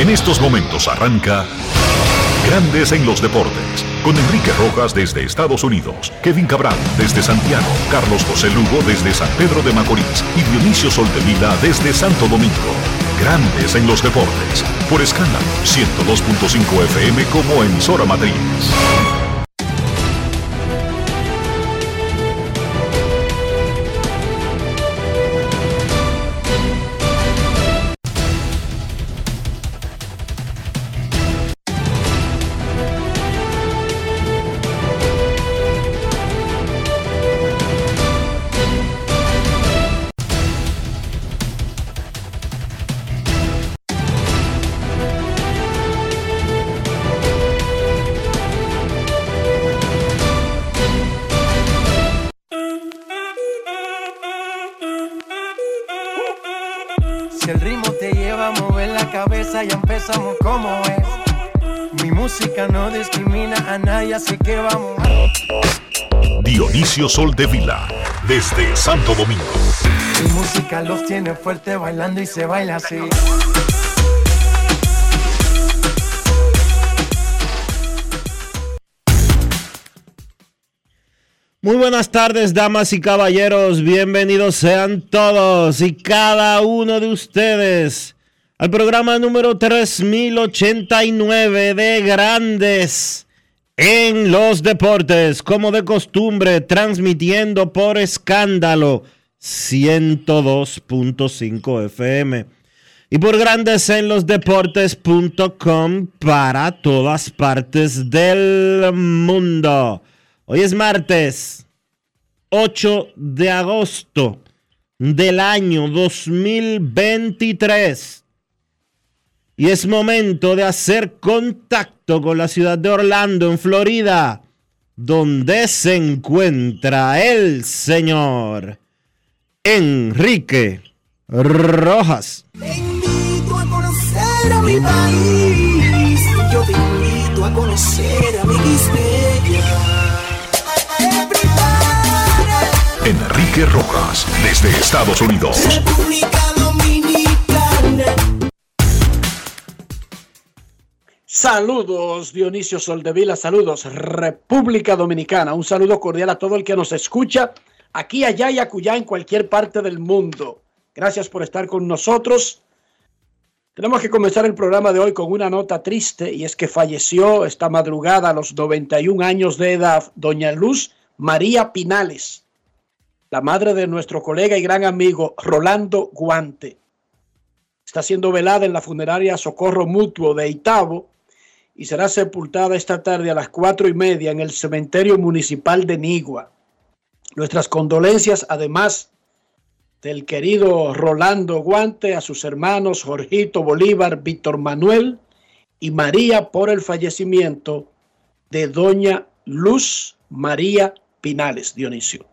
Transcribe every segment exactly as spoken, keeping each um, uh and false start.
En estos momentos arranca Grandes en los Deportes, con Enrique Rojas desde Estados Unidos, Kevin Cabral desde Santiago, Carlos José Lugo desde San Pedro de Macorís y Dionisio Soltevila desde Santo Domingo. Grandes en los Deportes, por Escándalo ciento dos punto cinco F M como emisora matriz. Así que vamos. Dionisio Soltevila, desde Santo Domingo. Mi música los tiene fuerte bailando y se baila así. Muy buenas tardes, damas y caballeros. Bienvenidos sean todos y cada uno de ustedes al programa número tres mil ochenta y nueve de Grandes en los Deportes, como de costumbre, transmitiendo por Escándalo ciento dos punto cinco F M y por grandes en los deportes punto com para todas partes del mundo. Hoy es martes ocho de agosto del año dos mil veintitrés. Y es momento de hacer contacto con la ciudad de Orlando, en Florida, donde se encuentra el señor Enrique Rojas. Te invito a conocer a mi país, yo te invito a conocer a mi Quispeya. Enrique Rojas, desde Estados Unidos. República Dominicana. Saludos Dionisio Soldevila, saludos República Dominicana, un saludo cordial a todo el que nos escucha aquí, allá y acullá en cualquier parte del mundo. Gracias por estar con nosotros. Tenemos que comenzar el programa de hoy con una nota triste, y es que falleció esta madrugada a los noventa y un años de edad doña Luz María Pinales, la madre de nuestro colega y gran amigo Rolando Guante. Está siendo velada en la funeraria Socorro Mutuo de Itabo y será sepultada esta tarde a las cuatro y media en el cementerio municipal de Nigua. Nuestras condolencias, además del querido Rolando Guante, a sus hermanos Jorgito Bolívar, Víctor Manuel y María, por el fallecimiento de doña Luz María Pinales. Dionisio.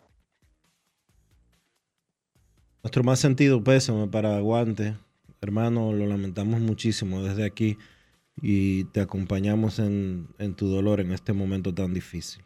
Nuestro más sentido pésame para Guante. Hermano, lo lamentamos muchísimo desde aquí y te acompañamos en, en tu dolor en este momento tan difícil.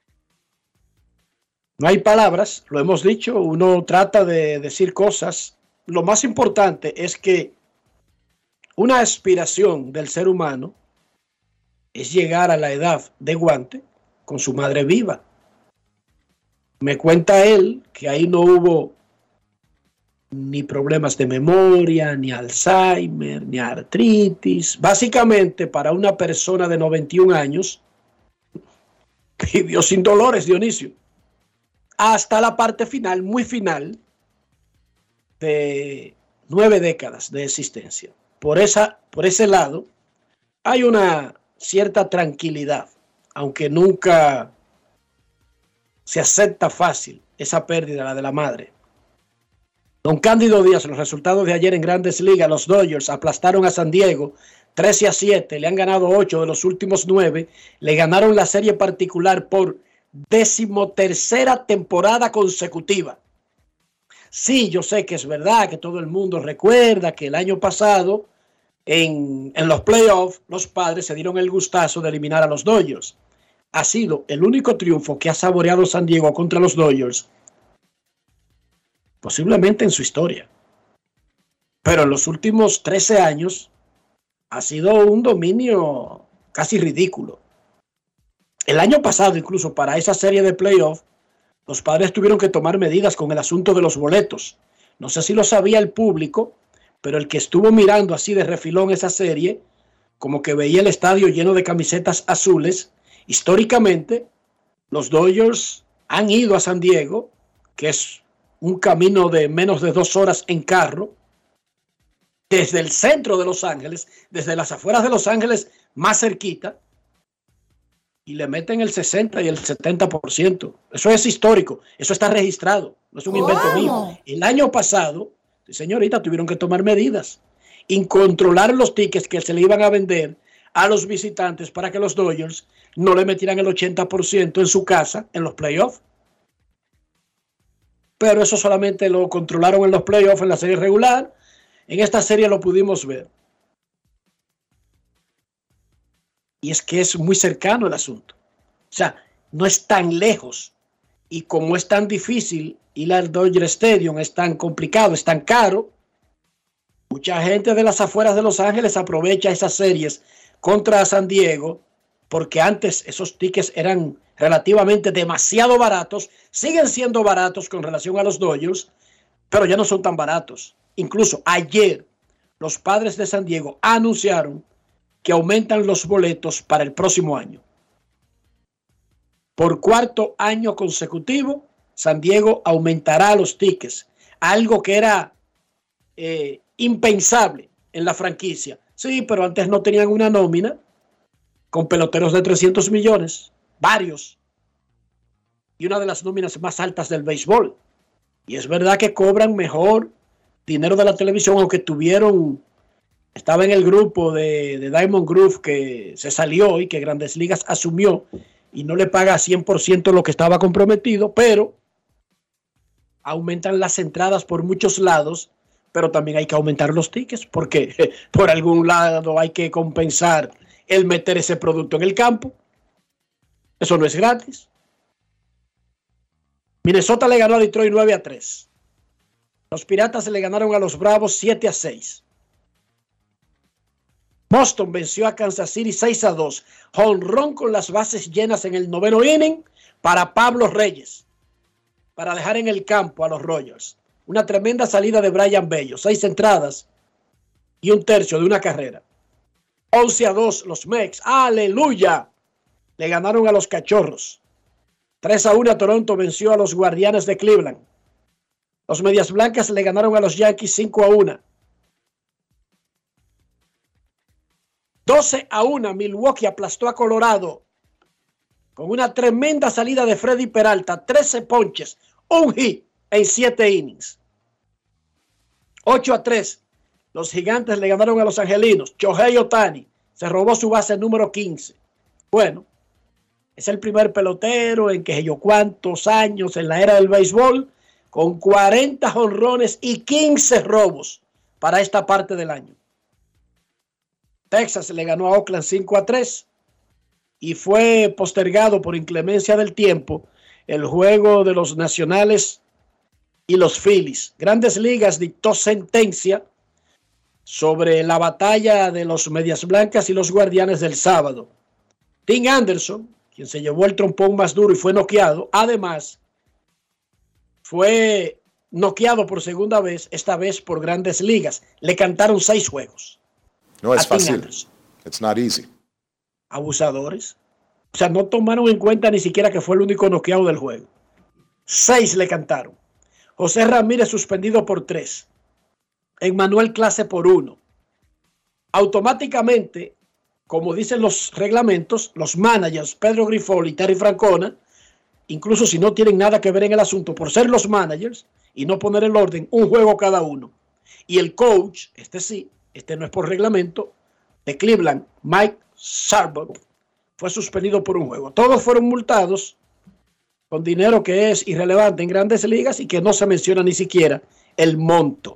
No hay palabras, lo hemos dicho, uno trata de decir cosas. Lo más importante es que una aspiración del ser humano es llegar a la edad de Guante con su madre viva. Me cuenta él que ahí no hubo ni problemas de memoria, ni Alzheimer, ni artritis. Básicamente, para una persona de noventa y un años, vivió sin dolores, Dionisio, hasta la parte final, muy final, de nueve décadas de existencia. Por esa, por ese lado, hay una cierta tranquilidad, aunque nunca se acepta fácil esa pérdida, la de la madre. Don Cándido Díaz, los resultados de ayer en Grandes Ligas, los Dodgers aplastaron a San Diego trece a siete, le han ganado ocho de los últimos nueve, le ganaron la serie particular por decimotercera temporada consecutiva. Sí, yo sé que es verdad que todo el mundo recuerda que el año pasado en, en los playoffs los Padres se dieron el gustazo de eliminar a los Dodgers. Ha sido el único triunfo que ha saboreado San Diego contra los Dodgers posiblemente en su historia. Pero en los últimos trece años ha sido un dominio casi ridículo. El año pasado, incluso para esa serie de playoff, los Padres tuvieron que tomar medidas con el asunto de los boletos. No sé si lo sabía el público, pero el que estuvo mirando así de refilón esa serie, como que veía el estadio lleno de camisetas azules. Históricamente, los Dodgers han ido a San Diego, que es un camino de menos de dos horas en carro, desde el centro de Los Ángeles, desde las afueras de Los Ángeles, más cerquita, y le meten el sesenta y el setenta por ciento. Eso es histórico, eso está registrado, no es un ¿Cómo? invento mío. El año pasado, señorita, tuvieron que tomar medidas y controlar los tickets que se le iban a vender a los visitantes para que los Dodgers no le metieran el ochenta por ciento en su casa en los playoffs. Pero eso solamente lo controlaron en los playoffs, en la serie regular. En esta serie lo pudimos ver. Y es que es muy cercano el asunto. O sea, no es tan lejos. Y como es tan difícil ir al Dodger Stadium, es tan complicado, es tan caro, mucha gente de las afueras de Los Ángeles aprovecha esas series contra San Diego, porque antes esos tickets eran relativamente demasiado baratos, siguen siendo baratos con relación a los Dodgers, pero ya no son tan baratos. Incluso ayer los Padres de San Diego anunciaron que aumentan los boletos para el próximo año. Por cuarto año consecutivo, San Diego aumentará los tickets, algo que era eh, impensable en la franquicia. Sí, pero antes no tenían una nómina con peloteros de trescientos millones, varios, y una de las nóminas más altas del béisbol. Y es verdad que cobran mejor dinero de la televisión, aunque tuvieron, estaba en el grupo de, de Diamond Groove que se salió y que Grandes Ligas asumió y no le paga cien por ciento lo que estaba comprometido, pero aumentan las entradas por muchos lados, pero también hay que aumentar los tickets, porque por algún lado hay que compensar el meter ese producto en el campo. Eso no es gratis. Minnesota le ganó a Detroit nueve a tres. Los Piratas le ganaron a los Bravos siete a seis. Boston venció a Kansas City seis a dos. Jonrón con las bases llenas en el noveno inning para Pablo Reyes, para dejar en el campo a los Royals. Una tremenda salida de Brian Bello. Seis entradas y un tercio de una carrera. once a dos los Mex. ¡Aleluya! Le ganaron a los Cachorros. tres a uno Toronto venció a los Guardianes de Cleveland. Los Medias Blancas le ganaron a los Yankees cinco a uno. doce a uno Milwaukee aplastó a Colorado con una tremenda salida de Freddy Peralta. trece ponches, un hit en siete innings. ocho a tres los Gigantes le ganaron a los Angelinos. Shohei Ohtani se robó su base número quince. Bueno, es el primer pelotero en que yo cuántos años en la era del béisbol con cuarenta jonrones y quince robos para esta parte del año. Texas le ganó a Oakland cinco a tres y fue postergado por inclemencia del tiempo el juego de los Nacionales y los Phillies. Grandes Ligas dictó sentencia sobre la batalla de los Medias Blancas y los Guardianes del sábado. Tim Anderson, quien se llevó el trompón más duro y fue noqueado, además fue noqueado por segunda vez, esta vez por Grandes Ligas. Le cantaron seis juegos. No es fácil. It's not easy. Abusadores. O sea, no tomaron en cuenta ni siquiera que fue el único noqueado del juego. Seis le cantaron. José Ramírez suspendido por tres. Emmanuel Clase por uno. Automáticamente, como dicen los reglamentos, los managers Pedro Grifol y Terry Francona, incluso si no tienen nada que ver en el asunto, por ser los managers y no poner el orden, un juego cada uno. Y el coach, este sí, este no es por reglamento, de Cleveland, Mike Sarbuck, fue suspendido por un juego. Todos fueron multados con dinero que es irrelevante en Grandes Ligas y que no se menciona ni siquiera el monto.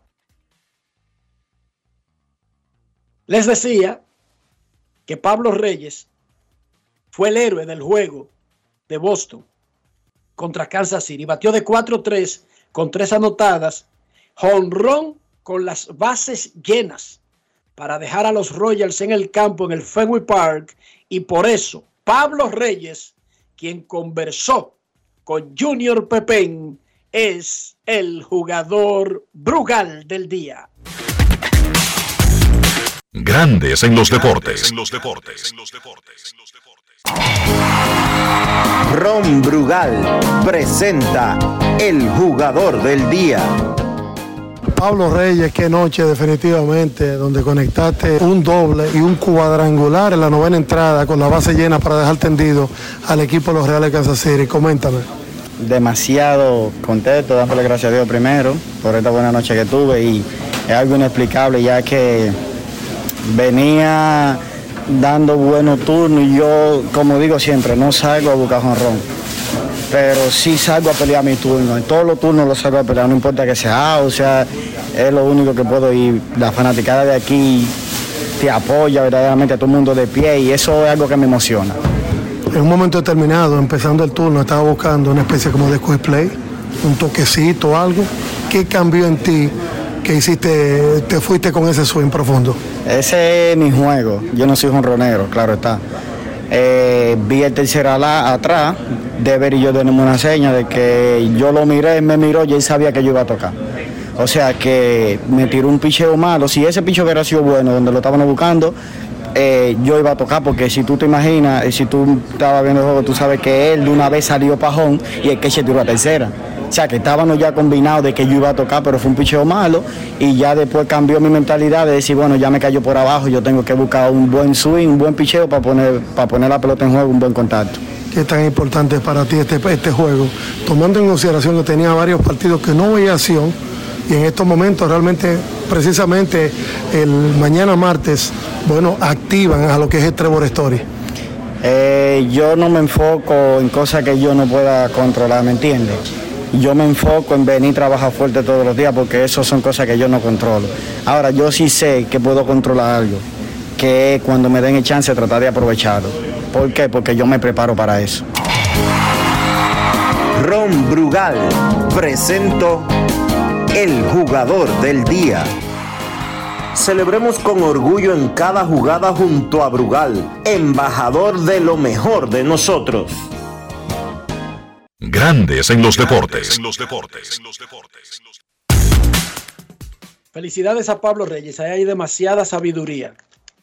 Les decía que Pablo Reyes fue el héroe del juego de Boston contra Kansas City. Batió de cuatro tres con tres anotadas, jonrón con las bases llenas para dejar a los Royals en el campo en el Fenway Park, y por eso Pablo Reyes, quien conversó con Junior Pepén, es el jugador Brugal del día. Grandes en los deportes. En los deportes. Ron Brugal presenta el jugador del día. Pablo Reyes, qué noche definitivamente, donde conectaste un doble y un cuadrangular en la novena entrada con la base llena para dejar tendido al equipo de los Reales de Kansas City. Coméntame. Demasiado contento, dándole gracias a Dios primero por esta buena noche que tuve, y es algo inexplicable ya que venía dando buenos turnos y yo, como digo siempre, no salgo a buscar jonrón, pero sí salgo a pelear mi turno. En todos los turnos los salgo a pelear, no importa que sea, o sea, es lo único que puedo ir. La fanaticada de aquí te apoya verdaderamente a todo el mundo de pie, y eso es algo que me emociona. En un momento determinado, empezando el turno, estaba buscando una especie como de quick play, un toquecito, algo. ¿Qué cambió en ti que hiciste, te fuiste con ese swing profundo? Ese es mi juego, yo no soy jonronero, claro está. Eh, vi el tercer ala atrás, Dever y yo tenemos una seña de que yo lo miré, él me miró y él sabía que yo iba a tocar. O sea que me tiró un picheo malo. Si ese picheo hubiera sido bueno, donde lo estaban buscando, eh, yo iba a tocar, porque si tú te imaginas, si tú estabas viendo el juego, tú sabes que él de una vez salió pajón y el que se tiró a tercera. O sea que estábamos ya combinados de que yo iba a tocar, pero fue un picheo malo, y ya después cambió mi mentalidad de decir, bueno, ya me cayó por abajo, yo tengo que buscar un buen swing, un buen picheo para poner, para poner la pelota en juego, un buen contacto. ¿Qué tan importante es para ti este, este juego? Tomando en consideración que tenía varios partidos que no veía acción, y en estos momentos realmente, precisamente el mañana martes, bueno, activan a lo que es el Trevor Story. Eh, yo no me enfoco en cosas que yo no pueda controlar, ¿me entiendes? Yo me enfoco en venir a trabajar fuerte todos los días, porque eso son cosas que yo no controlo. Ahora, yo sí sé que puedo controlar algo, que es cuando me den el chance de tratar de aprovecharlo. ¿Por qué? Porque yo me preparo para eso. Ron Brugal presento el jugador del día. Celebremos con orgullo en cada jugada junto a Brugal, embajador de lo mejor de nosotros. Grandes en los deportes. Felicidades a Pablo Reyes, ahí hay demasiada sabiduría.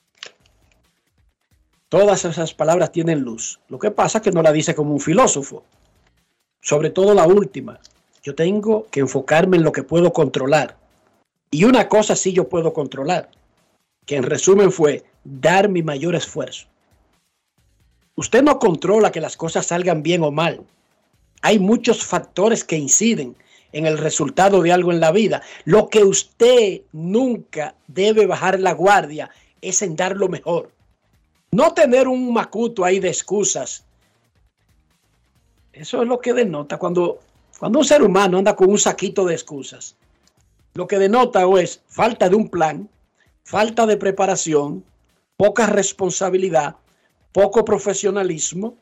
Todas esas palabras tienen luz. Lo que pasa es que no la dice como un filósofo. Sobre todo la última. Yo tengo que enfocarme en lo que puedo controlar. Y una cosa sí yo puedo controlar, que en resumen fue dar mi mayor esfuerzo. Usted no controla que las cosas salgan bien o mal. Hay muchos factores que inciden en el resultado de algo en la vida. Lo que usted nunca debe bajar la guardia es en dar lo mejor. No tener un macuto ahí de excusas. Eso es lo que denota cuando, cuando un ser humano anda con un saquito de excusas. Lo que denota o es falta de un plan, falta de preparación, poca responsabilidad, poco profesionalismo,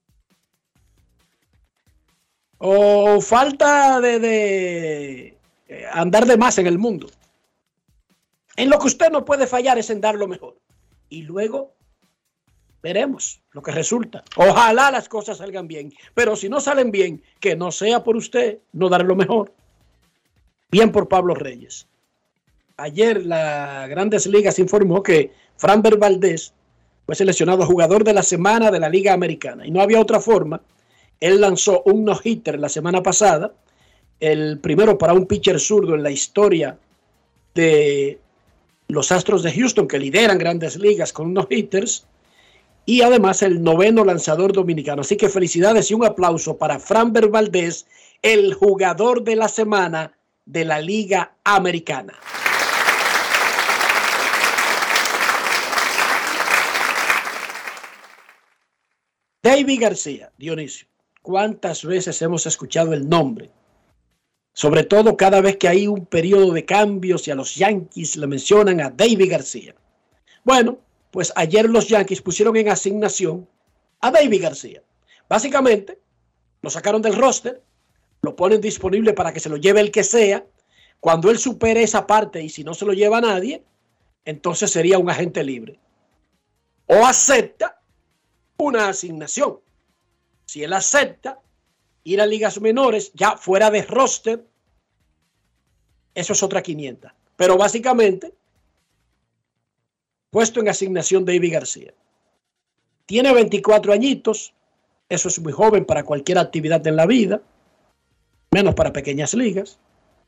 o falta de, de andar de más en el mundo. En lo que usted no puede fallar es en dar lo mejor. Y luego veremos lo que resulta. Ojalá las cosas salgan bien, pero si no salen bien, que no sea por usted no dar lo mejor. Bien por Pablo Reyes. Ayer la Grandes Ligas informó que Framber Valdez fue seleccionado jugador de la semana de la Liga Americana. Y no había otra forma. Él lanzó un no-hitter la semana pasada. El primero para un pitcher zurdo en la historia de los Astros de Houston, que lideran Grandes Ligas con no-hitters. Y además el noveno lanzador dominicano. Así que felicidades y un aplauso para Framber Valdez, el jugador de la semana de la Liga Americana. Deivi García, Dionisio, ¿cuántas veces hemos escuchado el nombre? Sobre todo cada vez que hay un periodo de cambios y a los Yankees le mencionan a Deivi García. Bueno, pues ayer los Yankees pusieron en asignación a Deivi García. Básicamente, lo sacaron del roster, lo ponen disponible para que se lo lleve el que sea. Cuando él supere esa parte y si no se lo lleva a nadie, entonces sería un agente libre. O acepta una asignación. Si él acepta ir a ligas menores, ya fuera de roster, eso es otra quinientas. Pero básicamente, puesto en asignación Deivi García. Tiene veinticuatro añitos, eso es muy joven para cualquier actividad en la vida, menos para pequeñas ligas.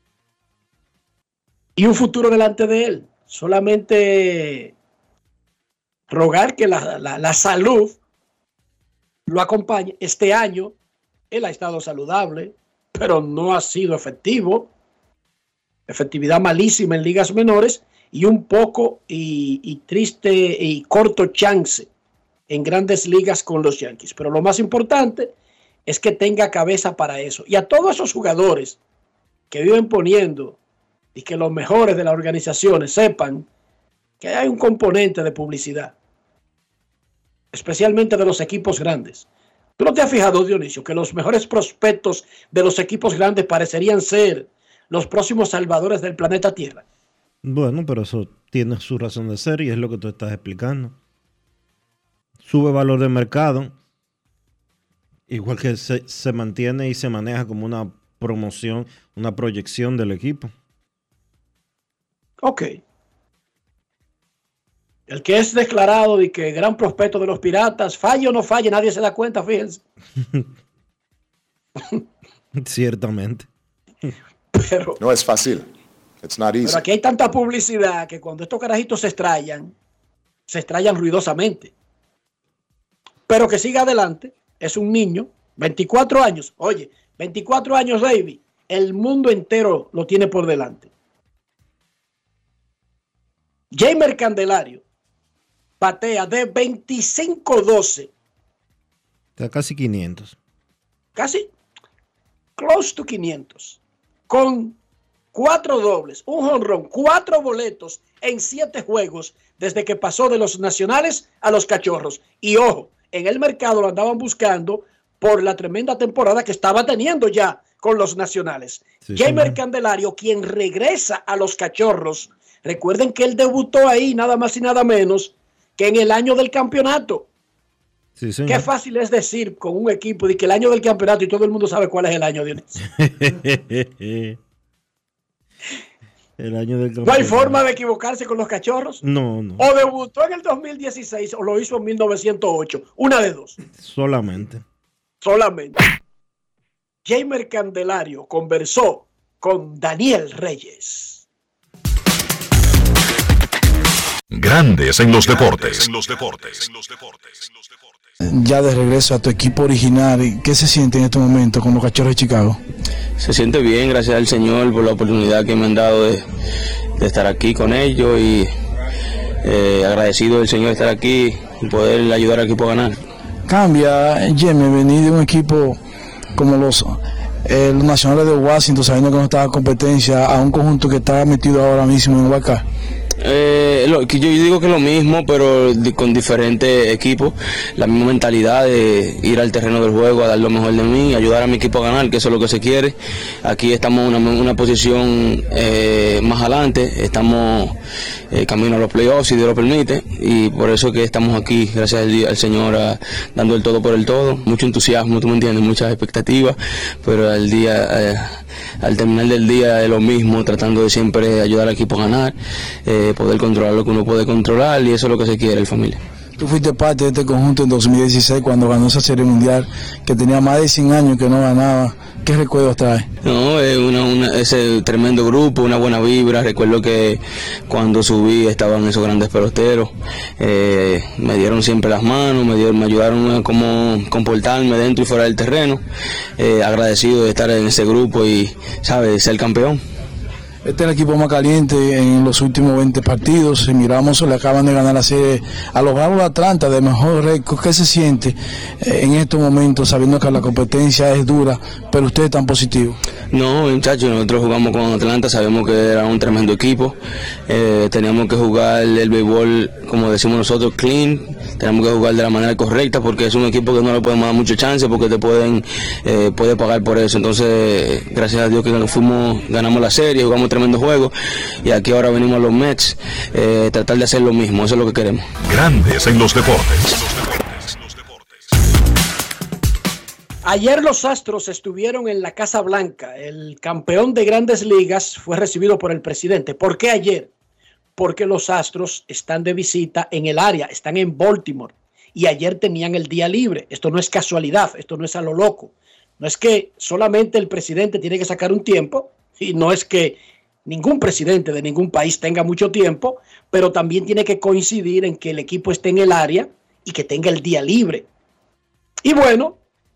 Y un futuro delante de él. Solamente rogar que la, la, la salud lo acompañe. Este año él ha estado saludable, pero no ha sido efectivo. Efectividad malísima en ligas menores y un poco y, y triste y corto chance en grandes ligas con los Yankees. Pero lo más importante es que tenga cabeza para eso. Y a todos esos jugadores que viven poniendo y que los mejores de las organizaciones sepan que hay un componente de publicidad, especialmente de los equipos grandes. ¿Tú no te has fijado, Dionisio, que los mejores prospectos de los equipos grandes parecerían ser los próximos salvadores del planeta Tierra? Bueno, pero eso tiene su razón de ser y es lo que tú estás explicando. Sube valor de mercado, igual que se, se mantiene y se maneja como una promoción, una proyección del equipo. Ok. El que es declarado de que gran prospecto de los Piratas, falle o no falle, nadie se da cuenta, fíjense. Ciertamente. Pero, no es fácil. It's not easy. Pero aquí hay tanta publicidad que cuando estos carajitos se estrellan, se estrellan ruidosamente. Pero que siga adelante, es un niño, veinticuatro años. Oye, veinticuatro años, Deivi, el mundo entero lo tiene por delante. Jeimer Candelario batea de veinticinco doce. Está casi quinientos. Casi close to quinientos. Con cuatro dobles, un jonrón, cuatro boletos en siete juegos desde que pasó de los Nacionales a los Cachorros. Y ojo, en el mercado lo andaban buscando por la tremenda temporada que estaba teniendo ya con los Nacionales. Sí, Jeimer sí, Candelario, quien regresa a los Cachorros. Recuerden que él debutó ahí nada más y nada menos que en el año del campeonato. Sí, qué fácil es decir con un equipo de que el año del campeonato y todo el mundo sabe cuál es el año, Dionisio. El año del campeonato. ¿No hay forma de equivocarse con los Cachorros? No, no. O debutó en el dos mil dieciséis o lo hizo en mil novecientos ocho. Una de dos. Solamente. Solamente. Jeimer Candelario conversó con Daniel Reyes. Grandes en los deportes. En los deportes. Ya de regreso a tu equipo original, ¿qué se siente en este momento con los Cachorros de Chicago? Se siente bien, gracias al Señor por la oportunidad que me han dado de, de estar aquí con ellos y eh, agradecido del Señor de estar aquí y poder ayudar al equipo a ganar. Cambia, Jimmy, venir de un equipo como los, eh, los Nacionales de Washington, sabiendo que no estaba competencia, a un conjunto que está metido ahora mismo en Huaca. Eh, lo, que yo digo que es lo mismo, pero de, con diferentes equipos, la misma mentalidad de ir al terreno del juego a dar lo mejor de mí, ayudar a mi equipo a ganar, que eso es lo que se quiere. Aquí estamos en una, una posición eh, más adelante, estamos eh, camino a los playoffs, si Dios lo permite, y por eso que estamos aquí, gracias al, al Señor, a, dando el todo por el todo, mucho entusiasmo, tú me entiendes, muchas expectativas, pero al día, eh, al terminar del día es lo mismo, tratando de siempre ayudar al equipo a ganar, eh, poder controlar lo que uno puede controlar, y eso es lo que se quiere, la familia. Tú fuiste parte de este conjunto en dos mil dieciséis cuando ganó esa serie mundial que tenía más de cien años que no ganaba. ¿Qué recuerdos trae? No, es una, una, ese tremendo grupo, una buena vibra. Recuerdo que cuando subí estaban esos grandes peloteros, eh, me dieron siempre las manos, me, dieron, me ayudaron a cómo comportarme dentro y fuera del terreno. Eh, agradecido de estar en ese grupo y, ¿sabes?, ser campeón. Este es el equipo más caliente en los últimos veinte partidos. Si miramos, le acaban de ganar la serie a los Bravos de Atlanta de mejor récord. ¿Qué se siente en estos momentos, sabiendo que la competencia es dura, pero ustedes están positivos? No, muchachos, nosotros jugamos con Atlanta, sabemos que era un tremendo equipo, eh, teníamos que jugar el béisbol, como decimos nosotros, clean, tenemos que jugar de la manera correcta porque es un equipo que no le podemos dar mucho chance porque te pueden eh, puede pagar por eso. Entonces, gracias a Dios que fuimos, ganamos la serie, jugamos un tremendo juego y aquí ahora venimos a los Mets, eh, tratar de hacer lo mismo, eso es lo que queremos. Grandes en los deportes. Ayer los Astros estuvieron en la Casa Blanca. El campeón de Grandes Ligas fue recibido por el presidente. ¿Por qué ayer? Porque los Astros están de visita en el área, están en Baltimore. Y ayer tenían el día libre. Esto no es casualidad, esto no es a lo loco. No es que solamente el presidente tiene que sacar un tiempo, y no es que ningún presidente de ningún país tenga mucho tiempo, pero también tiene que coincidir en que el equipo esté en el área y que tenga el día libre. Y bueno,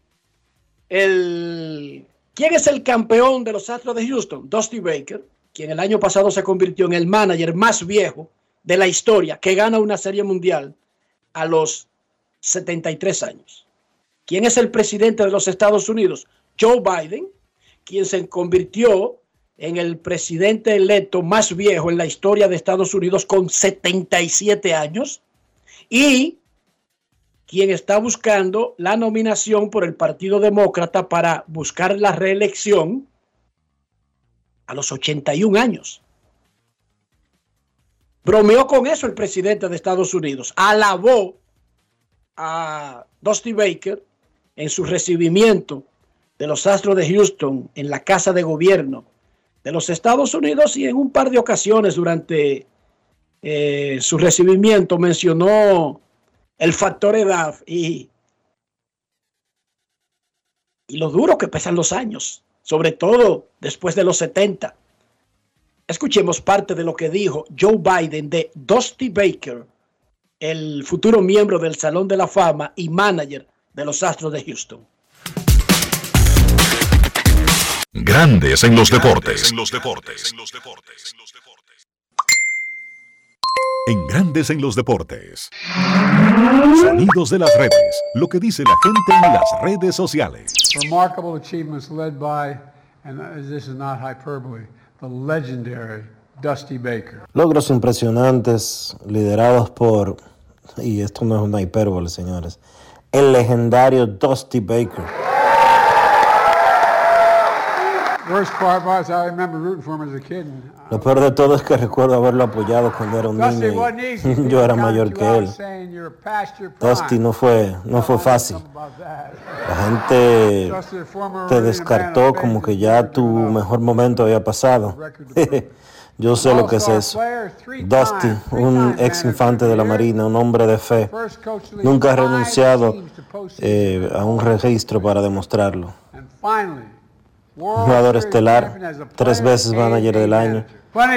El, ¿quién es el campeón de los Astros de Houston? Dusty Baker, quien el año pasado se convirtió en el manager más viejo de la historia que gana una serie mundial a los setenta y tres años. ¿Quién es el presidente de los Estados Unidos? Joe Biden, quien se convirtió en el presidente electo más viejo en la historia de Estados Unidos con setenta y siete años. Y quien está buscando la nominación por el Partido Demócrata para buscar la reelección a los ochenta y un años. Bromeó con eso el presidente de Estados Unidos. Alabó a Dusty Baker en su recibimiento de los Astros de Houston en la Casa de Gobierno de los Estados Unidos, y en un par de ocasiones durante eh, su recibimiento mencionó el factor edad y, y lo duro que pesan los años, sobre todo después de los setenta. Escuchemos parte de lo que dijo Joe Biden de Dusty Baker, el futuro miembro del Salón de la Fama y manager de los Astros de Houston. Grandes en los deportes. En los deportes. En Grandes en los deportes. Sonidos de las redes. Lo que dice la gente en las redes sociales. Remarkable achievements led by, and this is not hyperbole, the legendary Dusty Baker. Logros impresionantes liderados por, y esto no es una hipérbole, señores, el legendario Dusty Baker. Worst part was I remember rooting for him as a kid. Lo peor de todo es que recuerdo haberlo apoyado cuando era un niño y yo era mayor que él. Dusty no fue, no fue fácil. La gente te descartó como que ya tu mejor momento había pasado. Yo sé lo que es eso. Dusty, un ex infante de la Marina, un hombre de fe, nunca ha renunciado eh, a un registro para demostrarlo. Un jugador estelar, tres veces manager del año.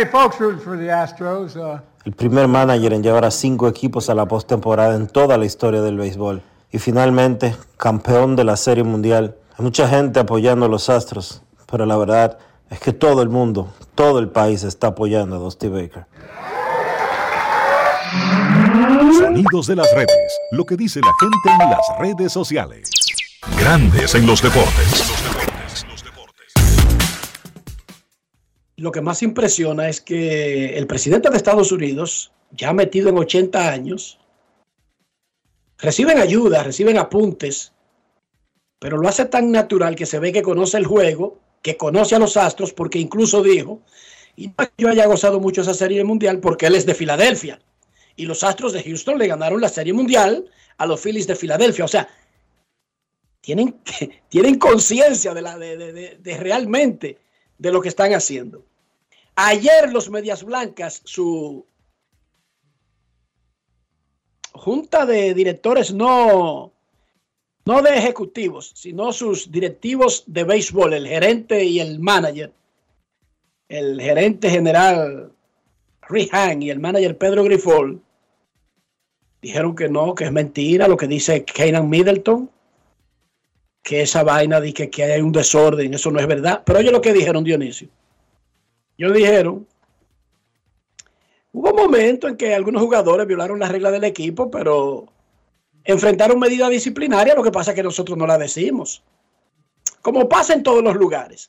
El primer manager en llevar a cinco equipos a la postemporada en toda la historia del béisbol. Y finalmente, campeón de la Serie Mundial. Hay mucha gente apoyando a los Astros, pero la verdad es que todo el mundo, todo el país está apoyando a Dusty Baker. Sonidos de las redes. Lo que dice la gente en las redes sociales. Grandes en los deportes. Lo que más impresiona es que el presidente de Estados Unidos, ya metido en ochenta años, reciben ayuda, reciben apuntes, pero lo hace tan natural que se ve que conoce el juego, que conoce a los Astros, porque incluso dijo, y no es que yo haya gozado mucho esa Serie Mundial porque él es de Filadelfia, y los Astros de Houston le ganaron la Serie Mundial a los Phillies de Filadelfia. O sea, tienen, tienen conciencia de, la, de, de, de, de realmente de lo que están haciendo. Ayer los Medias Blancas, su junta de directores, no, no de ejecutivos, sino sus directivos de béisbol, el gerente y el manager, el gerente general Rick Hahn y el manager Pedro Grifol, dijeron que no, que es mentira lo que dice Keynan Middleton, que esa vaina de que, que hay un desorden, eso no es verdad. Pero oye lo que dijeron, Dionisio. Ellos dijeron, hubo momentos en que algunos jugadores violaron las reglas del equipo, pero enfrentaron medidas disciplinarias, lo que pasa es que nosotros no la decimos. Como pasa en todos los lugares.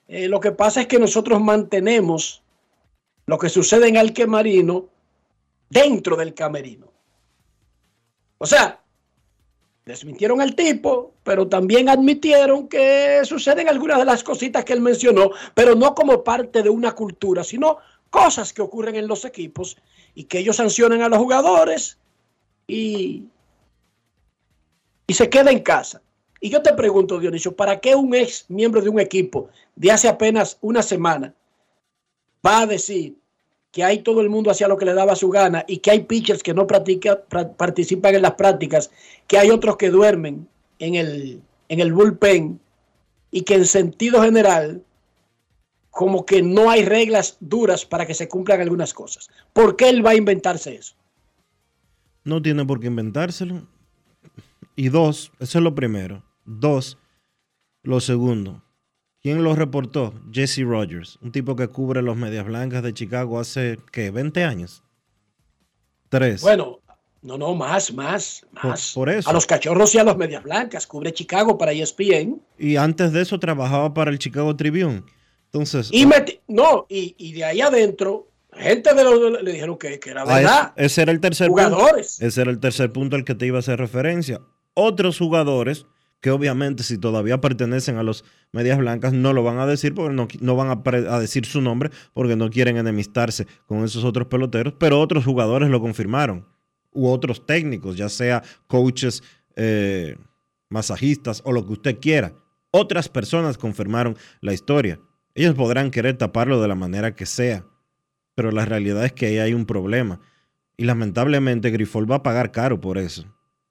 Eh, lo que pasa es que nosotros mantenemos lo que sucede en Alquemarino dentro del camerino. O sea, desmintieron al tipo, pero también admitieron que suceden algunas de las cositas que él mencionó, pero no como parte de una cultura, sino cosas que ocurren en los equipos y que ellos sancionan a los jugadores y, y se queda en casa. Y yo te pregunto, Dionisio, ¿para qué un ex miembro de un equipo de hace apenas una semana va a decir que ahí todo el mundo hacía lo que le daba su gana y que hay pitchers que no practica, pra, participan en las prácticas, que hay otros que duermen en el, en el bullpen y que en sentido general como que no hay reglas duras para que se cumplan algunas cosas? ¿Por qué él va a inventarse eso? No tiene por qué inventárselo. Y dos, eso es lo primero. Dos, lo segundo. ¿Quién lo reportó? Jesse Rogers, un tipo que cubre los Medias Blancas de Chicago hace, ¿qué? veinte años. Tres. Bueno, no, no, más, más, más. Por, por eso. A los Cachorros y a los Medias Blancas. Cubre Chicago para E S P N. Y antes de eso trabajaba para el Chicago Tribune. Entonces. Y meti- no, y, y de ahí adentro, gente de los, le dijeron que, que era verdad. Ese, ese era el tercer jugadores. punto. Ese era el tercer punto al que te iba a hacer referencia. Otros jugadores que obviamente si todavía pertenecen a los Medias Blancas no lo van a decir porque no, no van a, pre- a decir su nombre porque no quieren enemistarse con esos otros peloteros, pero otros jugadores lo confirmaron, u otros técnicos, ya sea coaches, eh, masajistas o lo que usted quiera. Otras personas confirmaron la historia. Ellos podrán querer taparlo de la manera que sea, pero la realidad es que ahí hay un problema y lamentablemente Grifol va a pagar caro por eso.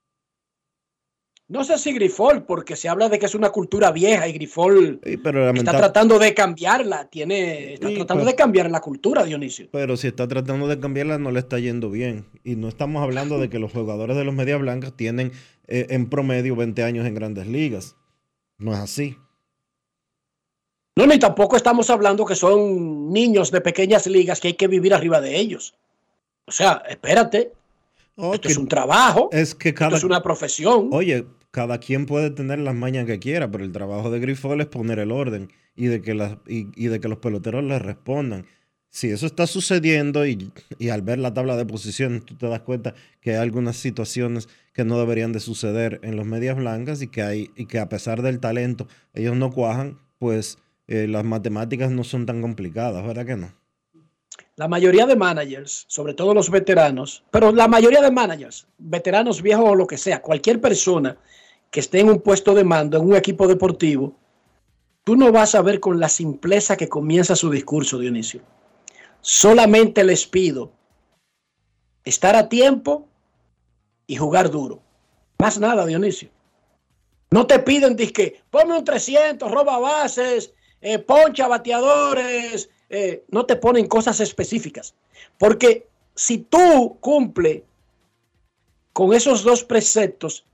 No sé si Grifol, porque se habla de que es una cultura vieja y Grifol sí, pero está tratando de cambiarla, tiene, está sí, tratando pero, de cambiar la cultura, Dionisio. Pero si está tratando de cambiarla no le está yendo bien. Y no estamos hablando de que los jugadores de los Medias Blancas tienen eh, en promedio veinte años en Grandes Ligas. No es así. No, ni tampoco estamos hablando que son niños de pequeñas ligas que hay que vivir arriba de ellos. O sea, espérate. Okay. Esto es un trabajo, es que cada, esto es una profesión. Oye, cada quien puede tener las mañas que quiera, pero el trabajo de Grifol es poner el orden y de que, las, y, y de que los peloteros les respondan. Si eso está sucediendo y, y al ver la tabla de posiciones tú te das cuenta que hay algunas situaciones que no deberían de suceder en los Medias Blancas y que, hay, y que a pesar del talento ellos no cuajan, pues eh, las matemáticas no son tan complicadas, ¿verdad que no? La mayoría de managers, sobre todo los veteranos, pero la mayoría de managers, veteranos viejos o lo que sea, cualquier persona que esté en un puesto de mando, en un equipo deportivo, tú no vas a ver con la simpleza que comienza su discurso, Dionisio. Solamente les pido estar a tiempo y jugar duro. Más nada, Dionisio. No te piden, disque, ponme un trescientos, roba bases, eh, poncha bateadores. Eh, no te ponen cosas específicas. Porque si tú cumples con esos dos preceptos,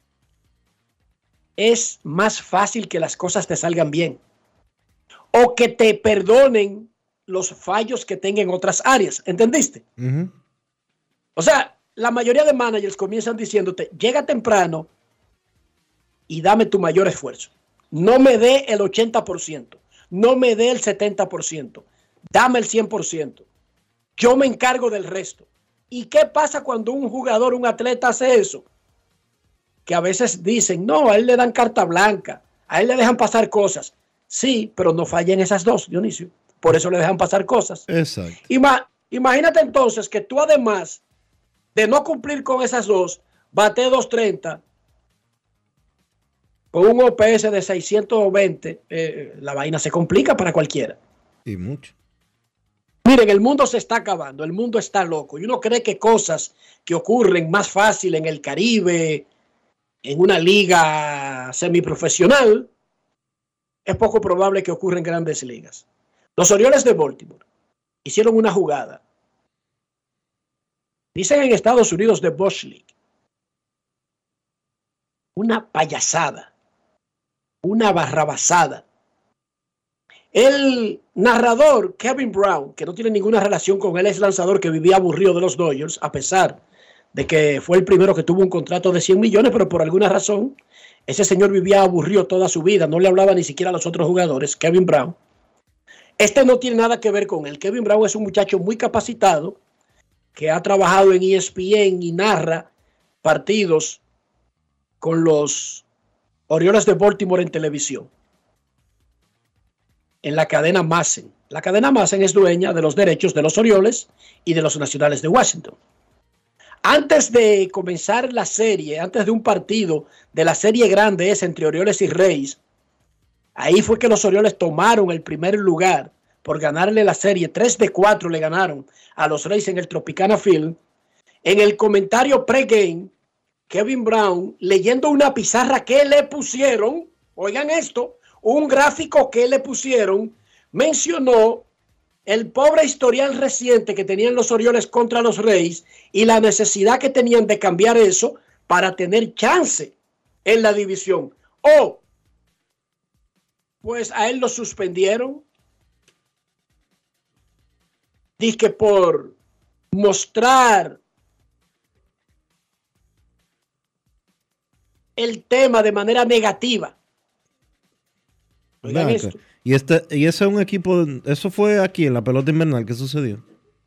es más fácil que las cosas te salgan bien. O que te perdonen los fallos que tengan en otras áreas. ¿Entendiste? Uh-huh. O sea, la mayoría de managers comienzan diciéndote, llega temprano y dame tu mayor esfuerzo. No me dé el ochenta por ciento. No me dé el setenta por ciento. Dame el cien por ciento. Yo me encargo del resto. ¿Y qué pasa cuando un jugador, un atleta hace eso? Que a veces dicen, no, a él le dan carta blanca, a él le dejan pasar cosas. Sí, pero no fallen esas dos, Dionisio. Por eso le dejan pasar cosas. Exacto. Ima- imagínate entonces que tú, además de no cumplir con esas dos, bate doscientos treinta con un O P S de seiscientos veinte, eh, la vaina se complica para cualquiera. Y mucho. Miren, el mundo se está acabando, el mundo está loco. Y uno cree que cosas que ocurren más fácil en el Caribe, en una liga semiprofesional, es poco probable que ocurra en grandes ligas. Los Orioles de Baltimore hicieron una jugada. Dicen en Estados Unidos de Bush League. Una payasada. Una barrabasada. El narrador Kevin Brown, que no tiene ninguna relación con él, es lanzador que vivía aburrido de los Dodgers, a pesar de que fue el primero que tuvo un contrato de cien millones, pero por alguna razón ese señor vivía aburrido toda su vida, no le hablaba ni siquiera a los otros jugadores. Kevin Brown Este no tiene nada que ver con él. Kevin Brown es un muchacho muy capacitado que ha trabajado en E S P N y narra partidos con los Orioles de Baltimore en televisión, en la cadena Massen. La cadena Massen es dueña de los derechos de los Orioles y de los Nacionales de Washington. Antes de comenzar la serie, antes de un partido de la serie grande esa entre Orioles y Reyes, ahí fue que los Orioles tomaron el primer lugar por ganarle la serie. tres de cuatro le ganaron a los Reyes en el Tropicana Field. En el comentario pregame, Kevin Brown, leyendo una pizarra que le pusieron, oigan esto, un gráfico que le pusieron, mencionó el pobre historial reciente que tenían los Orioles contra los Reyes y la necesidad que tenían de cambiar eso para tener chance en la división. Oh, pues a él lo suspendieron. Dice por mostrar el tema de manera negativa. Oigan esto. Y, este, y ese es un equipo, eso fue aquí en la pelota invernal que sucedió.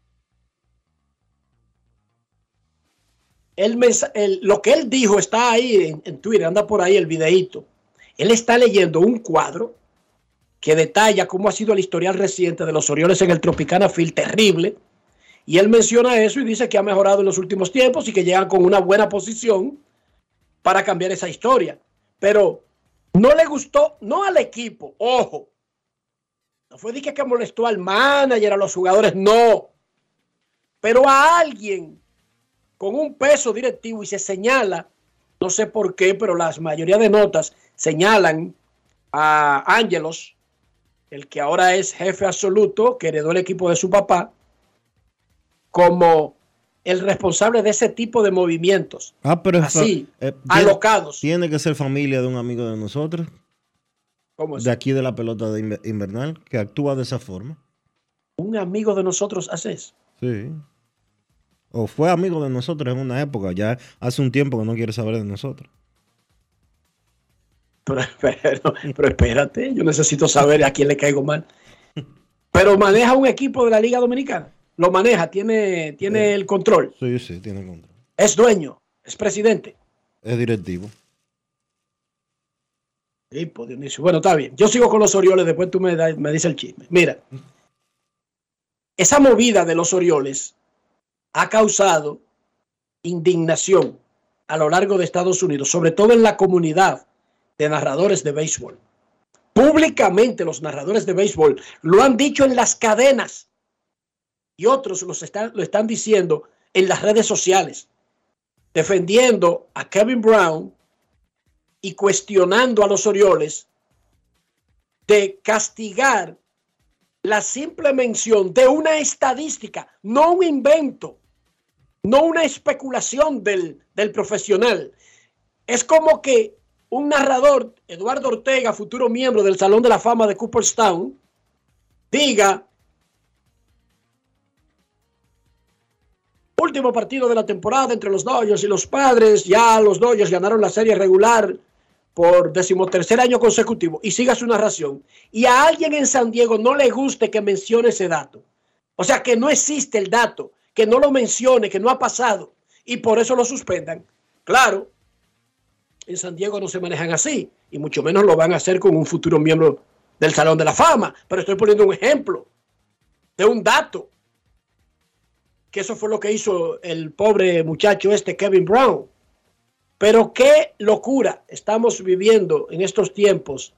El mens- el, lo que él dijo está ahí en, en Twitter, anda por ahí el videíto. Él está leyendo un cuadro que detalla cómo ha sido el historial reciente de los Orioles en el Tropicana Field, terrible. Y él menciona eso y dice que ha mejorado en los últimos tiempos y que llegan con una buena posición para cambiar esa historia. Pero no le gustó, no al equipo, ojo. No fue de que molestó al manager, a los jugadores, no. Pero a alguien con un peso directivo y se señala, no sé por qué, pero la mayoría de notas señalan a Ángelos, el que ahora es jefe absoluto, que heredó el equipo de su papá, como el responsable de ese tipo de movimientos. Ah, pero así, eh, alocados. Tiene que ser familia de un amigo de nosotros. ¿Cómo es? De aquí de la pelota de inver- invernal, que actúa de esa forma. ¿Un amigo de nosotros hace eso? Sí. O fue amigo de nosotros en una época, ya hace un tiempo que no quiere saber de nosotros. Pero, pero, pero espérate, yo necesito saber a quién le caigo mal. Pero maneja un equipo de la Liga Dominicana. Lo maneja, tiene, tiene sí. el control. Sí, sí, tiene control. Es dueño, es presidente. Es directivo. Sí, pues, Dionisio. Bueno, está bien. Yo sigo con los Orioles, después tú me, da, me dices el chisme. Mira, esa movida de los Orioles ha causado indignación a lo largo de Estados Unidos, sobre todo en la comunidad de narradores de béisbol. Públicamente los narradores de béisbol lo han dicho en las cadenas y otros los están, lo están diciendo en las redes sociales, defendiendo a Kevin Brown y cuestionando a los Orioles de castigar la simple mención de una estadística, no un invento, no una especulación del, del profesional. Es como que un narrador, Eduardo Ortega, futuro miembro del Salón de la Fama de Cooperstown, diga: último partido de la temporada entre los Dodgers y los Padres, ya los Dodgers ganaron la serie regular por decimotercer año consecutivo, y siga su narración, y a alguien en San Diego no le guste que mencione ese dato, o sea, que no existe el dato, que no lo mencione, que no ha pasado, y por eso lo suspendan. Claro, en San Diego no se manejan así, y mucho menos lo van a hacer con un futuro miembro del Salón de la Fama, pero estoy poniendo un ejemplo de un dato, que eso fue lo que hizo el pobre muchacho este Kevin Brown. Pero qué locura estamos viviendo en estos tiempos.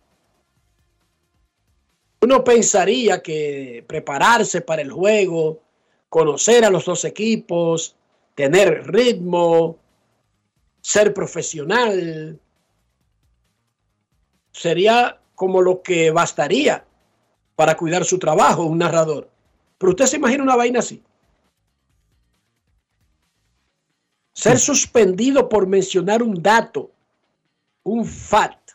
Uno pensaría que prepararse para el juego, conocer a los dos equipos, tener ritmo, ser profesional, sería como lo que bastaría para cuidar su trabajo, un narrador. Pero usted se imagina una vaina así. Ser suspendido por mencionar un dato, un fact,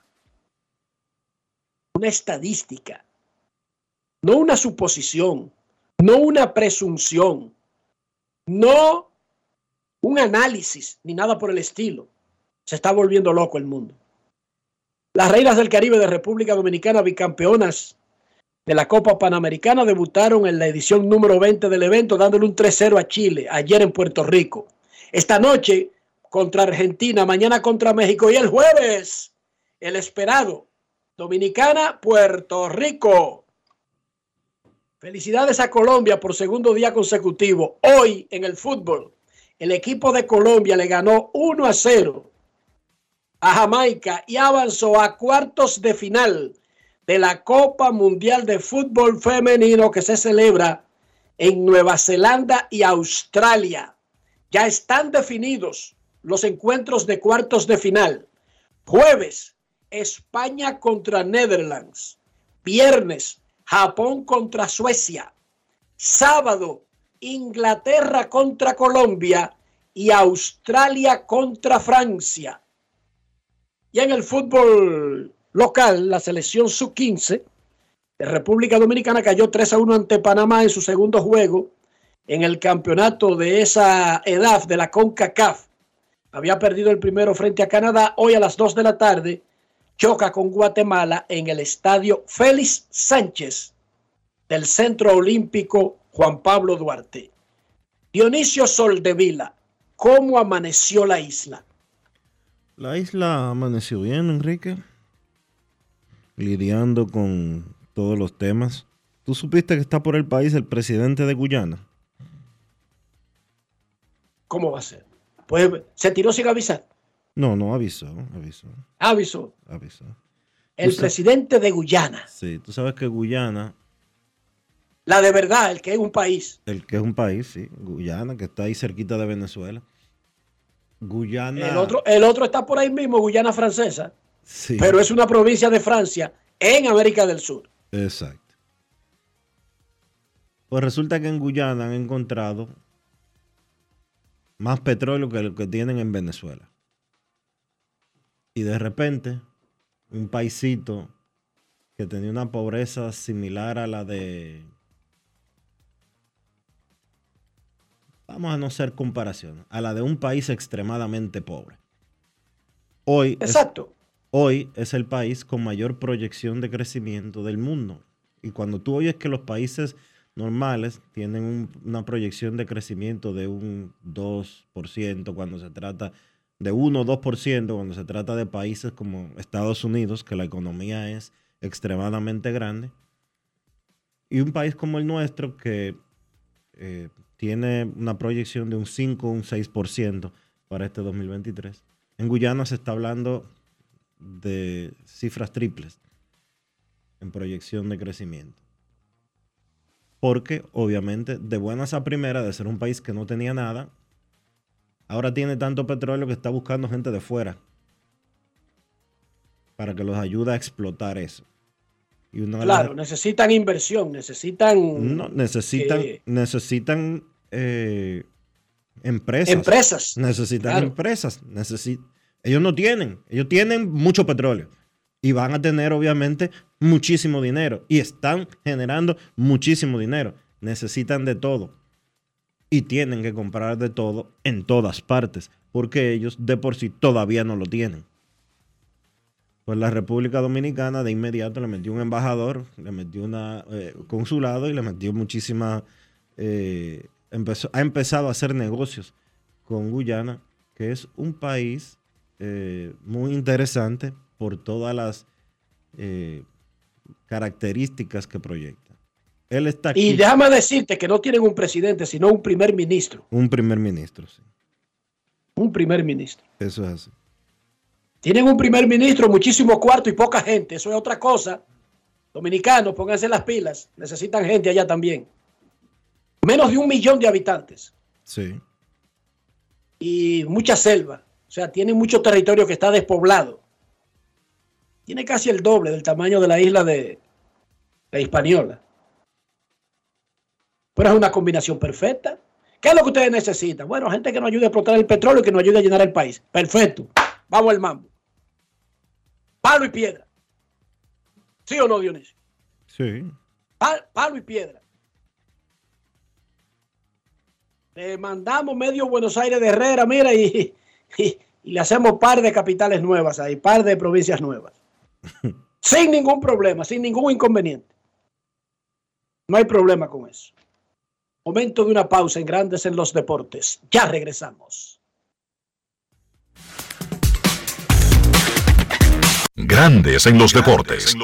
una estadística, no una suposición, no una presunción, no un análisis, ni nada por el estilo. Se está volviendo loco el mundo. Las Reinas del Caribe de República Dominicana, bicampeonas de la Copa Panamericana debutaron en la edición número veinte del evento, dándole un tres cero a Chile ayer en Puerto Rico. Esta noche contra Argentina, mañana contra México y el jueves el esperado Dominicana, Puerto Rico. Felicidades a Colombia por segundo día consecutivo. Hoy en el fútbol, el equipo de Colombia le ganó uno a cero a Jamaica y avanzó a cuartos de final de la Copa Mundial de Fútbol Femenino que se celebra en Nueva Zelanda y Australia. Ya están definidos los encuentros de cuartos de final. Jueves, España contra Netherlands. Viernes, Japón contra Suecia. Sábado, Inglaterra contra Colombia y Australia contra Francia. Y en el fútbol local, la selección sub quince de República Dominicana cayó tres a uno ante Panamá en su segundo juego en el campeonato de esa edad de la CONCACAF. Había perdido el primero frente a Canadá. Hoy a las dos de la tarde choca con Guatemala en el estadio Félix Sánchez del Centro Olímpico Juan Pablo Duarte. Dionisio Soldevila, ¿cómo amaneció la isla? La isla amaneció bien, Enrique, lidiando con todos los temas. ¿Tú supiste que está por el país el presidente de Guyana? ¿Cómo va a ser? Pues se tiró sin avisar. No, no, avisó, avisó. Avisó. Avisó. El presidente de Guyana. Sí, tú sabes que Guyana... La de verdad, el que es un país. El que es un país, sí. Guyana, que está ahí cerquita de Venezuela. Guyana... El otro, el otro está por ahí mismo, Guyana Francesa. Sí. Pero es una provincia de Francia en América del Sur. Exacto. Pues resulta que en Guyana han encontrado más petróleo que lo que tienen en Venezuela. Y de repente, un paisito que tenía una pobreza similar a la de... Vamos a no hacer comparación, a la de un país extremadamente pobre. Hoy Exacto. Es, hoy es el país con mayor proyección de crecimiento del mundo. Y cuando tú oyes que los países normales tienen un, una proyección de crecimiento de un dos por ciento cuando se trata de uno o dos por ciento, cuando se trata de países como Estados Unidos, que la economía es extremadamente grande, y un país como el nuestro que eh, tiene una proyección de un cinco o un seis por ciento para este dos mil veintitrés. En Guyana se está hablando de cifras triples en proyección de crecimiento. Porque, obviamente, de buenas a primeras, de ser un país que no tenía nada, ahora tiene tanto petróleo que está buscando gente de fuera para que los ayude a explotar eso. Y una claro, las... necesitan inversión, necesitan... No, necesitan, eh, necesitan eh, empresas. Empresas. Necesitan claro. empresas. Necesi... Ellos no tienen, ellos tienen mucho petróleo. Y van a tener, obviamente, muchísimo dinero. Y están generando muchísimo dinero. Necesitan de todo. Y tienen que comprar de todo en todas partes. Porque ellos de por sí todavía no lo tienen. Pues la República Dominicana de inmediato le metió un embajador, le metió un eh, consulado y le metió muchísima... Eh, empezó, ha empezado a hacer negocios con Guyana, que es un país eh, muy interesante por todas las eh, características que proyecta. Él está aquí. Y déjame decirte que no tienen un presidente, sino un primer ministro. Un primer ministro, sí. Un primer ministro. Eso es así. Tienen un primer ministro, muchísimo cuarto y poca gente. Eso es otra cosa. Dominicanos, pónganse las pilas. Necesitan gente allá también. Menos de un millón de habitantes. Sí. Y mucha selva. O sea, tienen mucho territorio que está despoblado. Tiene casi el doble del tamaño de la isla de, de Hispaniola. Pero es una combinación perfecta. ¿Qué es lo que ustedes necesitan? Bueno, gente que nos ayude a explotar el petróleo y que nos ayude a llenar el país. Perfecto. Vamos al mambo. Palo y piedra. ¿Sí o no, Dionisio? Sí. Pal, palo y piedra. Le mandamos medio Buenos Aires de Herrera, mira, y, y, y le hacemos par de capitales nuevas ahí, par de provincias nuevas. Sin ningún problema, sin ningún inconveniente. No hay problema con eso. Momento de una pausa en Grandes en los Deportes. Ya regresamos. Grandes en los deportes.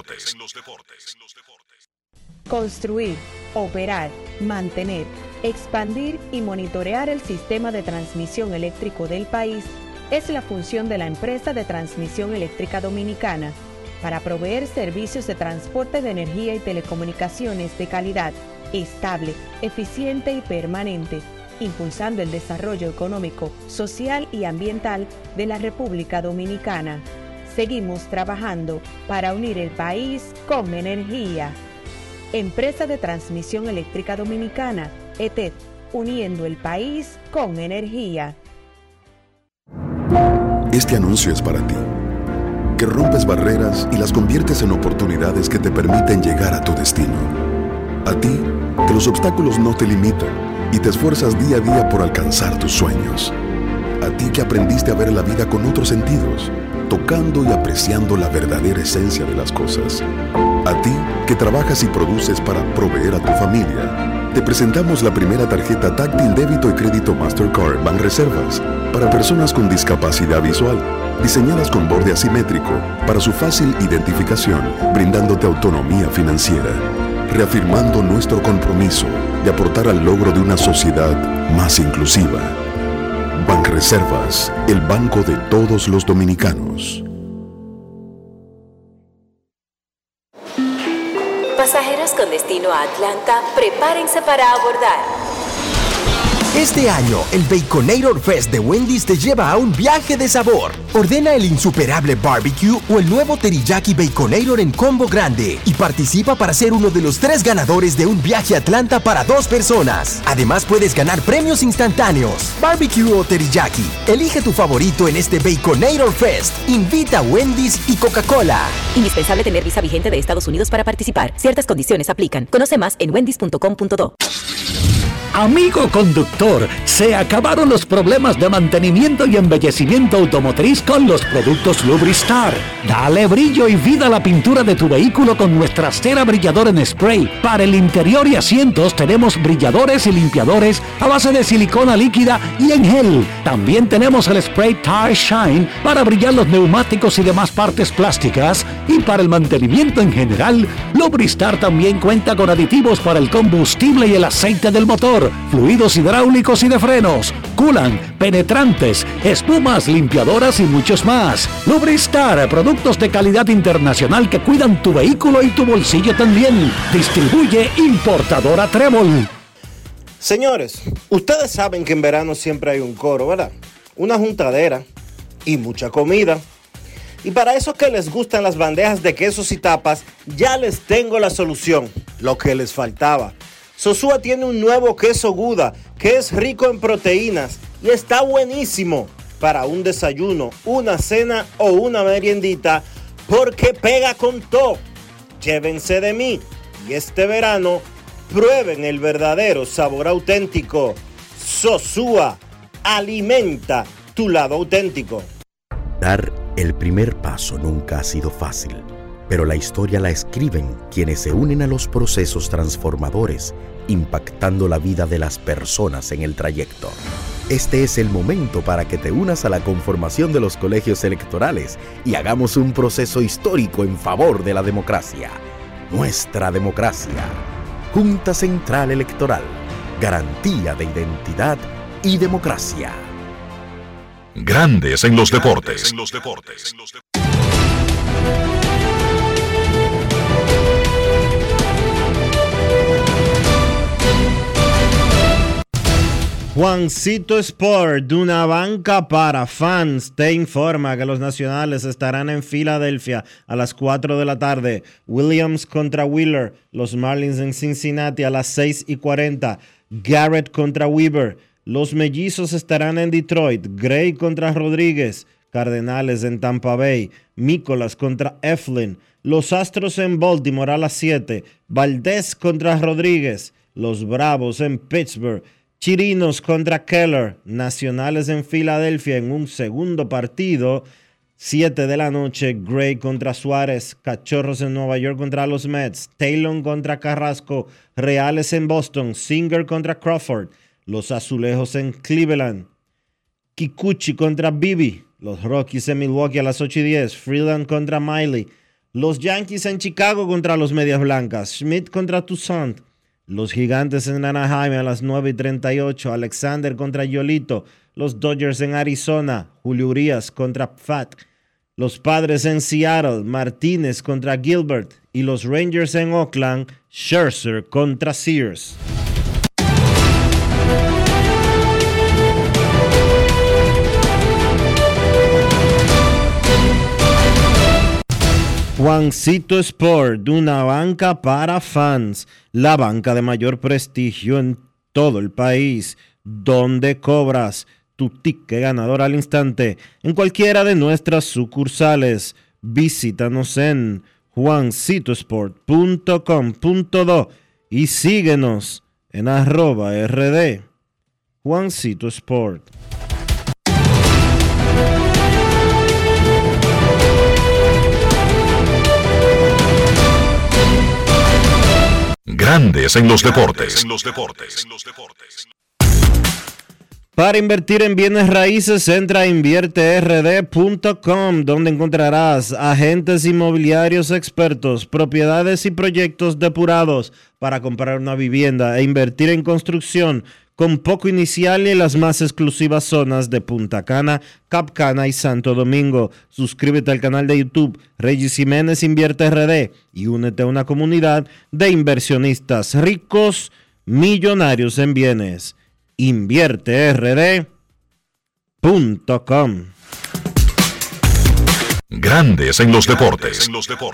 Construir, operar, mantener, expandir y monitorear el sistema de transmisión eléctrico del país es la función de la empresa de transmisión eléctrica dominicana para proveer servicios de transporte de energía y telecomunicaciones de calidad, estable, eficiente y permanente, impulsando el desarrollo económico, social y ambiental de la República Dominicana. Seguimos trabajando para unir el país con energía. Empresa de Transmisión Eléctrica Dominicana, E T E D, uniendo el país con energía. Este anuncio es para ti, que rompes barreras y las conviertes en oportunidades que te permiten llegar a tu destino. A ti, que los obstáculos no te limitan y te esfuerzas día a día por alcanzar tus sueños. A ti que aprendiste a ver la vida con otros sentidos, tocando y apreciando la verdadera esencia de las cosas. A ti que trabajas y produces para proveer a tu familia, te presentamos la primera tarjeta táctil débito y crédito Mastercard Banreservas para personas con discapacidad visual, diseñadas con borde asimétrico para su fácil identificación, brindándote autonomía financiera, reafirmando nuestro compromiso de aportar al logro de una sociedad más inclusiva. Banreservas, el banco de todos los dominicanos. Pasajeros con destino a Atlanta, prepárense para abordar. Este año, el Baconator Fest de Wendy's te lleva a un viaje de sabor. Ordena el insuperable barbecue o el nuevo teriyaki Baconator en combo grande y participa para ser uno de los tres ganadores de un viaje a Atlanta para dos personas. Además, puedes ganar premios instantáneos. Barbecue o teriyaki, elige tu favorito en este Baconator Fest. Invita a Wendy's y Coca-Cola. Indispensable tener visa vigente de Estados Unidos para participar. Ciertas condiciones aplican. Conoce más en wendys punto com punto do. Amigo conductor, se acabaron los problemas de mantenimiento y embellecimiento automotriz con los productos Lubristar. Dale brillo y vida a la pintura de tu vehículo con nuestra cera brilladora en spray. Para el interior y asientos tenemos brilladores y limpiadores a base de silicona líquida y en gel. También tenemos el spray Tire Shine para brillar los neumáticos y demás partes plásticas. Y para el mantenimiento en general, Lubristar también cuenta con aditivos para el combustible y el aceite del motor, fluidos hidráulicos y de frenos, culan, penetrantes, espumas, limpiadoras y muchos más. Lubristar, productos de calidad internacional que cuidan tu vehículo y tu bolsillo también. Distribuye importadora Trébol. Señores, ustedes saben que en verano siempre hay un coro, ¿verdad? Una juntadera y mucha comida. Y para esos que les gustan las bandejas de quesos y tapas, ya les tengo la solución, lo que les faltaba. Sosúa tiene un nuevo queso Gouda que es rico en proteínas y está buenísimo para un desayuno, una cena o una meriendita porque pega con todo. Llévense de mí y este verano prueben el verdadero sabor auténtico. Sosúa, alimenta tu lado auténtico. Dar el primer paso nunca ha sido fácil, pero la historia la escriben quienes se unen a los procesos transformadores, impactando la vida de las personas en el trayecto. Este es el momento para que te unas a la conformación de los colegios electorales y hagamos un proceso histórico en favor de la democracia. Nuestra democracia. Junta Central Electoral. Garantía de identidad y democracia. Grandes en los deportes. Juancito Sport, de una banca para fans, te informa que los nacionales estarán en Filadelfia a las cuatro de la tarde. Williams contra Wheeler, los Marlins en Cincinnati a las seis y cuarenta. Garrett contra Weaver, los Mellizos estarán en Detroit. Gray contra Rodríguez, Cardenales en Tampa Bay. Mícolas contra Eflin, los Astros en Baltimore a las siete. Valdés contra Rodríguez, los Bravos en Pittsburgh. Chirinos contra Keller, Nacionales en Filadelfia en un segundo partido. siete de la noche, Gray contra Suárez, Cachorros en Nueva York contra los Mets, Taylor contra Carrasco, Reales en Boston, Singer contra Crawford, los Azulejos en Cleveland, Kikuchi contra Bibi, los Rockies en Milwaukee a las ocho y diez, Freeland contra Miley, los Yankees en Chicago contra los Medias Blancas, Schmidt contra Toussaint, los Gigantes en Anaheim a las nueve y treinta y ocho, Alexander contra Yolito, los Dodgers en Arizona, Julio Urias contra Pfaadt, los Padres en Seattle, Martínez contra Gilbert y los Rangers en Oakland, Scherzer contra Sears. Juancito Sport, una banca para fans, la banca de mayor prestigio en todo el país, donde cobras tu ticket ganador al instante en cualquiera de nuestras sucursales. Visítanos en juancito sport punto com punto do y síguenos en arroba rd Juancito Sport. Grandes en los deportes. Para invertir en bienes raíces, entra a invierte r d punto com, donde encontrarás agentes inmobiliarios expertos, propiedades y proyectos depurados para comprar una vivienda e invertir en construcción con poco inicial y en las más exclusivas zonas de Punta Cana, Cap Cana y Santo Domingo. Suscríbete al canal de YouTube Regis Jiménez Invierte R D y únete a una comunidad de inversionistas ricos, millonarios en bienes. invierte r d punto com. Grandes en los deportes.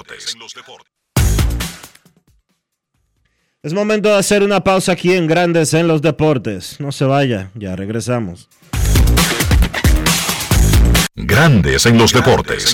Es momento de hacer una pausa aquí en Grandes en los Deportes. No se vaya, ya regresamos. Grandes en los deportes.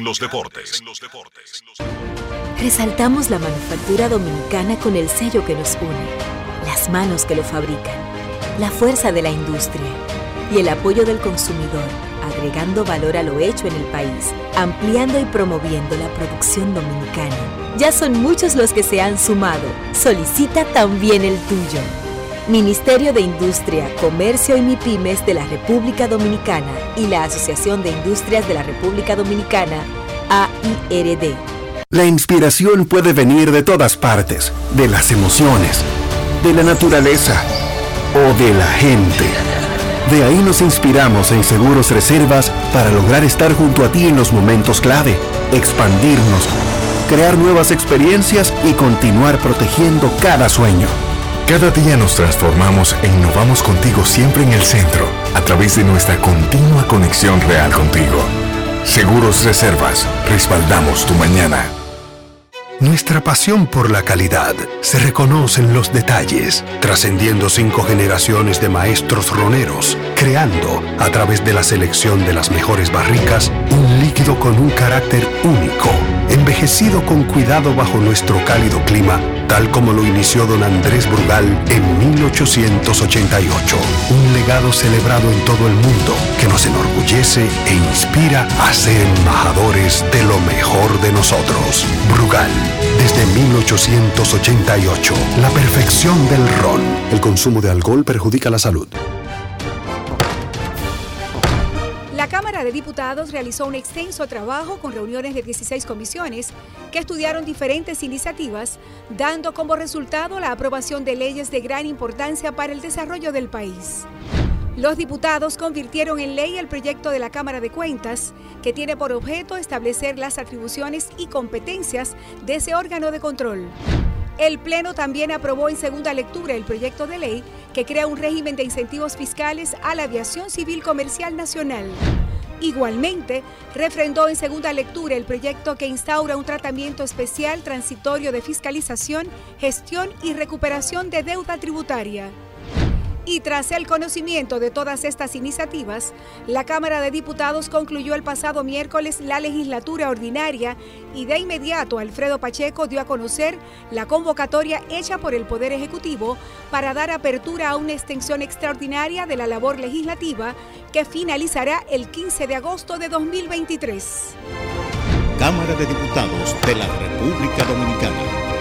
Resaltamos la manufactura dominicana con el sello que nos une, las manos que lo fabrican, la fuerza de la industria y el apoyo del consumidor, agregando valor a lo hecho en el país, ampliando y promoviendo la producción dominicana. Ya son muchos los que se han sumado. Solicita también el tuyo. Ministerio de Industria, Comercio y MIPYMES de la República Dominicana y la Asociación de Industrias de la República Dominicana, A I R D. La inspiración puede venir de todas partes, de las emociones, de la naturaleza o de la gente. De ahí nos inspiramos en Seguros Reservas para lograr estar junto a ti en los momentos clave, expandirnos, crear nuevas experiencias y continuar protegiendo cada sueño. Cada día nos transformamos e innovamos contigo siempre en el centro, a través de nuestra continua conexión real contigo. Seguros Reservas, respaldamos tu mañana. Nuestra pasión por la calidad se reconoce en los detalles, trascendiendo cinco generaciones de maestros roneros, creando, a través de la selección de las mejores barricas, un líquido con un carácter único, envejecido con cuidado bajo nuestro cálido clima, tal como lo inició don Andrés Brugal en mil ochocientos ochenta y ocho. Un legado celebrado en todo el mundo que nos enorgullece e inspira a ser embajadores de lo mejor de nosotros. Brugal, desde mil ochocientos ochenta y ocho, la perfección del ron. El consumo de alcohol perjudica la salud. La Cámara de Diputados realizó un extenso trabajo con reuniones de dieciséis comisiones que estudiaron diferentes iniciativas, dando como resultado la aprobación de leyes de gran importancia para el desarrollo del país. Los diputados convirtieron en ley el proyecto de la Cámara de Cuentas, que tiene por objeto establecer las atribuciones y competencias de ese órgano de control. El Pleno también aprobó en segunda lectura el proyecto de ley que crea un régimen de incentivos fiscales a la aviación civil comercial nacional. Igualmente, refrendó en segunda lectura el proyecto que instaura un tratamiento especial transitorio de fiscalización, gestión y recuperación de deuda tributaria. Y tras el conocimiento de todas estas iniciativas, la Cámara de Diputados concluyó el pasado miércoles la legislatura ordinaria y de inmediato Alfredo Pacheco dio a conocer la convocatoria hecha por el Poder Ejecutivo para dar apertura a una extensión extraordinaria de la labor legislativa que finalizará el quince de agosto de dos mil veintitrés. Cámara de Diputados de la República Dominicana.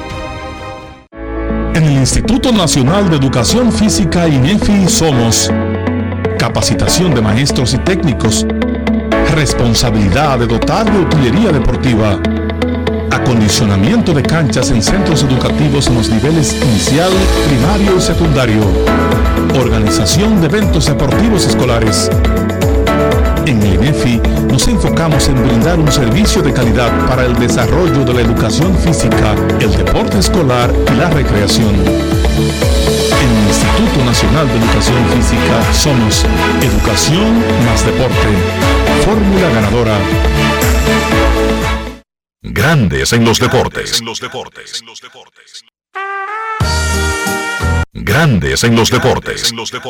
En el Instituto Nacional de Educación Física INEFI somos capacitación de maestros y técnicos, responsabilidad de dotar de utilería deportiva, acondicionamiento de canchas en centros educativos en los niveles inicial, primario y secundario, organización de eventos deportivos escolares. En el INEFI nos enfocamos en brindar un servicio de calidad para el desarrollo de la educación física, el deporte escolar y la recreación. En el Instituto Nacional de Educación Física somos educación más deporte. Fórmula ganadora. Grandes en los deportes. Grandes en los deportes.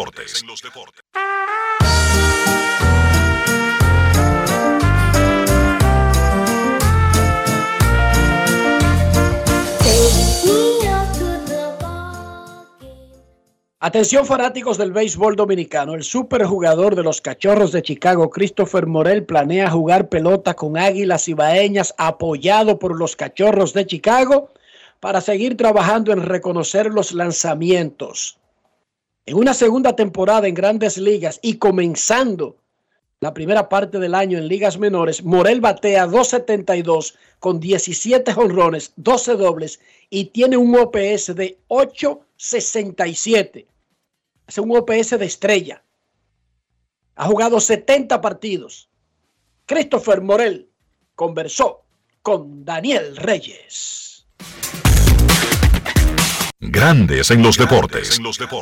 Atención fanáticos del béisbol dominicano, el superjugador de los Cachorros de Chicago, Christopher Morel, planea jugar pelota con Águilas Ibaeñas apoyado por los Cachorros de Chicago para seguir trabajando en reconocer los lanzamientos. En una segunda temporada en Grandes Ligas y comenzando la primera parte del año en ligas menores, Morel batea dos setenta y dos con diecisiete jonrones, doce dobles y tiene un O P S de ocho sesenta y siete. Es un O P S de estrella. Ha jugado setenta partidos. Christopher Morel conversó con Daniel Reyes. Grandes en los deportes.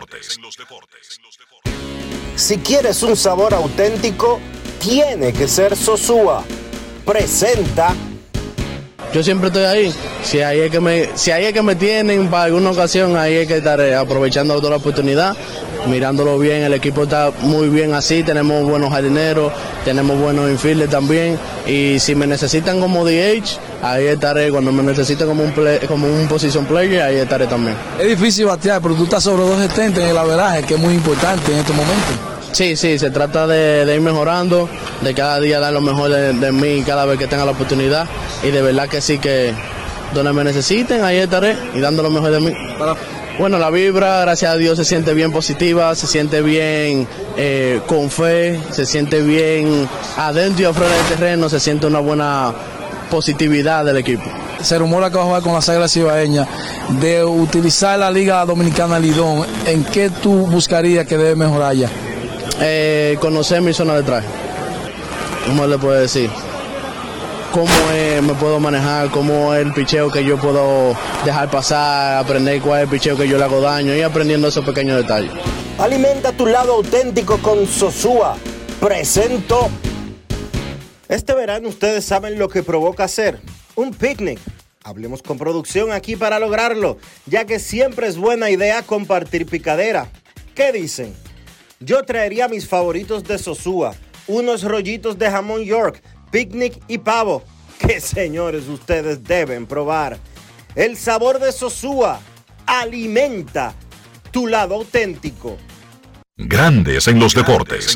Si quieres un sabor auténtico, tiene que ser Sosúa. Presenta. Yo siempre estoy ahí. Si ahí es que me, si ahí es que me tienen para alguna ocasión, ahí hay que estar aprovechando toda la oportunidad, mirándolo bien. El equipo está muy bien así. Tenemos buenos jardineros, tenemos buenos infielders también. Y si me necesitan como D H, ahí estaré. Cuando me necesiten como un play, como un position player, ahí estaré también. Es difícil batear, pero tú estás sobre dos setenta en el averaje, que es muy importante en estos momentos. Sí, sí, se trata de, de ir mejorando, de cada día dar lo mejor de, de mí cada vez que tenga la oportunidad. Y de verdad que sí, que donde me necesiten, ahí estaré y dando lo mejor de mí. Para... Bueno, la vibra, gracias a Dios, se siente bien positiva, se siente bien eh, con fe, se siente bien adentro y afuera del terreno, se siente una buena positividad del equipo. Se rumora que va a jugar con las Águilas Ibaeñas, de utilizar la Liga Dominicana Lidón. ¿En qué tú buscarías que debe mejorar ya? Eh, conocer mi zona de traje. ¿Cómo le puedo decir? Cómo es, me puedo manejar, cómo es el picheo que yo puedo dejar pasar, aprender cuál es el picheo que yo le hago daño y aprendiendo esos pequeños detalles. Alimenta tu lado auténtico con Sosúa. Presento. Este verano ustedes saben lo que provoca hacer un picnic. Hablemos con producción aquí para lograrlo, ya que siempre es buena idea compartir picadera. ¿Qué dicen? Yo traería mis favoritos de Sosúa, unos rollitos de jamón York, picnic y pavo, que señores ustedes deben probar. El sabor de Sosúa alimenta tu lado auténtico. Grandes en los deportes.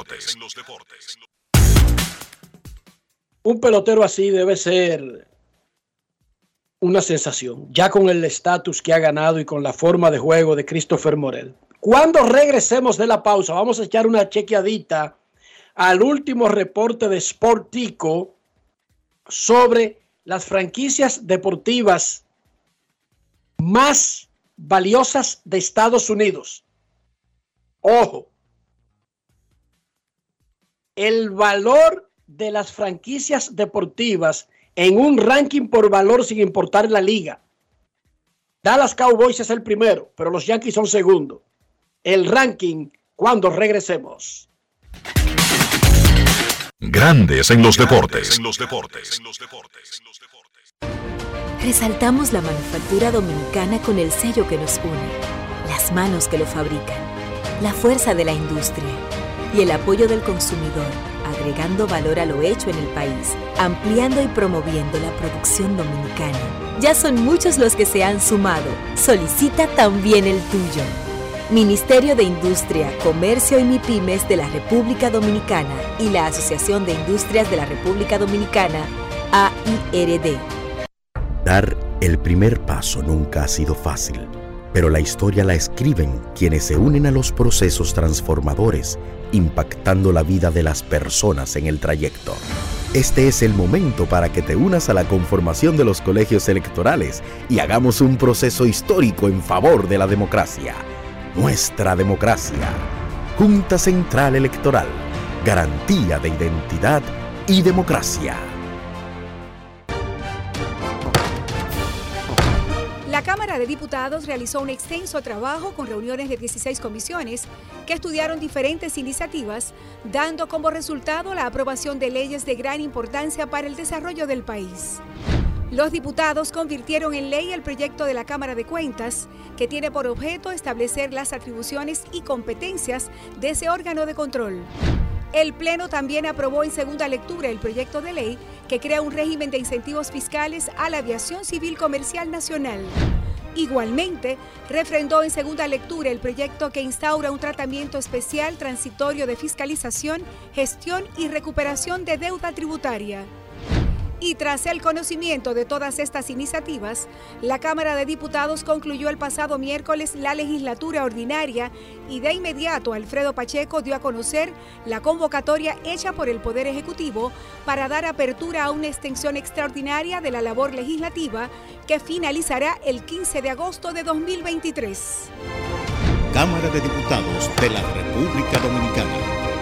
Un pelotero así debe ser una sensación, ya con el estatus que ha ganado y con la forma de juego de Christopher Morel. Cuando regresemos de la pausa, vamos a echar una chequeadita al último reporte de Sportico sobre las franquicias deportivas más valiosas de Estados Unidos. Ojo, el valor de las franquicias deportivas en un ranking por valor sin importar la liga. Dallas Cowboys es el primero, pero los Yankees son segundo. El ranking cuando regresemos. Grandes en los deportes. Resaltamos la manufactura dominicana con el sello que nos une, las manos que lo fabrican, la fuerza de la industria y el apoyo del consumidor, agregando valor a lo hecho en el país, ampliando y promoviendo la producción dominicana. Ya son muchos los que se han sumado. Solicita también el tuyo. Ministerio de Industria, Comercio y MIPYMES de la República Dominicana y la Asociación de Industrias de la República Dominicana, A I R D. Dar el primer paso nunca ha sido fácil, pero la historia la escriben quienes se unen a los procesos transformadores, impactando la vida de las personas en el trayecto. Este es el momento para que te unas a la conformación de los colegios electorales y hagamos un proceso histórico en favor de la democracia. Nuestra democracia. Junta Central Electoral. Garantía de identidad y democracia. La Cámara de Diputados realizó un extenso trabajo con reuniones de dieciséis comisiones que estudiaron diferentes iniciativas, dando como resultado la aprobación de leyes de gran importancia para el desarrollo del país. Los diputados convirtieron en ley el proyecto de la Cámara de Cuentas, que tiene por objeto establecer las atribuciones y competencias de ese órgano de control. El Pleno también aprobó en segunda lectura el proyecto de ley que crea un régimen de incentivos fiscales a la aviación civil comercial nacional. Igualmente, refrendó en segunda lectura el proyecto que instaura un tratamiento especial transitorio de fiscalización, gestión y recuperación de deuda tributaria. Y tras el conocimiento de todas estas iniciativas, la Cámara de Diputados concluyó el pasado miércoles la legislatura ordinaria y de inmediato Alfredo Pacheco dio a conocer la convocatoria hecha por el Poder Ejecutivo para dar apertura a una extensión extraordinaria de la labor legislativa que finalizará el quince de agosto de dos mil veintitrés. Cámara de Diputados de la República Dominicana.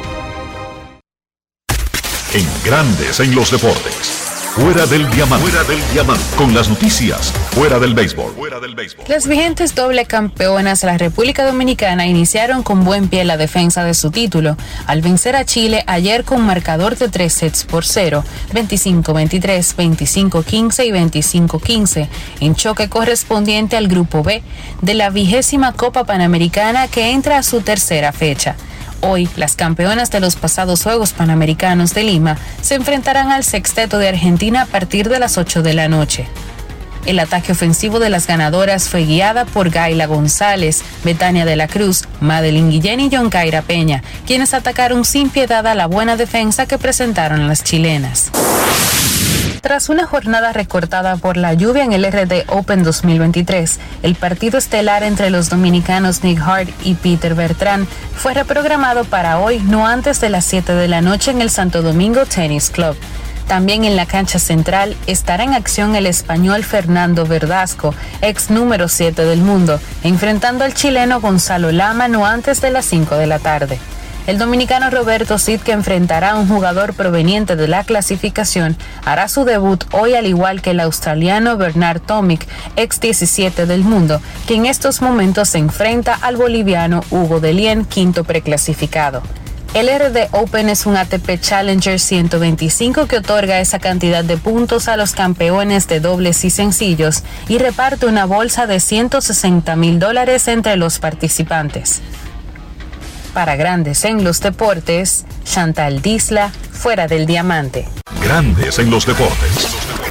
En Grandes en los Deportes. Fuera del diamante. Fuera del diamante. Con las noticias. Fuera del béisbol. Fuera del béisbol. Las vigentes doble campeonas de la República Dominicana iniciaron con buen pie la defensa de su título al vencer a Chile ayer con marcador de tres sets por cero, veinticinco veintitrés, veinticinco quince y veinticinco quince, en choque correspondiente al Grupo B de la vigésima Copa Panamericana que entra a su tercera fecha. Hoy, las campeonas de los pasados Juegos Panamericanos de Lima se enfrentarán al sexteto de Argentina a partir de las ocho de la noche. El ataque ofensivo de las ganadoras fue guiada por Gaila González, Betania de la Cruz, Madeline Guillén y Yonkaira Peña, quienes atacaron sin piedad a la buena defensa que presentaron las chilenas. Tras una jornada recortada por la lluvia en el R D Open dos mil veintitrés, el partido estelar entre los dominicanos Nick Hart y Peter Bertrand fue reprogramado para hoy no antes de las siete de la noche en el Santo Domingo Tennis Club. También en la cancha central estará en acción el español Fernando Verdasco, ex número siete del mundo, enfrentando al chileno Gonzalo Lama no antes de las cinco de la tarde. El dominicano Roberto Cid, que enfrentará a un jugador proveniente de la clasificación, hará su debut hoy al igual que el australiano Bernard Tomic, ex diecisiete del mundo, que en estos momentos se enfrenta al boliviano Hugo Delien, quinto preclasificado. El R D Open es un A T P Challenger ciento veinticinco que otorga esa cantidad de puntos a los campeones de dobles y sencillos y reparte una bolsa de ciento sesenta mil dólares entre los participantes. Para Grandes en los Deportes, Chantal Disla, Fuera del Diamante. Grandes en los Deportes.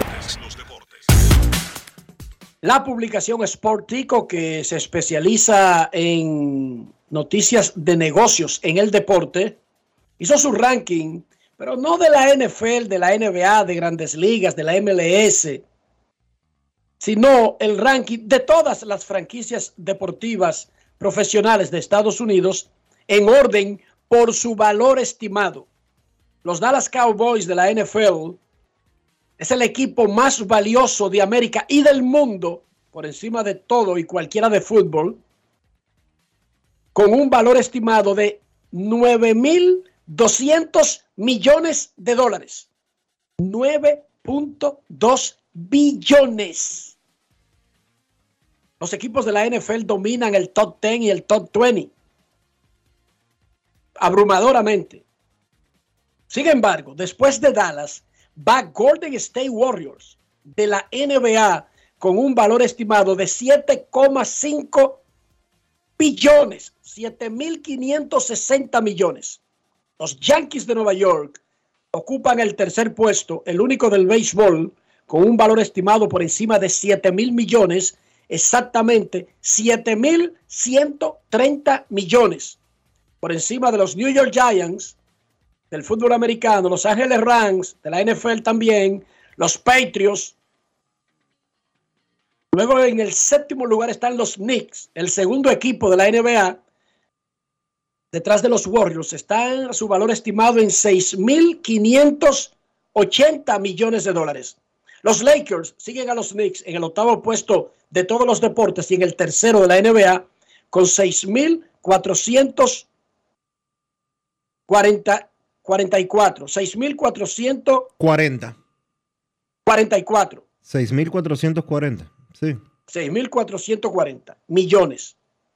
La publicación Sportico, que se especializa en noticias de negocios en el deporte, hizo su ranking, pero no de la N F L, de la N B A, de Grandes Ligas, de la M L S, sino el ranking de todas las franquicias deportivas profesionales de Estados Unidos en orden por su valor estimado. Los Dallas Cowboys de la N F L es el equipo más valioso de América y del mundo, por encima de todo y cualquiera de fútbol, con un valor estimado de nueve mil doscientos millones de dólares. nueve punto dos billones. Los equipos de la N F L dominan el top diez y el top veinte. Abrumadoramente. Sin embargo, después de Dallas, va Golden State Warriors de la N B A con un valor estimado de siete coma cinco billones, siete mil quinientos sesenta millones. Los Yankees de Nueva York ocupan el tercer puesto, el único del béisbol, con un valor estimado por encima de siete mil millones, exactamente siete mil ciento treinta millones. Por encima de los New York Giants, del fútbol americano, Los Ángeles Rams, de la N F L también, los Patriots. Luego en el séptimo lugar están los Knicks, el segundo equipo de la N B A. Detrás de los Warriors están su valor estimado en seis mil quinientos ochenta millones de dólares. Los Lakers siguen a los Knicks en el octavo puesto de todos los deportes y en el tercero de la N B A con seis mil cuatrocientos cuarenta, cuarenta y cuatro. seis mil cuatrocientos cuarenta. cuarenta y cuatro. seis mil cuatrocientos cuarenta, sí. seis mil cuatrocientos cuarenta millones.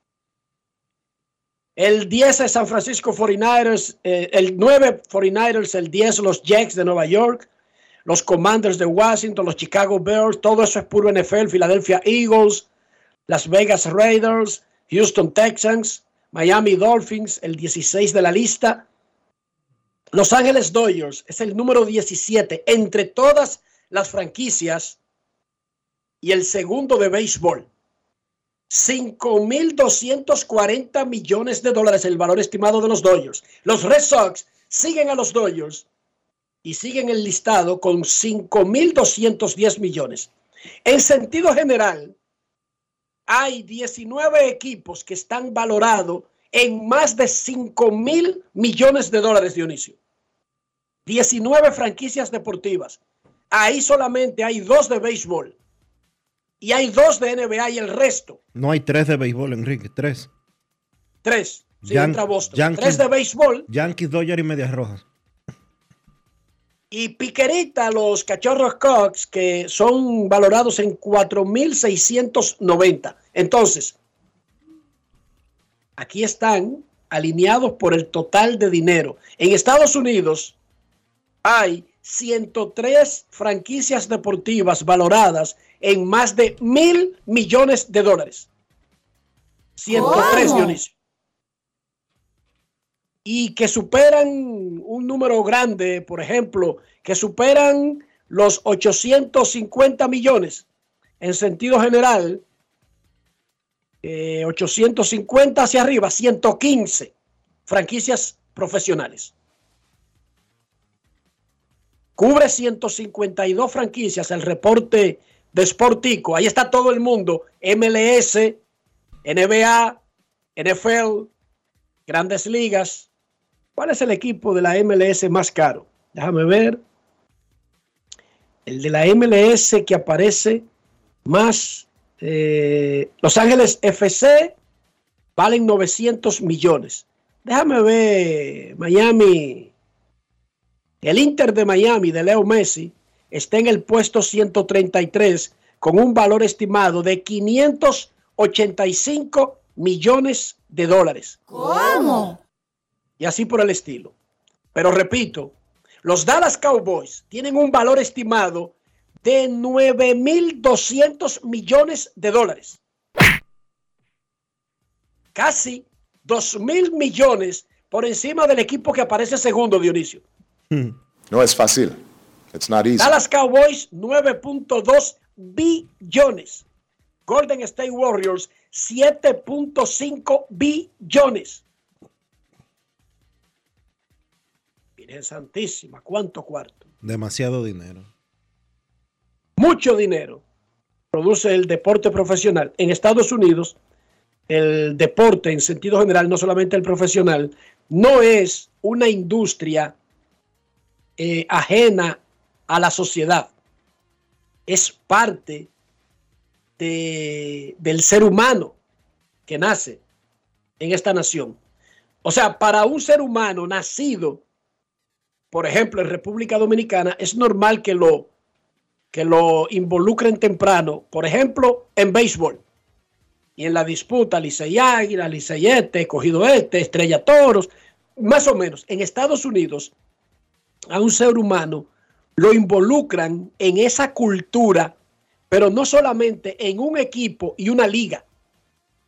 El diez es San Francisco cuarenta y nueve ers, eh, el nueve cuarenta y nueve ers, el diez los Jets de Nueva York, los Commanders de Washington, los Chicago Bears, todo eso es puro N F L, Philadelphia Eagles, Las Vegas Raiders, Houston Texans, Miami Dolphins, el dieciséis de la lista. Los Ángeles Dodgers es el número diecisiete entre todas las franquicias y el segundo de béisbol. cinco mil doscientos cuarenta millones de dólares el valor estimado de los Dodgers. Los Red Sox siguen a los Dodgers y siguen el listado con cinco mil doscientos diez millones. En sentido general, hay diecinueve equipos que están valorados en más de cinco mil millones de dólares, Dionisio. diecinueve franquicias deportivas. Ahí solamente hay dos de béisbol. Y hay dos de N B A y el resto. No hay tres de béisbol, Enrique, tres. Tres. Sí, Yan- entra Boston. Yankees, tres de béisbol. Yankees, Dodgers y Medias Rojas. Y piquerita los Cachorros Cubs, que son valorados en cuatro mil seiscientos noventa. Entonces, aquí están alineados por el total de dinero. En Estados Unidos hay ciento tres franquicias deportivas valoradas en más de mil millones de dólares. ciento tres, ¿Cómo? Dionisio. Y que superan un número grande, por ejemplo, que superan los ochocientos cincuenta millones. En sentido general, eh, ochocientos cincuenta hacia arriba, ciento quince franquicias profesionales. Cubre ciento cincuenta y dos franquicias el reporte de Sportico. Ahí está todo el mundo. M L S, N B A, N F L, Grandes Ligas. ¿Cuál es el equipo de la M L S más caro? Déjame ver. El de la M L S que aparece más. Eh, Los Ángeles F C valen novecientos millones. Déjame ver. Miami. El Inter de Miami de Leo Messi está en el puesto ciento treinta y tres con un valor estimado de quinientos ochenta y cinco millones de dólares. ¿Cómo? Y así por el estilo. Pero repito, los Dallas Cowboys tienen un valor estimado de nueve mil doscientos millones de dólares. Casi dos mil millones por encima del equipo que aparece segundo, Dionisio. No es fácil. It's not easy. Dallas Cowboys, nueve punto dos billones. Golden State Warriors, siete punto cinco billones. Virgen Santísima, ¿cuánto cuarto? Demasiado dinero. Mucho dinero produce el deporte profesional. En Estados Unidos, el deporte en sentido general, no solamente el profesional, no es una industria eh, ajena a la sociedad. Es parte de, del ser humano que nace en esta nación. O sea, para un ser humano nacido, por ejemplo, en República Dominicana, es normal que lo, que lo involucren temprano, por ejemplo, en béisbol. Y en la disputa, Licey Águila, Licey este, Cogido este, Estrella Toros, más o menos. En Estados Unidos, a un ser humano lo involucran en esa cultura, pero no solamente en un equipo y una liga,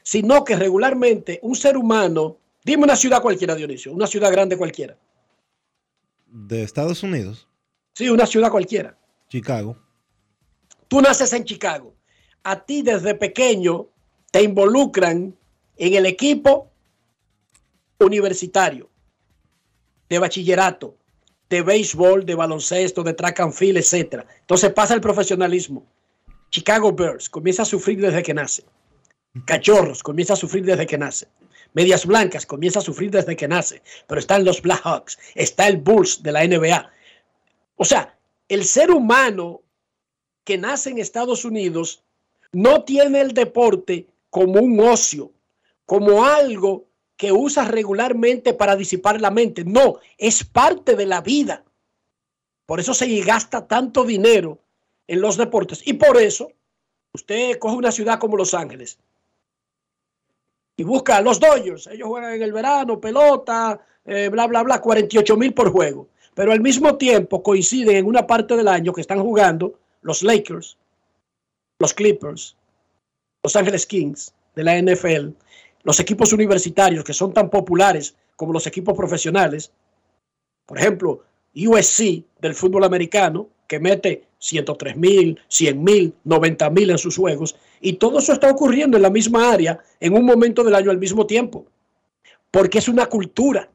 sino que regularmente un ser humano, dime una ciudad cualquiera, Dionisio, una ciudad grande cualquiera. ¿De Estados Unidos? Sí, una ciudad cualquiera. Chicago. Tú naces en Chicago. A ti desde pequeño te involucran en el equipo universitario, de bachillerato, de béisbol, de baloncesto, de track and field, etcétera. Entonces pasa el profesionalismo. Chicago Bears comienza a sufrir desde que nace. Cachorros comienza a sufrir desde que nace. Medias Blancas comienza a sufrir desde que nace. Pero están los Blackhawks, está el Bulls de la N B A. O sea, el ser humano que nace en Estados Unidos no tiene el deporte como un ocio, como algo que usa regularmente para disipar la mente. No, es parte de la vida. Por eso se gasta tanto dinero en los deportes. Y por eso, usted coge una ciudad como Los Ángeles y busca a los Dodgers. Ellos juegan en el verano, pelota, eh, bla, bla, bla, cuarenta y ocho mil por juego. Pero al mismo tiempo coinciden en una parte del año que están jugando los Lakers, los Clippers, Los Ángeles Kings de la N F L, los equipos universitarios que son tan populares como los equipos profesionales. Por ejemplo, U S C del fútbol americano, que mete ciento tres mil, cien mil, noventa mil en sus juegos. Y todo eso está ocurriendo en la misma área, en un momento del año al mismo tiempo. Porque es una cultura.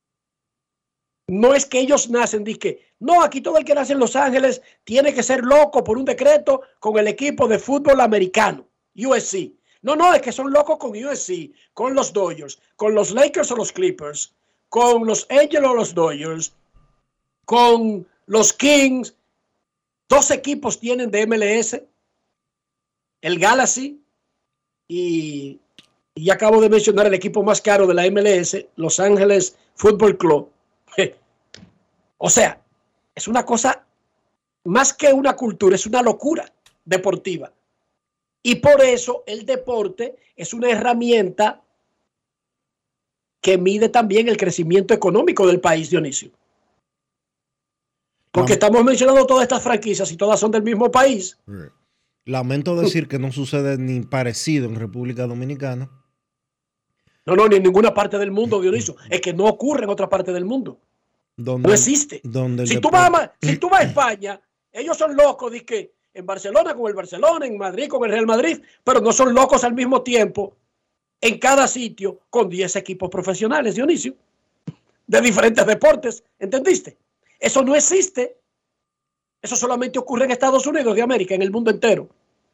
No es que ellos nacen, dizque, no, aquí todo el que nace en Los Ángeles tiene que ser loco por un decreto con el equipo de fútbol americano, U S C. No, no, es que son locos con U S C, con los Dodgers, con los Lakers o los Clippers, con los Angels o los Dodgers, con los Kings. Dos equipos tienen de M L S, el Galaxy y, y acabo de mencionar el equipo más caro de la M L S, Los Ángeles Football Club. O sea, es una cosa más que una cultura, es una locura deportiva. Y por eso el deporte es una herramienta que mide también el crecimiento económico del país, Dionisio. Porque estamos mencionando todas estas franquicias y todas son del mismo país. Lamento decir que no sucede ni parecido en República Dominicana. No, no, ni en ninguna parte del mundo, Dionisio. Es que no ocurre en otra parte del mundo. Donde, no existe. Donde si, tú vas a, si tú vas a España, ellos son locos, de que en Barcelona con el Barcelona, en Madrid con el Real Madrid, pero no son locos al mismo tiempo en cada sitio con diez equipos profesionales, Dionisio, de diferentes deportes. ¿Entendiste? Eso no existe. Eso solamente ocurre en Estados Unidos de América, en el mundo entero.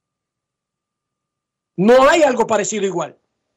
No hay algo parecido igual.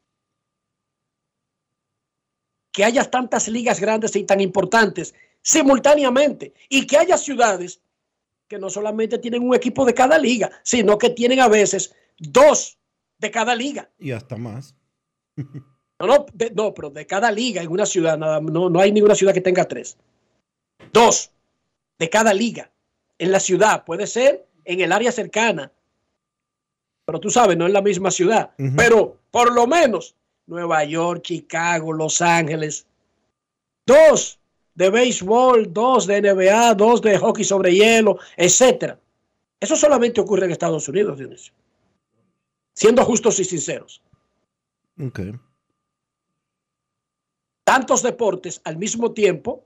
Que haya tantas ligas grandes y tan importantes simultáneamente y que haya ciudades que no solamente tienen un equipo de cada liga, sino que tienen a veces dos de cada liga. Y hasta más. No, no, de, no, pero de cada liga en una ciudad, nada, no, no hay ninguna ciudad que tenga tres. Dos de cada liga en la ciudad, puede ser en el área cercana, pero tú sabes, no en la misma ciudad, uh-huh. Pero por lo menos Nueva York, Chicago, Los Ángeles, dos de béisbol, dos de N B A, dos de hockey sobre hielo, etcétera. Eso solamente ocurre en Estados Unidos, Dionisio. Siendo justos y sinceros. Okay. Tantos deportes al mismo tiempo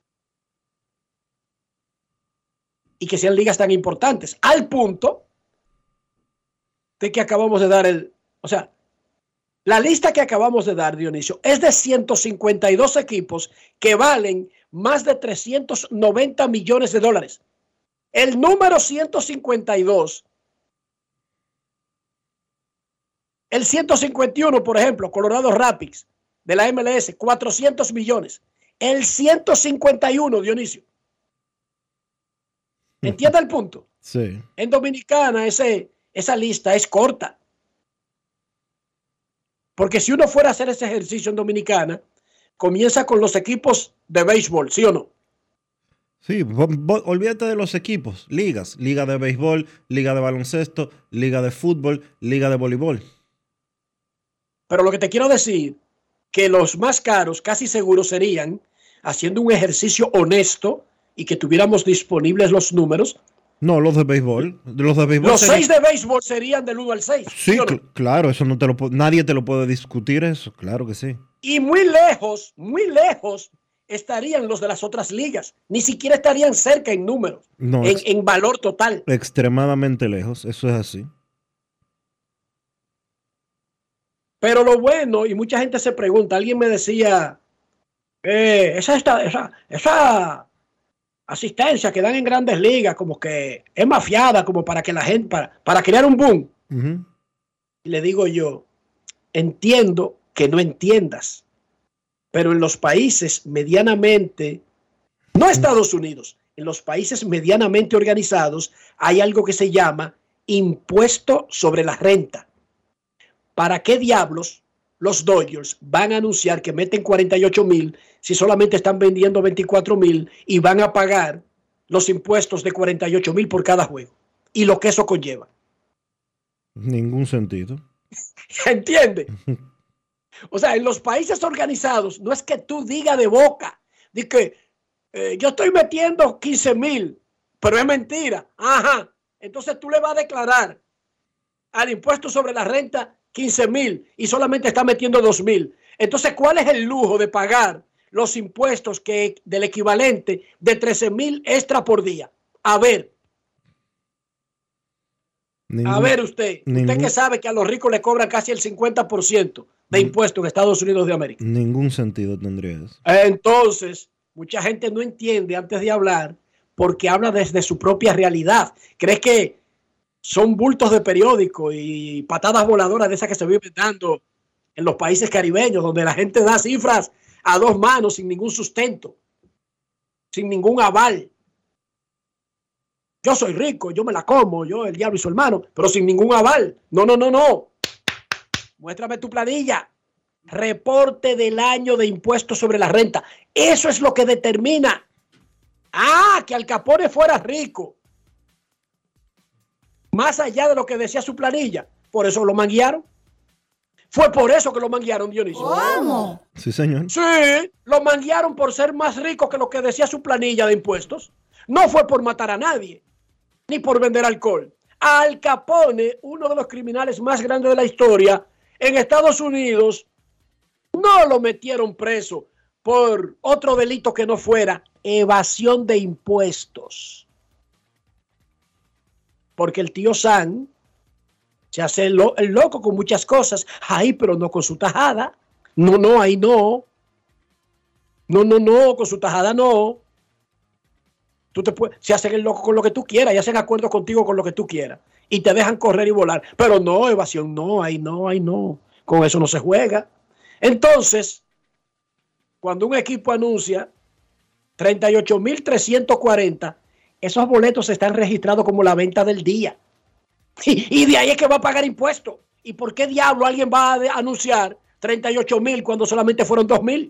y que sean ligas tan importantes, al punto de que acabamos de dar el... O sea, la lista que acabamos de dar, Dionisio, es de ciento cincuenta y dos equipos que valen más de trescientos noventa millones de dólares. El número ciento cincuenta y dos, el ciento cincuenta y uno, por ejemplo, Colorado Rapids, de la M L S, cuatrocientos millones. El ciento cincuenta y uno, Dionisio. ¿Entiende el punto? Sí. En Dominicana ese, esa lista es corta. Porque si uno fuera a hacer ese ejercicio en Dominicana, comienza con los equipos de béisbol, ¿sí o no? Sí, olvídate de los equipos, ligas, liga de béisbol, liga de baloncesto, liga de fútbol, liga de voleibol. Pero lo que te quiero decir, que los más caros casi seguros serían, haciendo un ejercicio honesto y que tuviéramos disponibles los números, No, los de béisbol. Los de béisbol Los serían... seis de béisbol serían del uno al seis. Sí, ¿sí no? cl- claro, eso no te lo nadie te lo puede discutir eso, claro que sí. Y muy lejos, muy lejos estarían los de las otras ligas. Ni siquiera estarían cerca en números, No, en, ex- en valor total. extremadamente lejos, eso es así. Pero lo bueno, y mucha gente se pregunta, alguien me decía, eh, esa, esta, esa, esa asistencia que dan en grandes ligas, como que es mafiada, como para que la gente, para, para crear un boom. Uh-huh. Y le digo yo, entiendo que no entiendas, pero en los países medianamente, no Estados Unidos, en los países medianamente organizados hay algo que se llama impuesto sobre la renta. ¿Para qué diablos los Dodgers van a anunciar que meten cuarenta y ocho mil si solamente están vendiendo veinticuatro mil y van a pagar los impuestos de cuarenta y ocho mil por cada juego? Y lo que eso conlleva. Ningún sentido. ¿Entiende? O sea, en los países organizados no es que tú digas de boca, de que eh, yo estoy metiendo quince mil, pero es mentira. Ajá. Entonces tú le vas a declarar al impuesto sobre la renta quince mil y solamente está metiendo dos mil. Entonces, ¿cuál es el lujo de pagar los impuestos que del equivalente de trece mil extra por día? A ver. Ningún, a ver usted, ningún, usted que sabe que a los ricos le cobran casi el cincuenta por ciento de impuestos en Estados Unidos de América. Ningún sentido tendría eso. Entonces, mucha gente no entiende antes de hablar porque habla desde su propia realidad. ¿Crees que son bultos de periódico y patadas voladoras de esas que se viven dando en los países caribeños, donde la gente da cifras a dos manos sin ningún sustento, sin ningún aval? Yo soy rico, yo me la como, yo el diablo y su hermano, pero sin ningún aval. No, no, no, no. Muéstrame tu planilla. Reporte del año de impuestos sobre la renta. Eso es lo que determina. Ah, que Al Capone fuera rico. Más allá de lo que decía su planilla. Por eso lo manguearon. Fue por eso que lo manguearon, Dionisio. ¿Cómo? Sí, señor. Sí, lo manguearon por ser más rico que lo que decía su planilla de impuestos. No fue por matar a nadie, ni por vender alcohol. Al Capone, uno de los criminales más grandes de la historia, en Estados Unidos, no lo metieron preso por otro delito que no fuera evasión de impuestos. Porque el tío Sam se hace el, lo, el loco con muchas cosas. Ay, pero no con su tajada. No, no, ahí no. No, no, no, con su tajada no. Tú te puedes, se hacen el loco con lo que tú quieras y hacen acuerdos contigo con lo que tú quieras. Y te dejan correr y volar. Pero no, evasión, no, ahí no, ahí no. Con eso no se juega. Entonces, cuando un equipo anuncia treinta y ocho mil trescientos cuarenta, esos boletos están registrados como la venta del día. Y, y de ahí es que va a pagar impuestos. ¿Y por qué diablo alguien va a anunciar treinta y ocho mil cuando solamente fueron dos mil?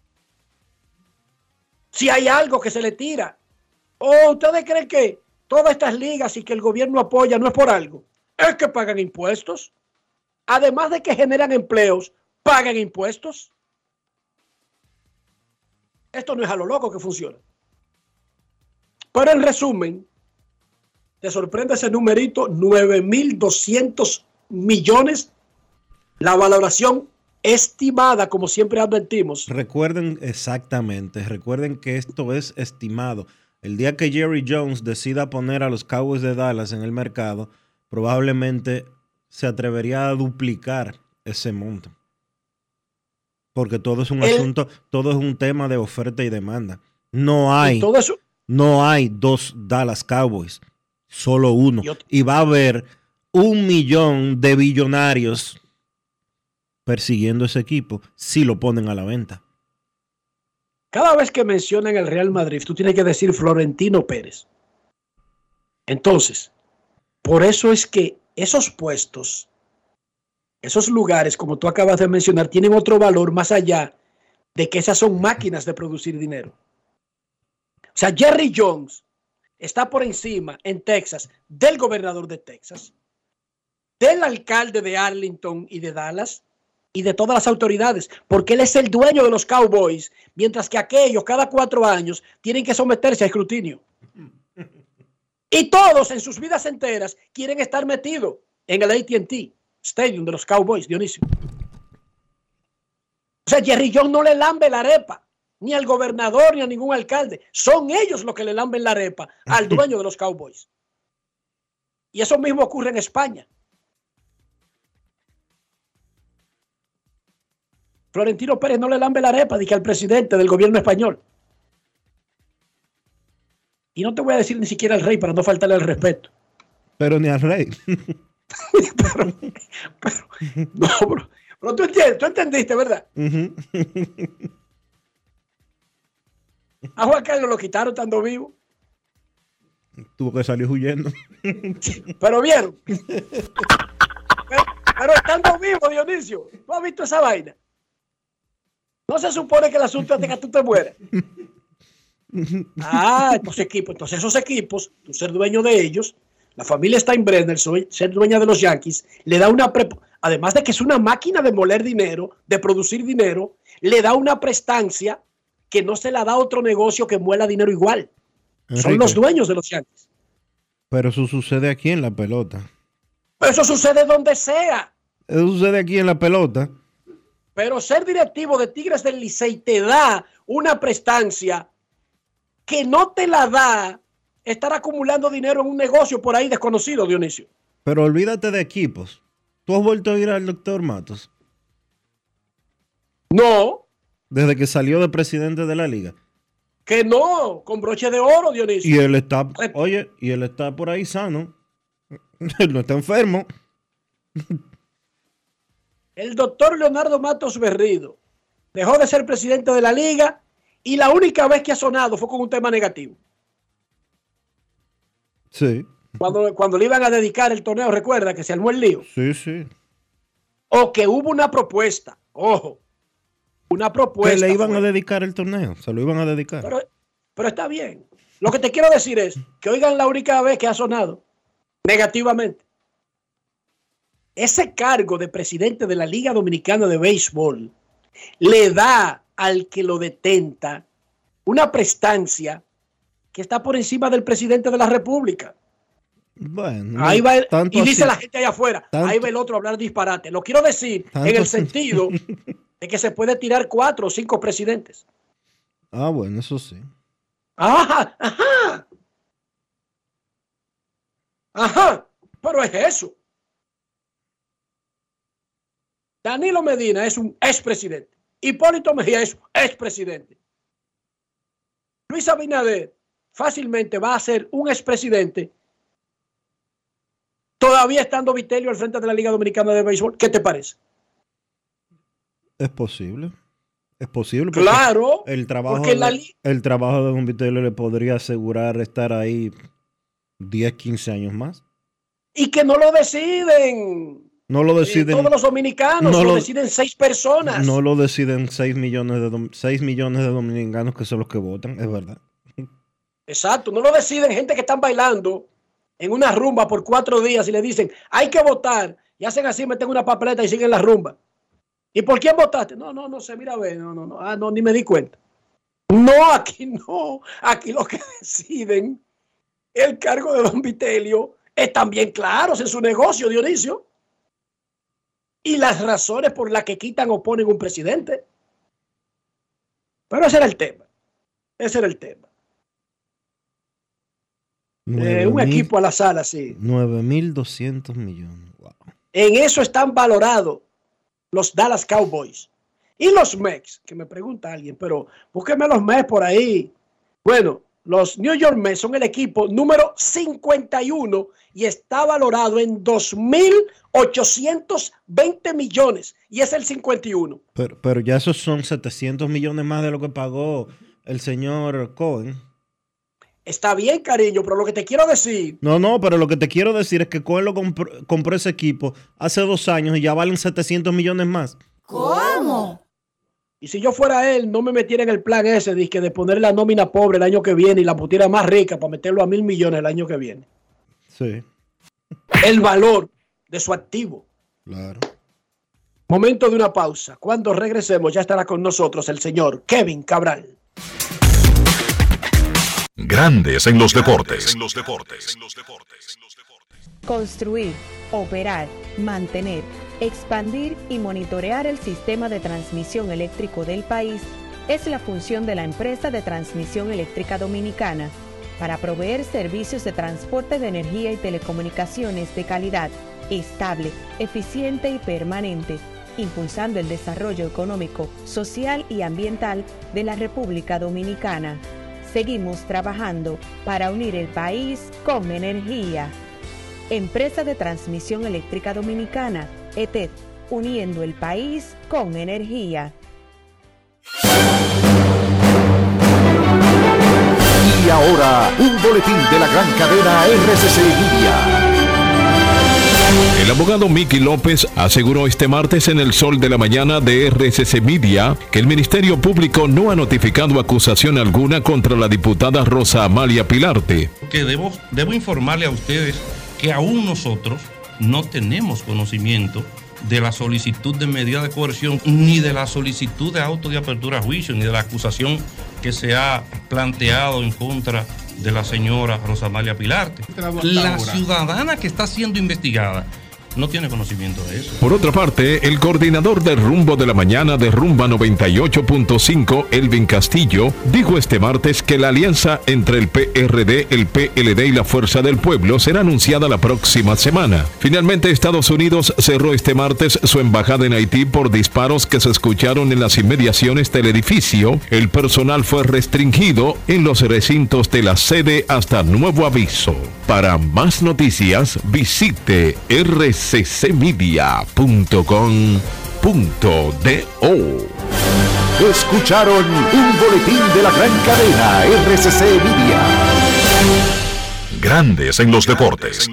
Si hay algo que se le tira. ¿O ustedes creen que todas estas ligas y que el gobierno apoya no es por algo? Es que pagan impuestos. Además de que generan empleos, pagan impuestos. Esto no es a lo loco que funciona. Pero en resumen, te sorprende ese numerito, nueve mil doscientos millones, la valoración estimada, como siempre advertimos. Recuerden exactamente, recuerden que esto es estimado. El día que Jerry Jones decida poner a los Cowboys de Dallas en el mercado, probablemente se atrevería a duplicar ese monto. Porque todo es un el, asunto, todo es un tema de oferta y demanda. No hay, todo eso, no hay dos Dallas Cowboys, solo uno. Yo, y va a haber un millón de billonarios persiguiendo ese equipo si lo ponen a la venta. Cada vez que mencionan el Real Madrid, tú tienes que decir Florentino Pérez. Entonces, por eso es que esos puestos, esos lugares, como tú acabas de mencionar, tienen otro valor más allá de que esas son máquinas de producir dinero. O sea, Jerry Jones está por encima en Texas del gobernador de Texas, del alcalde de Arlington y de Dallas, y de todas las autoridades, porque él es el dueño de los Cowboys, mientras que aquellos cada cuatro años tienen que someterse a escrutinio. Y todos en sus vidas enteras quieren estar metidos en el A T and T Stadium de los Cowboys, Dionisio. O sea, Jerry Jones no le lambe la arepa ni al gobernador ni a ningún alcalde. Son ellos los que le lamben la arepa al dueño de los Cowboys. Y eso mismo ocurre en España. Florentino Pérez no le lambe la arepa ni al presidente del gobierno español. Y no te voy a decir ni siquiera al rey para no faltarle el respeto. Pero ni al rey. pero, pero, no, bro. Pero tú, entiendes, tú entendiste, ¿verdad? Uh-huh. A Juan Carlos lo quitaron estando vivo. Tuvo que salir huyendo. Pero vieron. pero, pero estando vivo, Dionisio. ¿Tú has visto esa vaina? No se supone que el asunto es de que tú te mueras. Ah, estos equipos, entonces esos equipos, tú ser dueño de ellos, la familia Steinbrenner, ser dueña de los Yankees, le da una, pre- además de que es una máquina de moler dinero, de producir dinero, le da una prestancia que no se la da a otro negocio que muela dinero igual. Enrique, son los dueños de los Yankees. Pero eso sucede aquí en la pelota. Pero eso sucede donde sea. Eso sucede aquí en la pelota. Pero ser directivo de Tigres del Licey te da una prestancia que no te la da estar acumulando dinero en un negocio por ahí desconocido, Dionisio. Pero olvídate de equipos. ¿Tú has vuelto a ir al doctor Matos? No. Desde que salió de presidente de la liga. Que no, con broche de oro, Dionisio. Y él está, oye, y él está por ahí sano. Él no está enfermo. El doctor Leonardo Matos Berrido dejó de ser presidente de la liga y la única vez que ha sonado fue con un tema negativo. Sí. Cuando, cuando le iban a dedicar el torneo, recuerda que se armó el lío. Sí, sí. O que hubo una propuesta. Ojo. Una propuesta. Que le iban fue. a dedicar el torneo. Se lo iban a dedicar. Pero, pero está bien. Lo que te quiero decir es que oigan la única vez que ha sonado negativamente. Ese cargo de presidente de la Liga Dominicana de Béisbol le da al que lo detenta una prestancia que está por encima del presidente de la República. Bueno, ahí va el, y dice así, la gente allá afuera, tanto, ahí va el otro a hablar disparate. Lo quiero decir en el sentido de que se puede tirar cuatro o cinco presidentes. Ah, bueno, eso sí. Ajá, ajá. Ajá, pero es eso. Danilo Medina es un expresidente. Hipólito Mejía es un expresidente. Luis Abinader fácilmente va a ser un expresidente todavía estando Vitelio al frente de la Liga Dominicana de Béisbol. ¿Qué te parece? Es posible. Es posible. Claro. El trabajo, porque la de, el trabajo de Don Vitelio le podría asegurar estar ahí diez, quince años más. Y que no lo deciden. No lo deciden. Eh, todos los dominicanos, no lo, lo deciden seis personas. No lo deciden seis millones de seis millones de dominicanos que son los que votan, es verdad. Exacto, no lo deciden gente que están bailando en una rumba por cuatro días y le dicen, hay que votar, y hacen así, meten una papeleta y siguen la rumba. ¿Y por quién votaste? No, no, no sé, mira, a ver, no, no, no, ah, no, ni me di cuenta. No, aquí no, aquí lo que deciden el cargo de Don Vitelio están bien claros en su negocio, Dionisio. Y las razones por las que quitan o ponen un presidente. Pero ese era el tema. Ese era el tema. Eh, un equipo a la sala, sí. nueve mil doscientos millones. Wow. En eso están valorados los Dallas Cowboys. Y los Mets, que me pregunta alguien, pero búsqueme los Mets por ahí. Bueno, los New York Mets son el equipo número cincuenta y uno y está valorado en dos mil ochocientos veinte millones y es el cincuenta y uno. Pero, pero ya esos son setecientos millones más de lo que pagó el señor Cohen. Está bien, cariño, pero lo que te quiero decir... No, no, pero lo que te quiero decir es que Cohen lo compró, compró ese equipo hace dos años y ya valen setecientos millones más. ¿Cómo? Y si yo fuera él, no me metiera en el plan ese de, que de poner la nómina pobre el año que viene y la pusiera más rica para meterlo a mil millones el año que viene. Sí. El valor de su activo. Claro. Momento de una pausa. Cuando regresemos ya estará con nosotros el señor Kevin Cabral. Grandes en los deportes. Construir, operar, mantener, expandir y monitorear el sistema de transmisión eléctrico del país es la función de la empresa de transmisión eléctrica dominicana para proveer servicios de transporte de energía y telecomunicaciones de calidad, estable, eficiente y permanente, impulsando el desarrollo económico, social y ambiental de la República Dominicana. Seguimos trabajando para unir el país con energía. Empresa de Transmisión Eléctrica Dominicana, E T E D, uniendo el país con energía. Y ahora, un boletín de la gran cadena R C C Media. El abogado Miki López aseguró este martes en El Sol de la Mañana de R C C Media que el Ministerio Público no ha notificado acusación alguna contra la diputada Rosa Amalia Pilarte. Que debo, debo informarle a ustedes que aún nosotros no tenemos conocimiento de la solicitud de medida de coerción, ni de la solicitud de auto de apertura a juicio, ni de la acusación que se ha planteado en contra de la señora Rosa Amalia Pilarte. La ciudadana que está siendo investigada no tiene conocimiento de eso. Por otra parte, el coordinador del Rumbo de la Mañana de Rumba noventa y ocho punto cinco, Elvin Castillo, dijo este martes que la alianza entre el P R D, el P L D y la Fuerza del Pueblo será anunciada la próxima semana. Finalmente, Estados Unidos cerró este martes su embajada en Haití por disparos que se escucharon en las inmediaciones del edificio. El personal fue restringido en los recintos de la sede hasta nuevo aviso. Para más noticias, visite r c c media punto com punto do. Escucharon un boletín de la gran cadena R C C Media. Grandes en los deportes.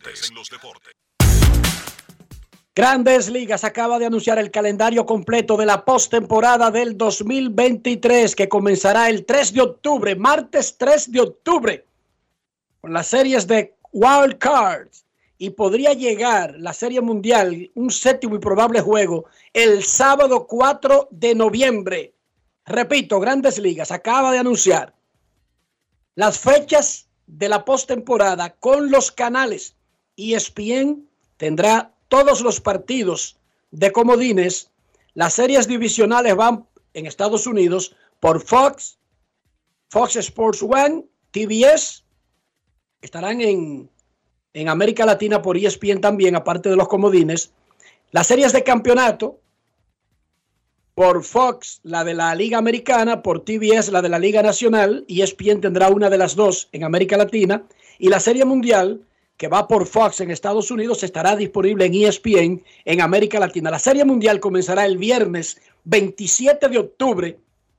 Grandes Ligas acaba de anunciar el calendario completo de la postemporada del dos mil veintitrés que comenzará el tres de octubre, martes tres de octubre, con las series de Wild Cards, y podría llegar la Serie Mundial, un séptimo y probable juego, el sábado cuatro de noviembre. Repito, Grandes Ligas acaba de anunciar las fechas de la postemporada con los canales. E S P N tendrá todos los partidos de comodines. Las series divisionales van en Estados Unidos por Fox, Fox Sports One, T B S. Estarán en, en América Latina por E S P N también, aparte de los comodines. Las series de campeonato por Fox, la de la Liga Americana, por T B S, la de la Liga Nacional. E S P N tendrá una de las dos en América Latina. Y la Serie Mundial, que va por Fox en Estados Unidos, estará disponible en E S P N en América Latina. La Serie Mundial comenzará el viernes veintisiete de octubre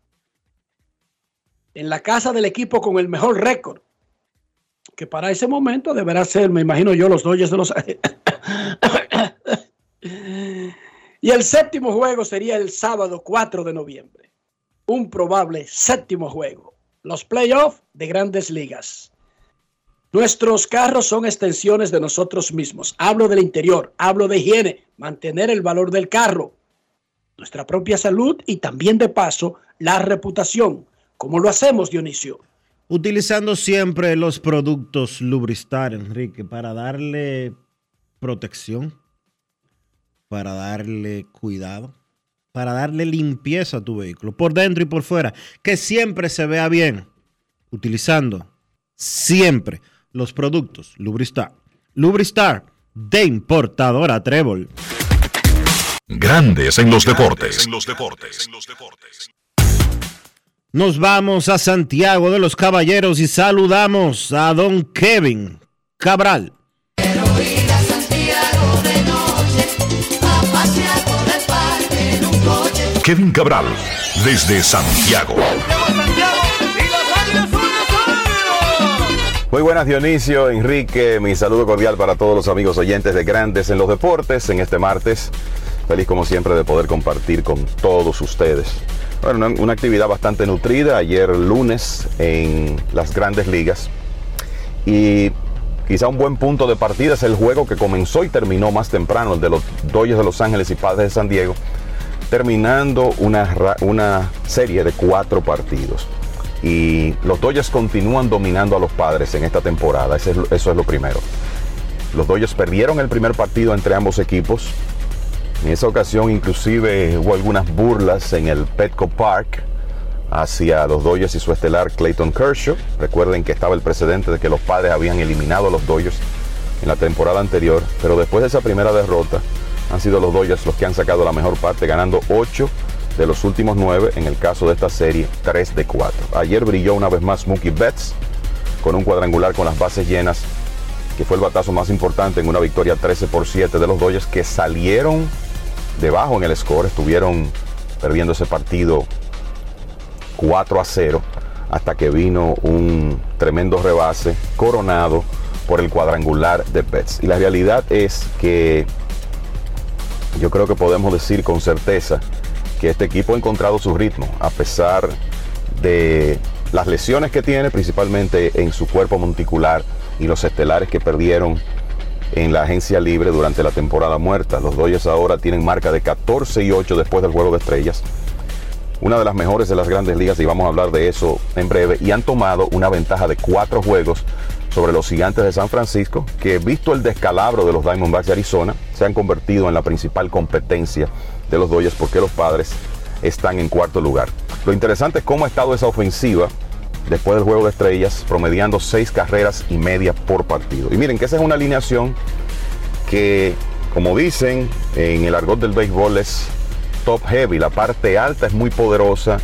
en la casa del equipo con el mejor récord, que para ese momento deberá ser, me imagino yo, los Dodgers de Los Ángeles. Y el séptimo juego sería el sábado cuatro de noviembre. Un probable séptimo juego. Los playoffs de Grandes Ligas. Nuestros carros son extensiones de nosotros mismos. Hablo del interior, hablo de higiene, mantener el valor del carro, nuestra propia salud y también de paso la reputación. ¿Cómo lo hacemos, Dionisio? Utilizando siempre los productos Lubristar, Enrique, para darle protección, para darle cuidado, para darle limpieza a tu vehículo, por dentro y por fuera, que siempre se vea bien, utilizando siempre los productos Lubristar. Lubristar, de importadora Trébol. Grandes en los deportes. Nos vamos a Santiago de los Caballeros y saludamos a don Kevin Cabral. Quiero ir a Santiago de noche, a pasear por el parque en un coche. Kevin Cabral, desde Santiago. Muy buenas, Dionisio, Enrique, mi saludo cordial para todos los amigos oyentes de Grandes en los Deportes en este martes. Feliz como siempre de poder compartir con todos ustedes. Bueno, una, una actividad bastante nutrida ayer lunes en las Grandes Ligas. Y quizá un buen punto de partida es el juego que comenzó y terminó más temprano, el de los Dodgers de Los Ángeles y Padres de San Diego, terminando una, una serie de cuatro partidos. Y los Dodgers continúan dominando a los Padres en esta temporada. Eso es, eso es lo primero. Los Dodgers perdieron el primer partido entre ambos equipos. En esa ocasión inclusive hubo algunas burlas en el Petco Park hacia los Dodgers y su estelar Clayton Kershaw. Recuerden que estaba el precedente de que los Padres habían eliminado a los Dodgers en la temporada anterior. Pero después de esa primera derrota han sido los Dodgers los que han sacado la mejor parte, ganando ocho de los últimos nueve, en el caso de esta serie, tres de cuatro. Ayer brilló una vez más Mookie Betts con un cuadrangular con las bases llenas, que fue el batazo más importante en una victoria trece por siete de los Dodgers, que salieron debajo en el score, estuvieron perdiendo ese partido cuatro a cero, hasta que vino un tremendo rebase coronado por el cuadrangular de Betts. Y la realidad es que yo creo que podemos decir con certeza que este equipo ha encontrado su ritmo, a pesar de las lesiones que tiene, principalmente en su cuerpo monticular, y los estelares que perdieron en la agencia libre durante la temporada muerta. Los Dodgers ahora tienen marca de catorce y ocho después del Juego de Estrellas, una de las mejores de las Grandes Ligas, y vamos a hablar de eso en breve, y han tomado una ventaja de cuatro juegos sobre los Gigantes de San Francisco, que, visto el descalabro de los Diamondbacks de Arizona, se han convertido en la principal competencia de los Dodgers, porque los Padres están en cuarto lugar. Lo interesante es cómo ha estado esa ofensiva después del Juego de Estrellas, promediando seis carreras y media por partido. Y miren que esa es una alineación que, como dicen en el argot del béisbol, es top heavy. La parte alta es muy poderosa,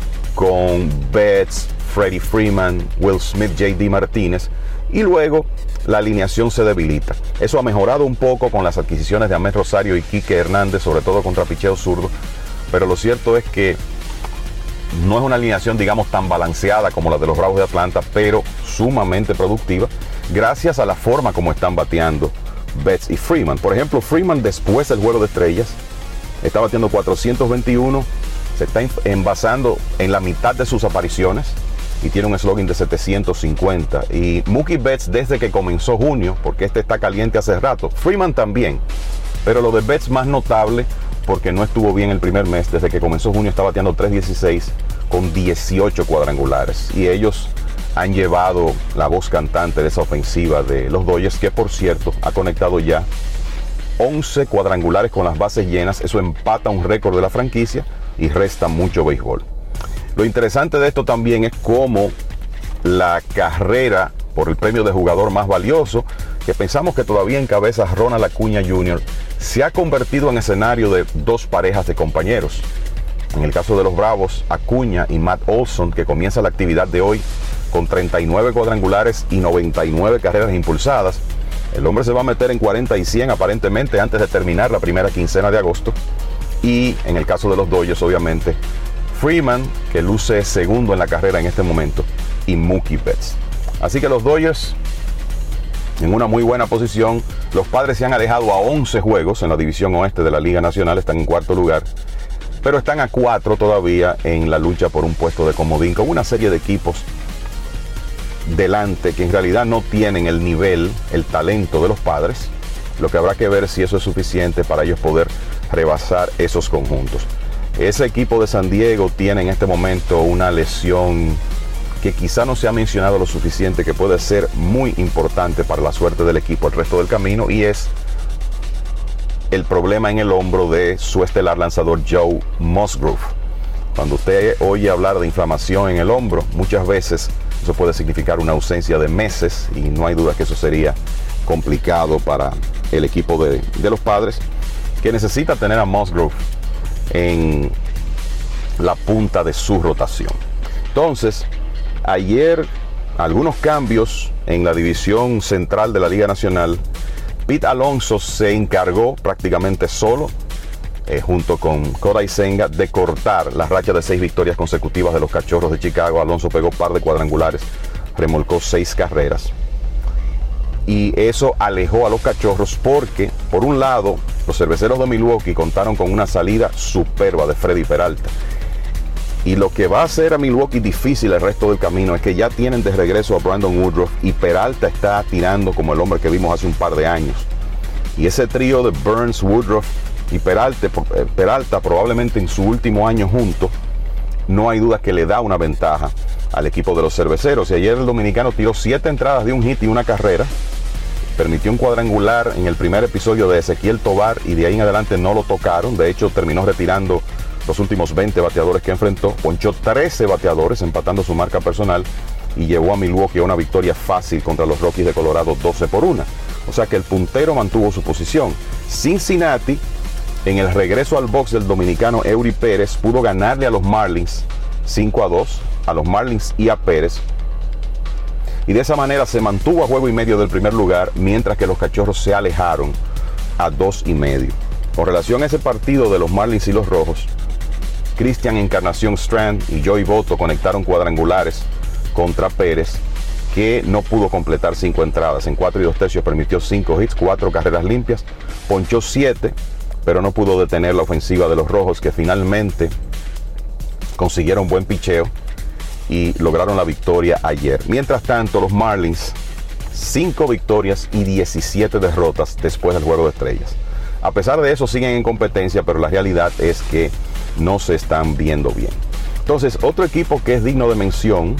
con Betts, Freddie Freeman, Will Smith, J D Martínez, y luego la alineación se debilita. Eso ha mejorado un poco con las adquisiciones de Ahmed Rosario y Quique Hernández, sobre todo contra picheo zurdo, pero lo cierto es que no es una alineación, digamos, tan balanceada como la de los Bravos de Atlanta, pero sumamente productiva, gracias a la forma como están bateando Betts y Freeman. Por ejemplo, Freeman, después del Juego de Estrellas, está bateando cuatrocientos veintiuno, se está envasando en la mitad de sus apariciones y tiene un slogan de setecientos cincuenta. Y Mookie Betts, desde que comenzó junio, porque este está caliente hace rato, Freeman también, pero lo de Betts más notable porque no estuvo bien el primer mes. Desde que comenzó junio está bateando tres dieciséis con dieciocho cuadrangulares, y ellos han llevado la voz cantante de esa ofensiva de los Dodgers, que por cierto ha conectado ya once cuadrangulares con las bases llenas. Eso empata un récord de la franquicia y resta mucho béisbol. Lo interesante de esto también es cómo la carrera por el premio de jugador más valioso, que pensamos que todavía encabeza Ronald Acuña junior, se ha convertido en escenario de dos parejas de compañeros. En el caso de los Bravos, Acuña y Matt Olson, que comienza la actividad de hoy con treinta y nueve cuadrangulares y noventa y nueve carreras impulsadas. El hombre se va a meter en cuarenta y cien aparentemente antes de terminar la primera quincena de agosto. Y en el caso de los Dodgers, obviamente, Freeman, que luce segundo en la carrera en este momento, y Mookie Betts. Así que los Dodgers en una muy buena posición. Los Padres se han alejado a once juegos en la división oeste de la Liga Nacional, están en cuarto lugar, pero están a cuatro todavía en la lucha por un puesto de comodín, con una serie de equipos delante que en realidad no tienen el nivel, el talento de los Padres. Lo que habrá que ver si eso es suficiente para ellos poder rebasar esos conjuntos. Ese equipo de San Diego tiene en este momento una lesión que quizá no se ha mencionado lo suficiente, que puede ser muy importante para la suerte del equipo el resto del camino, y es el problema en el hombro de su estelar lanzador Joe Musgrove. Cuando usted oye hablar de inflamación en el hombro, muchas veces eso puede significar una ausencia de meses, y no hay duda que eso sería complicado para el equipo de, de los Padres, que necesita tener a Musgrove en la punta de su rotación. Entonces, ayer algunos cambios en la división central de la Liga Nacional. Pete Alonso se encargó prácticamente solo, eh, junto con Kodai Senga, de cortar la racha de seis victorias consecutivas de los Cachorros de Chicago. Alonso pegó un par de cuadrangulares, remolcó seis carreras, y eso alejó a los Cachorros porque, por un lado, los Cerveceros de Milwaukee contaron con una salida superba de Freddy Peralta. Y lo que va a hacer a Milwaukee difícil el resto del camino es que ya tienen de regreso a Brandon Woodruff, y Peralta está tirando como el hombre que vimos hace un par de años. Y ese trío de Burns, Woodruff y Peralta, Peralta probablemente en su último año juntos, no hay duda que le da una ventaja al equipo de los cerveceros. Y ayer el dominicano tiró siete entradas de un hit y una carrera. Permitió un cuadrangular en el primer episodio de Ezequiel Tovar y de ahí en adelante no lo tocaron. De hecho, terminó retirando los últimos veinte bateadores que enfrentó. Ponchó trece bateadores, empatando su marca personal y llevó a Milwaukee a una victoria fácil contra los Rockies de Colorado doce por una. O sea que el puntero mantuvo su posición. Cincinnati, en el regreso al box del dominicano Eury Pérez, pudo ganarle a los Marlins cinco a dos, a los Marlins y a Pérez. Y de esa manera se mantuvo a juego y medio del primer lugar, mientras que los Cachorros se alejaron a dos y medio. Con relación a ese partido de los Marlins y los Rojos, Cristian Encarnación Strand y Joey Votto conectaron cuadrangulares contra Pérez, que no pudo completar cinco entradas. En cuatro y dos tercios permitió cinco hits, cuatro carreras limpias, ponchó siete, pero no pudo detener la ofensiva de los Rojos, que finalmente consiguieron buen picheo y lograron la victoria ayer. Mientras tanto, los Marlins, cinco victorias y diecisiete derrotas después del Juego de Estrellas. A pesar de eso, siguen en competencia, pero la realidad es que no se están viendo bien. Entonces, otro equipo que es digno de mención,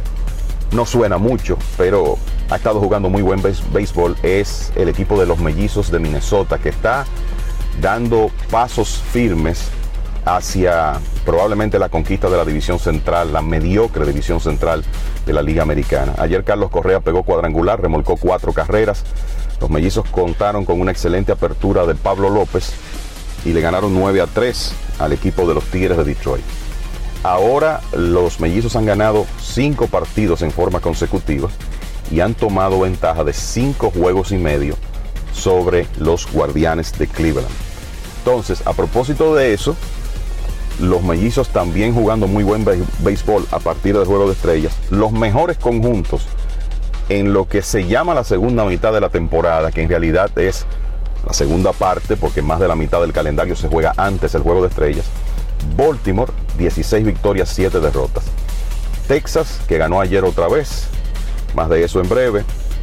no suena mucho, pero ha estado jugando muy buen béisbol, es el equipo de los Mellizos de Minnesota, que está dando pasos firmes hacia probablemente la conquista de la división central, la mediocre división central de la Liga Americana. Ayer Carlos Correa pegó cuadrangular, remolcó cuatro carreras. Los Mellizos contaron con una excelente apertura de Pablo López y le ganaron nueve a tres al equipo de los Tigres de Detroit. Ahora los Mellizos han ganado cinco partidos en forma consecutiva y han tomado ventaja de cinco juegos y medio sobre los Guardianes de Cleveland. Entonces, a propósito de eso, los Mellizos también jugando muy buen béisbol a partir del Juego de Estrellas. Los mejores conjuntos en lo que se llama la segunda mitad de la temporada, que en realidad es la segunda parte, porque más de la mitad del calendario se juega antes del Juego de Estrellas. Baltimore, dieciséis victorias, siete derrotas. Texas, que ganó ayer otra vez, más de eso en breve,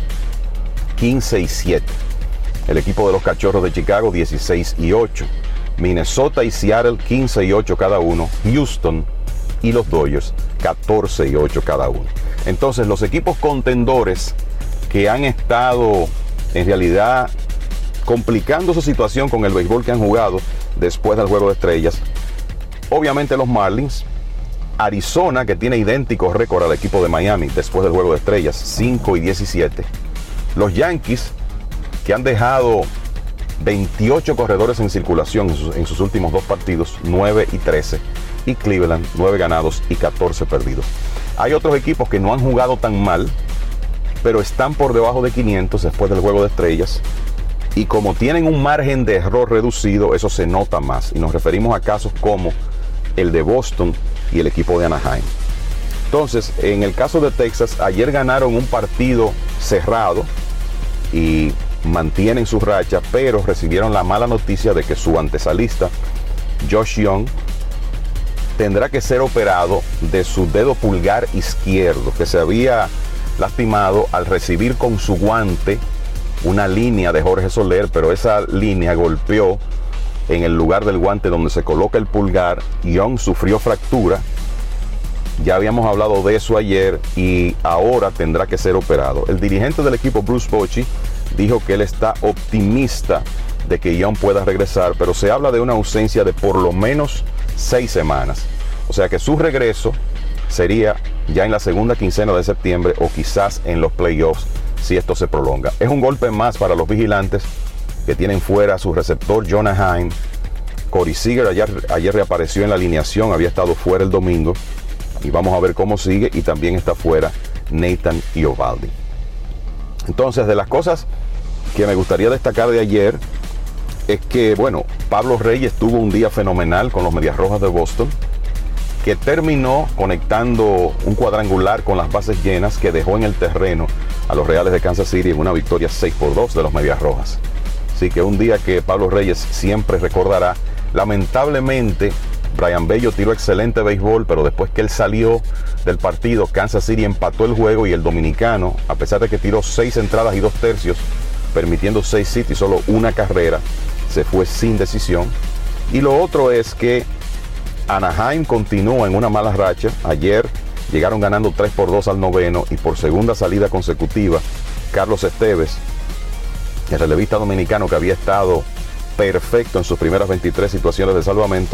quince y siete. El equipo de los Cachorros de Chicago, dieciséis y ocho. Minnesota y Seattle, quince y ocho cada uno. Houston y los Dodgers, catorce y ocho cada uno. Entonces, los equipos contendores que han estado en realidad complicando su situación con el béisbol que han jugado después del Juego de Estrellas, obviamente los Marlins, Arizona, que tiene idéntico récord al equipo de Miami después del Juego de Estrellas, cinco y diecisiete. Los Yankees, que han dejado veintiocho corredores en circulación en sus, en sus últimos dos partidos, nueve y trece. Y Cleveland, nueve ganados y catorce perdidos. Hay otros equipos que no han jugado tan mal, pero están por debajo de quinientos después del Juego de Estrellas. Y como tienen un margen de error reducido, eso se nota más. Y nos referimos a casos como el de Boston y el equipo de Anaheim. Entonces, en el caso de Texas, ayer ganaron un partido cerrado y mantienen su racha, pero recibieron la mala noticia de que su antesalista, Josh Young, tendrá que ser operado de su dedo pulgar izquierdo, que se había lastimado al recibir con su guante una línea de Jorge Soler, pero esa línea golpeó en el lugar del guante donde se coloca el pulgar. Young sufrió fractura, ya habíamos hablado de eso ayer, y ahora tendrá que ser operado. El dirigente del equipo, Bruce Bochy, dijo que él está optimista de que Young pueda regresar, pero se habla de una ausencia de por lo menos seis semanas. O sea que su regreso sería ya en la segunda quincena de septiembre o quizás en los playoffs si esto se prolonga. Es un golpe más para los Vigilantes, que tienen fuera a su receptor Jonah Heim. Corey Seager ayer, ayer reapareció en la alineación, había estado fuera el domingo, y vamos a ver cómo sigue. Y también está fuera Nathan Eovaldi. Entonces, de las cosas que me gustaría destacar de ayer es que, bueno, Pablo Reyes tuvo un día fenomenal con los Medias Rojas de Boston, que terminó conectando un cuadrangular con las bases llenas que dejó en el terreno a los Reales de Kansas City en una victoria seis por dos de los Medias Rojas. Así que un día que Pablo Reyes siempre recordará. Lamentablemente, Brian Bello tiró excelente béisbol, pero después que él salió del partido, Kansas City empató el juego y el dominicano, a pesar de que tiró seis entradas y dos tercios, permitiendo seis hits y solo una carrera, se fue sin decisión. Y lo otro es que Anaheim continúa en una mala racha. Ayer llegaron ganando tres por dos al noveno y por segunda salida consecutiva, Carlos Esteves, el relevista dominicano que había estado perfecto en sus primeras veintitrés situaciones de salvamento,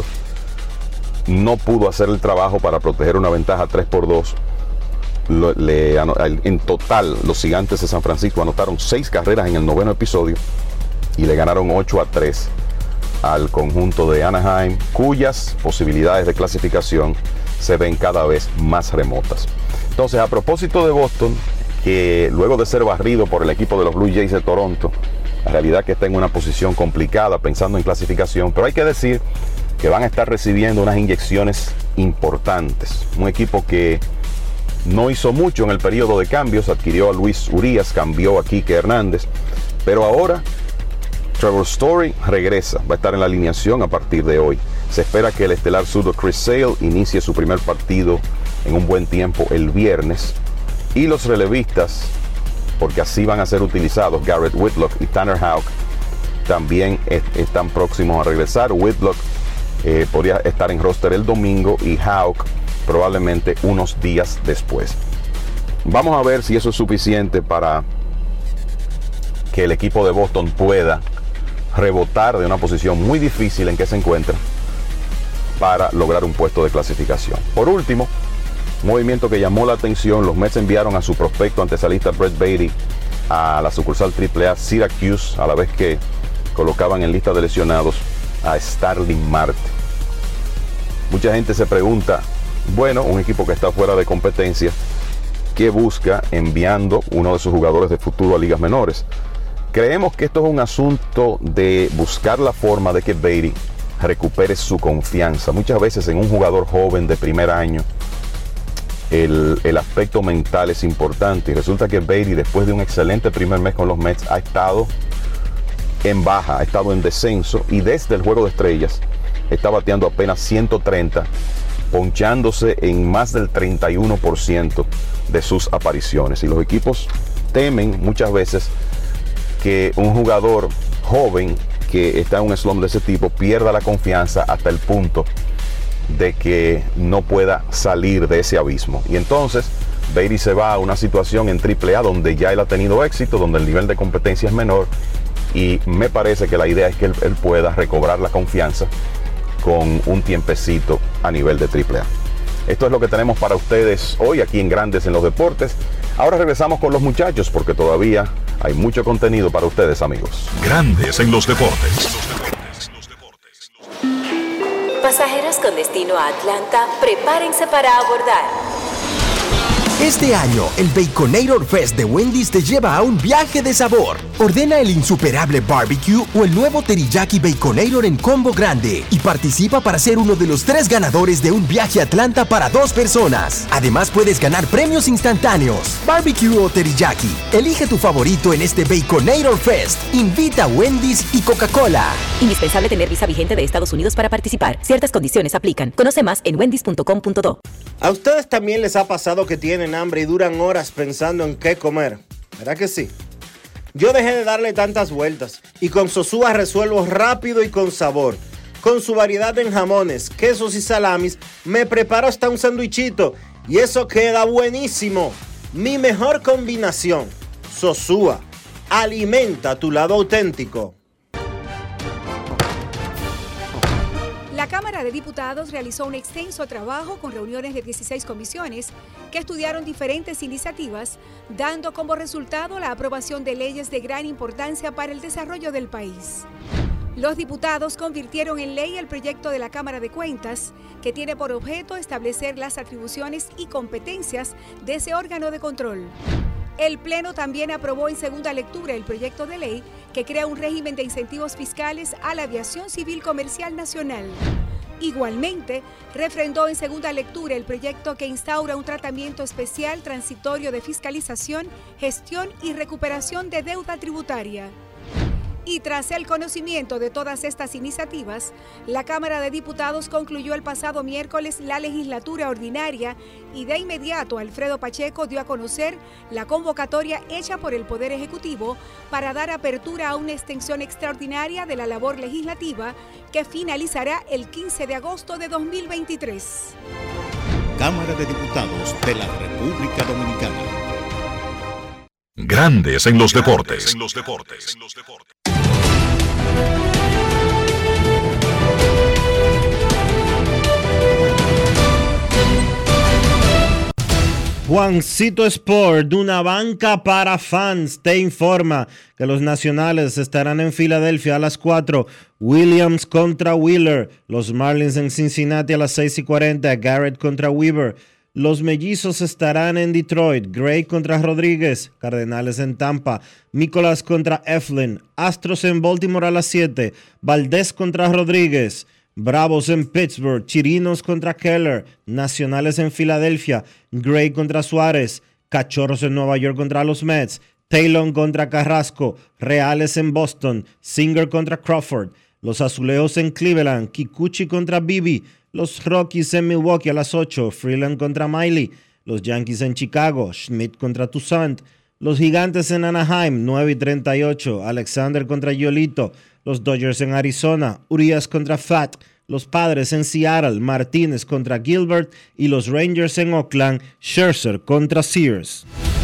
no pudo hacer el trabajo para proteger una ventaja tres por dos. Lo, le, en total, los Gigantes de San Francisco anotaron seis carreras en el noveno episodio y le ganaron ocho a tres al conjunto de Anaheim, cuyas posibilidades de clasificación se ven cada vez más remotas. Entonces, a propósito de Boston, que luego de ser barrido por el equipo de los Blue Jays de Toronto, la realidad es que está en una posición complicada pensando en clasificación, pero hay que decir que van a estar recibiendo unas inyecciones importantes. Un equipo que no hizo mucho en el periodo de cambios, adquirió a Luis Urías, cambió a Kike Hernández, pero ahora Trevor Story regresa, va a estar en la alineación a partir de hoy. Se espera que el estelar zurdo Chris Sale inicie su primer partido en un buen tiempo el viernes, y los relevistas, porque así van a ser utilizados, Garrett Whitlock y Tanner Houck, también est están próximos a regresar. Whitlock eh, podría estar en roster el domingo y Houck probablemente unos días después. Vamos a ver si eso es suficiente para que el equipo de Boston pueda rebotar de una posición muy difícil en que se encuentra para lograr un puesto de clasificación. Por último, un movimiento que llamó la atención: los Mets enviaron a su prospecto antesalista Brett Baty a la sucursal triple A Syracuse, a la vez que colocaban en lista de lesionados a Starling Marte. Mucha gente se pregunta, bueno, un equipo que está fuera de competencia, ¿qué busca enviando uno de sus jugadores de futuro a ligas menores? Creemos que esto es un asunto de buscar la forma de que Baty recupere su confianza. Muchas veces en un jugador joven de primer año, el, el aspecto mental es importante, y resulta que Baty, después de un excelente primer mes con los Mets, ha estado en baja, ha estado en descenso, y desde el Juego de Estrellas está bateando apenas ciento treinta, ponchándose en más del treinta y uno por ciento de sus apariciones. Y los equipos temen muchas veces que un jugador joven que está en un slump de ese tipo pierda la confianza hasta el punto de que no pueda salir de ese abismo. Y entonces Baty se va a una situación en triple A donde ya él ha tenido éxito, donde el nivel de competencia es menor, y me parece que la idea es que él, él pueda recobrar la confianza con un tiempecito a nivel de triple A. Esto es lo que tenemos para ustedes hoy aquí en Grandes en los Deportes. Ahora regresamos con los muchachos porque todavía hay mucho contenido para ustedes, amigos. Grandes en los Deportes. Pasajeros con destino a Atlanta, prepárense para abordar. Este año, el Baconator Fest de Wendy's te lleva a un viaje de sabor. Ordena el insuperable barbecue o el nuevo teriyaki Baconator en combo grande y participa para ser uno de los tres ganadores de un viaje a Atlanta para dos personas. Además, puedes ganar premios instantáneos. Barbecue o teriyaki, elige tu favorito en este Baconator Fest. Invita a Wendy's y Coca-Cola. Indispensable tener visa vigente de Estados Unidos para participar. Ciertas condiciones aplican. Conoce más en wendys punto com punto do. ¿A ustedes también les ha pasado que tienen hambre y duran horas pensando en qué comer? ¿Verdad que sí? Yo dejé de darle tantas vueltas y con Sosúa resuelvo rápido y con sabor. Con su variedad en jamones, quesos y salamis, me preparo hasta un sandwichito y eso queda buenísimo. Mi mejor combinación. Sosúa, alimenta tu lado auténtico. La Cámara de Diputados realizó un extenso trabajo con reuniones de dieciséis comisiones que estudiaron diferentes iniciativas, dando como resultado la aprobación de leyes de gran importancia para el desarrollo del país. Los diputados convirtieron en ley el proyecto de la Cámara de Cuentas, que tiene por objeto establecer las atribuciones y competencias de ese órgano de control. El Pleno también aprobó en segunda lectura el proyecto de ley que crea un régimen de incentivos fiscales a la aviación civil comercial nacional. Igualmente, refrendó en segunda lectura el proyecto que instaura un tratamiento especial transitorio de fiscalización, gestión y recuperación de deuda tributaria. Y tras el conocimiento de todas estas iniciativas, la Cámara de Diputados concluyó el pasado miércoles la legislatura ordinaria y de inmediato Alfredo Pacheco dio a conocer la convocatoria hecha por el Poder Ejecutivo para dar apertura a una extensión extraordinaria de la labor legislativa que finalizará el quince de agosto de dos mil veintitrés. Cámara de Diputados de la República Dominicana. Grandes en los deportes. En los deportes. Juancito Sport, una banca para fans, te informa que los nacionales estarán en Filadelfia a las cuatro, Williams contra Wheeler, los Marlins en Cincinnati a las seis y cuarenta, Garrett contra Weaver, los mellizos estarán en Detroit, Gray contra Rodríguez, Cardenales en Tampa, Nicholas contra Eflin, Astros en Baltimore a las siete, Valdés contra Rodríguez, Bravos en Pittsburgh, Chirinos contra Keller, Nacionales en Filadelfia, Gray contra Suárez, Cachorros en Nueva York contra los Mets, Taylor contra Carrasco, Reales en Boston, Singer contra Crawford, los Azulejos en Cleveland, Kikuchi contra Bibi, los Rockies en Milwaukee a las ocho, Freeland contra Miley, los Yankees en Chicago, Schmidt contra Toussaint, los Gigantes en Anaheim, nueve y treinta y ocho, Alexander contra Yolito, los Dodgers en Arizona, Urias contra Fat, los Padres en Seattle, Martínez contra Gilbert y los Rangers en Oakland, Scherzer contra Sears.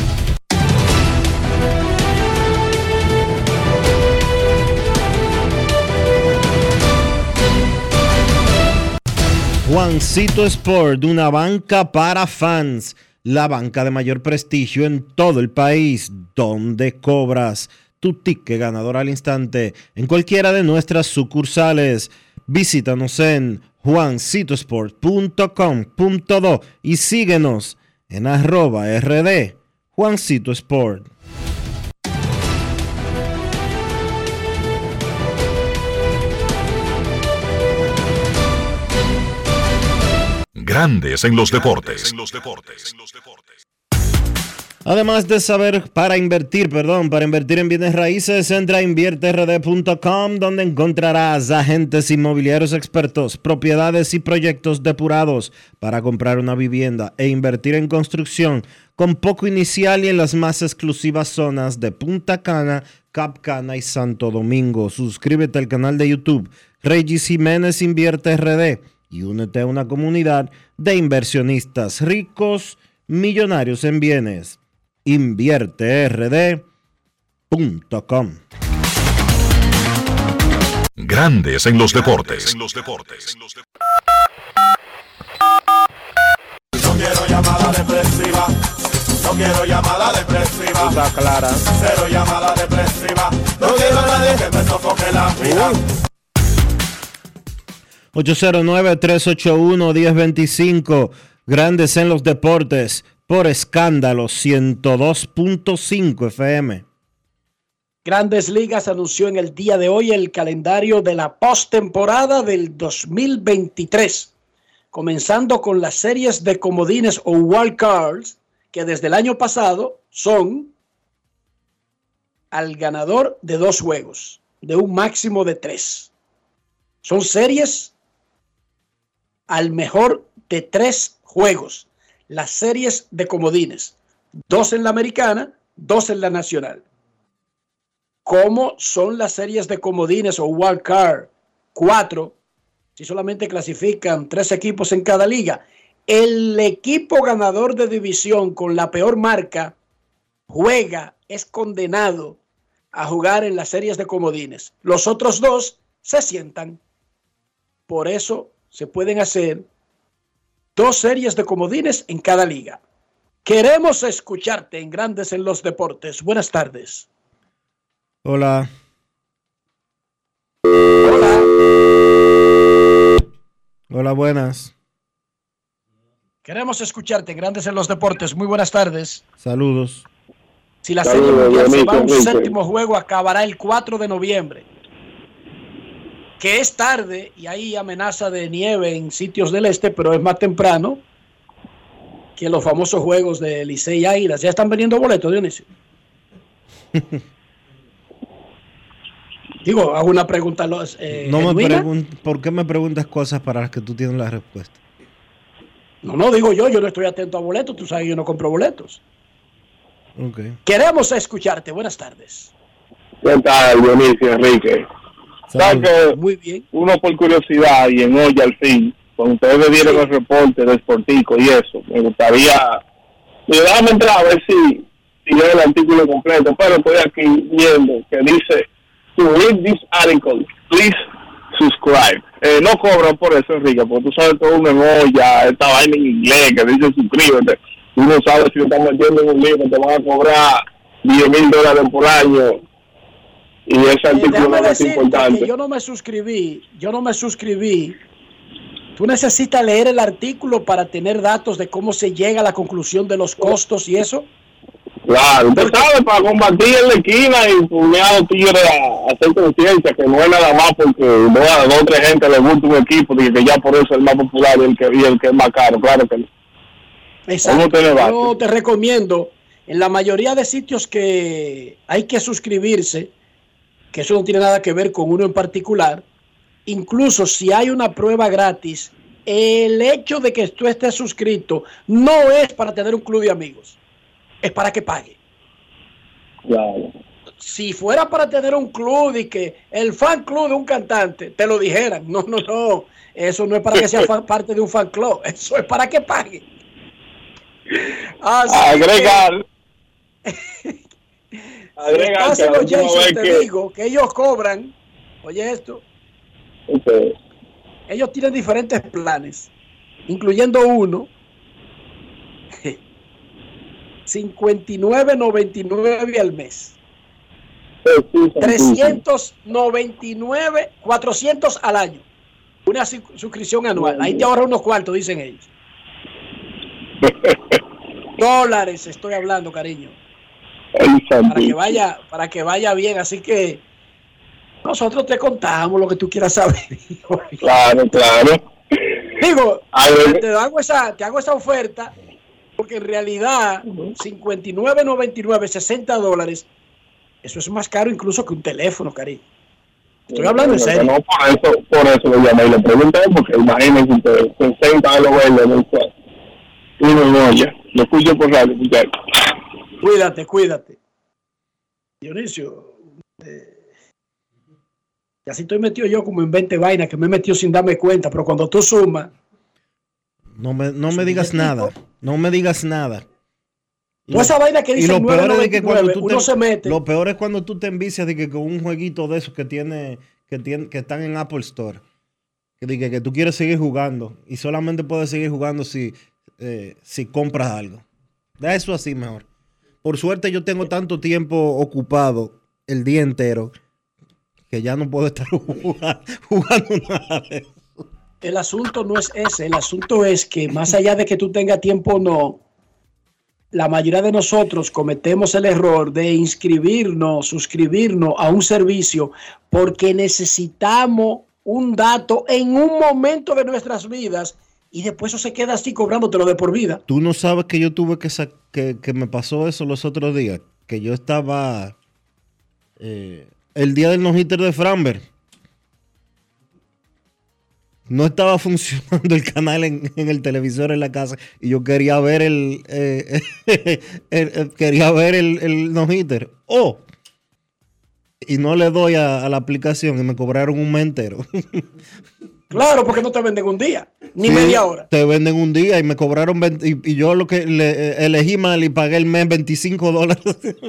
Juancito Sport, una banca para fans, la banca de mayor prestigio en todo el país, donde cobras tu ticket ganador al instante en cualquiera de nuestras sucursales. Visítanos en juancitosport punto com punto do y síguenos en arroba rd Juancito Sport. Grandes en los deportes. Además de saber para invertir, perdón, para invertir en bienes raíces, entra a invierte r d punto com, donde encontrarás agentes inmobiliarios expertos, propiedades y proyectos depurados para comprar una vivienda e invertir en construcción con poco inicial y en las más exclusivas zonas de Punta Cana, Cap Cana y Santo Domingo. Suscríbete al canal de YouTube Regis Jiménez Invierte R D y únete a una comunidad de inversionistas ricos, millonarios en bienes. invierte r d punto com. Grandes en los deportes. No quiero llamada depresiva. No quiero llamada depresiva. Está clara. Cero llamada depresiva. No quiero a nadie que me sofoque la vida. ocho cero nueve, tres ocho uno, uno cero dos cinco. Grandes en los deportes por Escándalo ciento dos punto cinco F M. Grandes Ligas anunció en el día de hoy el calendario de la postemporada del dos mil veintitrés, comenzando con las series de comodines o wild cards, que desde el año pasado son al ganador de dos juegos, de un máximo de tres. Son series al mejor de tres juegos. Las series de comodines, dos en la americana, dos en la nacional. ¿Cómo son las series de comodines o wild card? Cuatro, si solamente clasifican tres equipos en cada liga. El equipo ganador de división con la peor marca juega, es condenado a jugar en las series de comodines. Los otros dos se sientan. Por eso se pueden hacer dos series de comodines en cada liga. Queremos escucharte en Grandes en los Deportes. Buenas tardes. Hola. Hola. Hola, buenas. Queremos escucharte en Grandes en los Deportes. Muy buenas tardes. Saludos. Si la serie mundial se va a un séptimo juego, acabará el cuatro de noviembre. Que es tarde y hay amenaza de nieve en sitios del este, pero es más temprano que los famosos juegos de Licey y Águilas. ¿Ya están vendiendo boletos, Dionisio? Digo, hago una pregunta. Eh, no me pregun- ¿Por qué me preguntas cosas para las que tú tienes la respuesta? No, no, digo yo, yo no estoy atento a boletos. Tú sabes que yo no compro boletos. Okay. Queremos escucharte. Buenas tardes. ¿Qué tal, Dionisio, Enrique? ¿Sabes que Muy bien. uno por curiosidad y en hoy al fin cuando ustedes vieron el reporte del Sportico y eso, me gustaría, me déjame entrar a ver si, si veo el artículo completo, pero estoy aquí viendo que dice, to read this article, please subscribe. Eh, no cobran por eso, Enrique, porque tú sabes todo un memoria, esta vaina en inglés que dice suscríbete, tú no sabes si te están metiendo en un libro, te van a cobrar diez mil dólares por año. Y ese artículo no es importante. Que yo no me suscribí, yo no me suscribí. Tú necesitas leer el artículo para tener datos de cómo se llega a la conclusión de los costos y eso. Claro, usted sabe, para combatir en la esquina y puñado tigre a, a hacer conciencia, que no es nada más porque no, a dos o tres gente le gusta un equipo y que ya por eso es el más popular y el que, y el que es más caro, claro que no. Exacto, yo te recomiendo, en la mayoría de sitios que hay que suscribirse, que eso no tiene nada que ver con uno en particular, incluso si hay una prueba gratis, el hecho de que tú estés suscrito no es para tener un club de amigos, es para que pague. Claro. Si fuera para tener un club y que el fan club de un cantante te lo dijeran, no, no, no, eso no es para que sea fan, parte de un fan club, eso es para que pague. Así agregar que, agregar si los Jason, te que... digo que ellos cobran, oye esto, okay. Ellos tienen diferentes planes, incluyendo uno cincuenta y nueve noventa y nueve al mes, trescientos noventa y nueve, cuatrocientos al año, una suscripción anual. Ahí te ahorra unos cuartos, dicen ellos. Dólares estoy hablando, cariño, para que vaya para que vaya bien. Así que nosotros te contamos lo que tú quieras saber. Claro, claro. Digo, te hago esa te hago esa oferta porque en realidad cincuenta y nueve noventa y nueve, sesenta dólares, eso es más caro incluso que un teléfono, cariño. Estoy hablando en serio. No, por eso, por eso lo llamé y le pregunté, porque imagínense ustedes, sesenta lo venden mensual. Y no, no, ya, lo escucho por radio, muchachos. Cuídate, cuídate. Dionisio, eh, y así estoy metido yo como en veinte vainas que me he metido sin darme cuenta, pero cuando tú sumas... No me, no me digas nada, no me digas nada. Toda esa vaina que dice nueve noventa y nueve, uno te, se mete. Lo peor es cuando tú te envicias de que con un jueguito de esos que tiene, que tiene, que están en Apple Store, que, que, que tú quieres seguir jugando y solamente puedes seguir jugando si, eh, si compras algo. Da eso así mejor. Por suerte yo tengo tanto tiempo ocupado el día entero que ya no puedo estar jugando, jugando nada de eso. El asunto no es ese, el asunto es que más allá de que tú tengas tiempo o no, la mayoría de nosotros cometemos el error de inscribirnos, suscribirnos a un servicio porque necesitamos un dato en un momento de nuestras vidas y después eso se queda así cobrándotelo de por vida. Tú no sabes que yo tuve que, que, que me pasó eso los otros días, que yo estaba eh, el día del no-hitter de Framber. No estaba funcionando el canal en, en el televisor en la casa y yo quería ver el, eh, el, el quería ver el, el no-hitter. Oh, y no le doy a, a la aplicación y me cobraron un mes entero. Claro, porque no te venden un día, ni sí, media hora. Te venden un día y me cobraron veinte, y, y yo lo que le, eh, elegí mal y pagué el mes veinticinco dólares.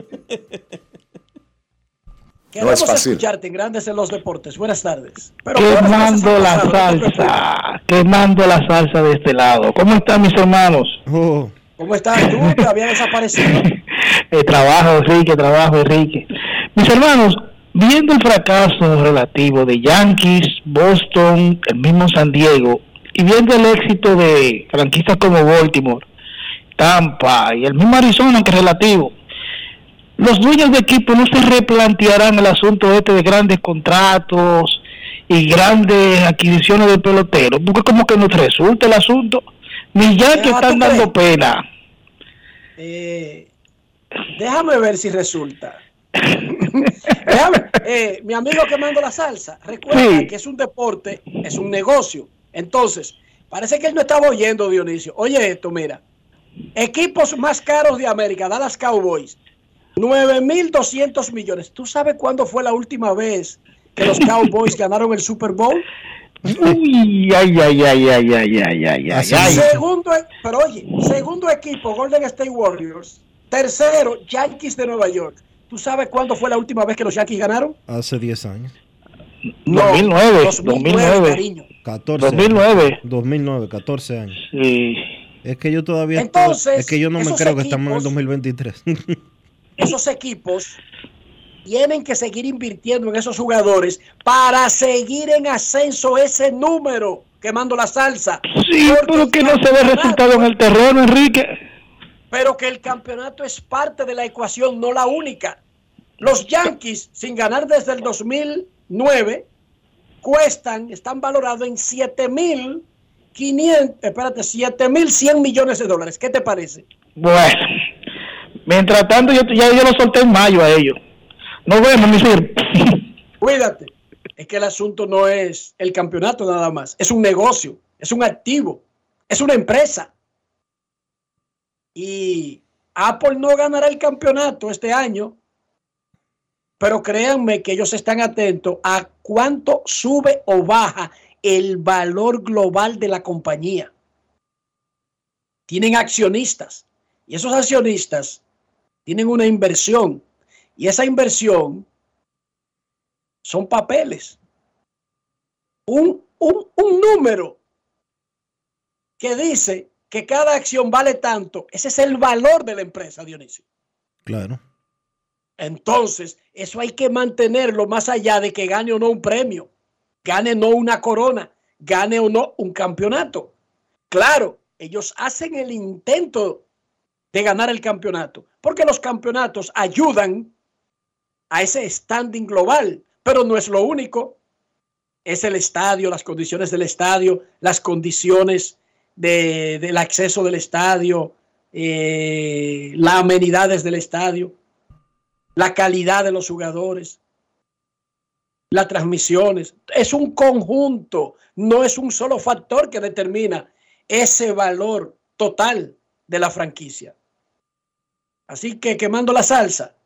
Queremos no es fácil. Escucharte en Grandes en los Deportes. Buenas tardes. Pero quemando la salsa, quemando la salsa de este lado. ¿Cómo están mis hermanos? Oh. ¿Cómo estás tú? ¿Te habías desaparecido? El trabajo, Enrique, trabajo, Enrique. Mis hermanos, viendo el fracaso relativo de Yankees, Boston, el mismo San Diego, y viendo el éxito de franquistas como Baltimore, Tampa y el mismo Arizona, que es relativo, los dueños de equipo no se replantearán el asunto este de grandes contratos y grandes adquisiciones de peloteros, porque como que no resulta el asunto, ni ya que están dando pena. Eh, déjame ver si resulta. déjame, eh, mi amigo quemando la salsa, recuerda sí. que es un deporte, es un negocio. Entonces, parece que él no estaba oyendo, Dionisio. Oye esto, mira, equipos más caros de América, Dallas Cowboys, nueve mil doscientos millones. ¿Tú sabes cuándo fue la última vez que los Cowboys ganaron el Super Bowl? Uy, ay, ay, ay, ay, ay, ay, ay, ay. Segundo, pero oye, segundo equipo, Golden State Warriors. Tercero, Yankees de Nueva York. ¿Tú sabes cuándo fue la última vez que los Yankees ganaron? Hace diez años. No, dos mil nueve, dos mil nueve, cariño. catorce. dos mil nueve. dos mil nueve, catorce años. Sí. Es que yo todavía Entonces, estoy, es que yo no me creo equipos, que estamos en el dos mil veintitrés. Esos equipos tienen que seguir invirtiendo en esos jugadores para seguir en ascenso ese número, quemando la salsa. Sí, pero que no se ve resultado en el terreno, Enrique. Pero que el campeonato es parte de la ecuación, no la única. Los Yankees, sin ganar desde el dos mil nueve, cuestan, están valorados en siete mil quinientos, espérate, siete mil cien millones de dólares. ¿Qué te parece? Bueno, mientras tanto, yo ya yo lo solté en mayo a ellos. Nos vemos, mi sir. Cuídate. Es que el asunto no es el campeonato nada más. Es un negocio, es un activo, es una empresa. Y Apple no ganará el campeonato este año, pero créanme que ellos están atentos a cuánto sube o baja el valor global de la compañía. Tienen accionistas y esos accionistas tienen una inversión y esa inversión son papeles. Un, un, un número que dice que cada acción vale tanto. Ese es el valor de la empresa, Dionisio. Claro. Entonces, eso hay que mantenerlo más allá de que gane o no un premio, gane o no una corona, gane o no un campeonato. Claro, ellos hacen el intento de ganar el campeonato, porque los campeonatos ayudan a ese standing global, pero no es lo único. Es el estadio, las condiciones del estadio, las condiciones de, del acceso del estadio, eh, las amenidades del estadio, la calidad de los jugadores, las transmisiones. Es un conjunto, no es un solo factor que determina ese valor total de la franquicia. Así que quemando la salsa,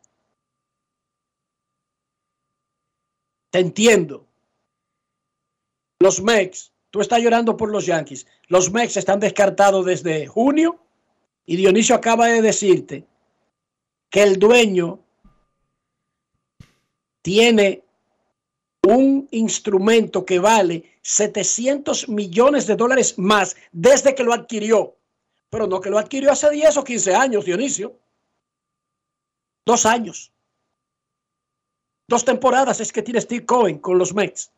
te entiendo. Los Mets, tú estás llorando por los Yankees. Los Mets están descartados desde junio y Dionisio acaba de decirte que el dueño tiene un instrumento que vale setecientos millones de dólares más desde que lo adquirió. Pero no que lo adquirió hace diez o quince años, Dionisio. Dos años. Dos temporadas es que tiene Steve Cohen con los Mets.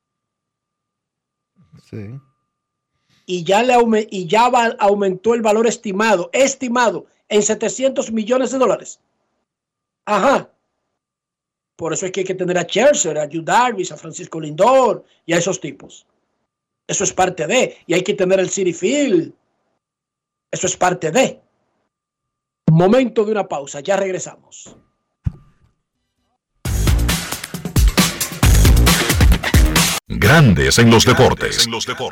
Sí. Y ya, le aume, y ya va, aumentó el valor estimado, estimado en setecientos millones de dólares. Ajá. Por eso es que hay que tener a Scherzer, a Yu Darvish, a Francisco Lindor y a esos tipos. Eso es parte de. Y hay que tener el Citi Field. Eso es parte de. Momento de una pausa. Ya regresamos. Grandes en los deportes.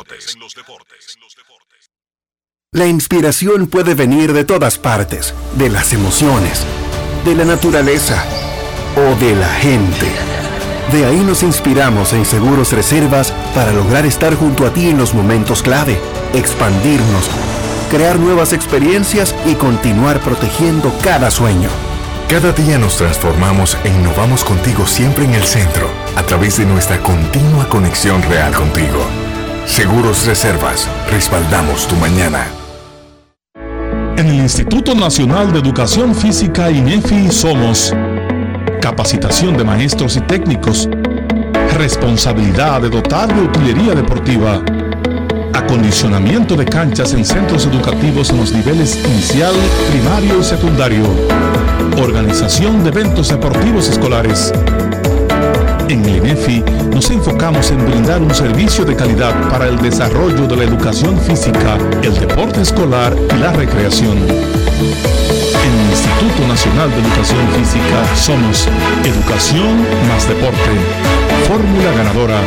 La inspiración puede venir de todas partes, de las emociones, de la naturaleza o de la gente. De ahí nos inspiramos en Seguros Reservas para lograr estar junto a ti en los momentos clave, expandirnos, crear nuevas experiencias y continuar protegiendo cada sueño. Cada día nos transformamos e innovamos contigo siempre en el centro, a través de nuestra continua conexión real contigo. Seguros Reservas, respaldamos tu mañana. En el Instituto Nacional de Educación Física INEFI somos capacitación de maestros y técnicos, responsabilidad de dotar de utilería deportiva, acondicionamiento de canchas en centros educativos en los niveles inicial, primario y secundario, organización de eventos deportivos escolares. En el INEFI nos enfocamos en brindar un servicio de calidad para el desarrollo de la educación física, el deporte escolar y la recreación. En el Instituto Nacional de Educación Física somos Educación más Deporte. Fórmula ganadora.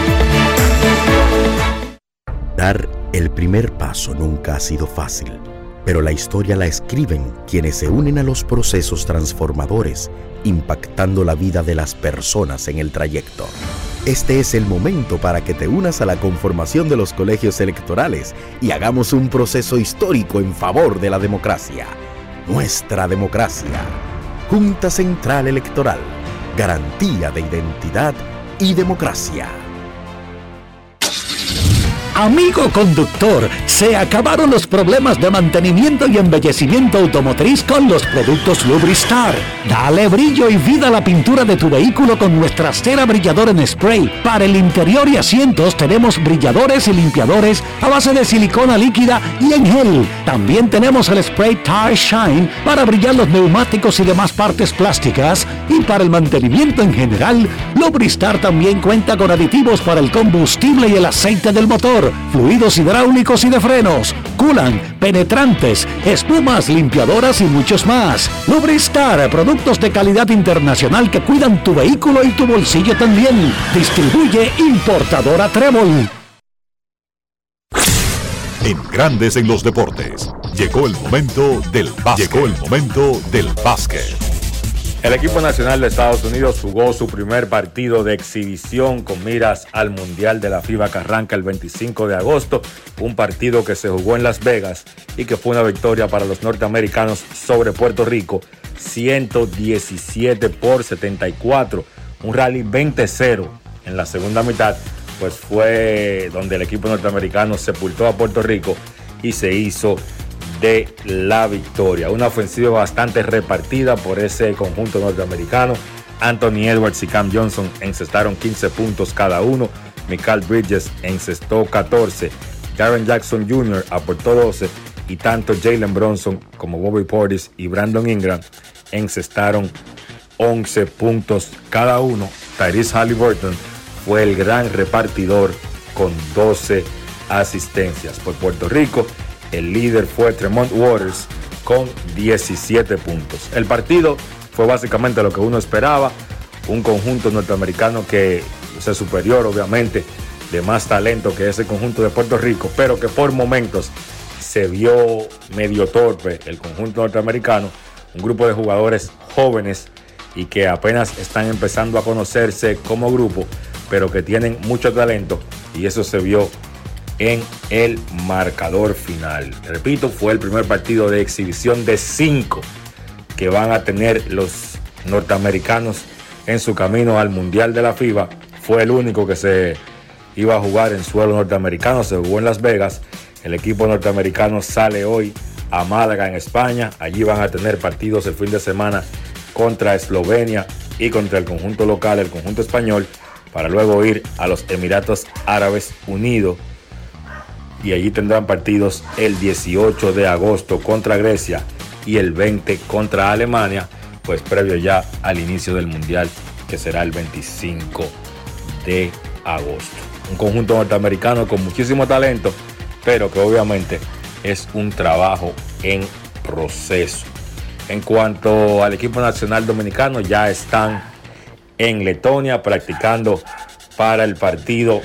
Dar el primer paso nunca ha sido fácil, pero la historia la escriben quienes se unen a los procesos transformadores, impactando la vida de las personas en el trayecto. Este es el momento para que te unas a la conformación de los colegios electorales y hagamos un proceso histórico en favor de la democracia. Nuestra democracia. Junta Central Electoral. Garantía de identidad y democracia. Amigo conductor, se acabaron los problemas de mantenimiento y embellecimiento automotriz con los productos Lubristar. Dale brillo y vida a la pintura de tu vehículo con nuestra cera brilladora en spray. Para el interior y asientos tenemos brilladores y limpiadores a base de silicona líquida y en gel. También tenemos el spray Tire Shine para brillar los neumáticos y demás partes plásticas. Y para el mantenimiento en general, Lubristar también cuenta con aditivos para el combustible y el aceite del motor, fluidos hidráulicos y de frenos, culan, penetrantes, espumas, limpiadoras y muchos más. Lubristar, productos de calidad internacional que cuidan tu vehículo y tu bolsillo también. Distribuye importadora Trébol. En Grandes en los Deportes, llegó el momento del básquet. Llegó el momento del básquet. El equipo nacional de Estados Unidos jugó su primer partido de exhibición con miras al Mundial de la FIBA que arranca el veinticinco de agosto, un partido que se jugó en Las Vegas y que fue una victoria para los norteamericanos sobre Puerto Rico, ciento diecisiete por setenta y cuatro, un rally veinte cero en la segunda mitad, pues fue donde el equipo norteamericano sepultó a Puerto Rico y se hizo de la victoria. Una ofensiva bastante repartida por ese conjunto norteamericano. Anthony Edwards y Cam Johnson encestaron quince puntos cada uno. Mikal Bridges encestó catorce. Jaren Jackson junior aportó doce. Y tanto Jalen Brunson como Bobby Portis y Brandon Ingram encestaron once puntos cada uno. Tyrese Haliburton fue el gran repartidor con doce asistencias. Por Puerto Rico, el líder fue Tremont Waters con diecisiete puntos. El partido fue básicamente lo que uno esperaba. Un conjunto norteamericano que es superior, obviamente, de más talento que ese conjunto de Puerto Rico, pero que por momentos se vio medio torpe el conjunto norteamericano. Un grupo de jugadores jóvenes y que apenas están empezando a conocerse como grupo, pero que tienen mucho talento, y eso se vio en el marcador final. Repito, fue el primer partido de exhibición de cinco que van a tener los norteamericanos en su camino al Mundial de la FIBA. Fue el único que se iba a jugar en suelo norteamericano, se jugó en Las Vegas. El equipo norteamericano sale hoy a Málaga, en España. Allí van a tener partidos el fin de semana contra Eslovenia y contra el conjunto local, el conjunto español, para luego ir a los Emiratos Árabes Unidos. Y allí tendrán partidos el dieciocho de agosto contra Grecia y el veinte contra Alemania, pues previo ya al inicio del Mundial, que será el veinticinco de agosto. Un conjunto norteamericano con muchísimo talento, pero que obviamente es un trabajo en proceso. En cuanto al equipo nacional dominicano, ya están en Letonia practicando para el partido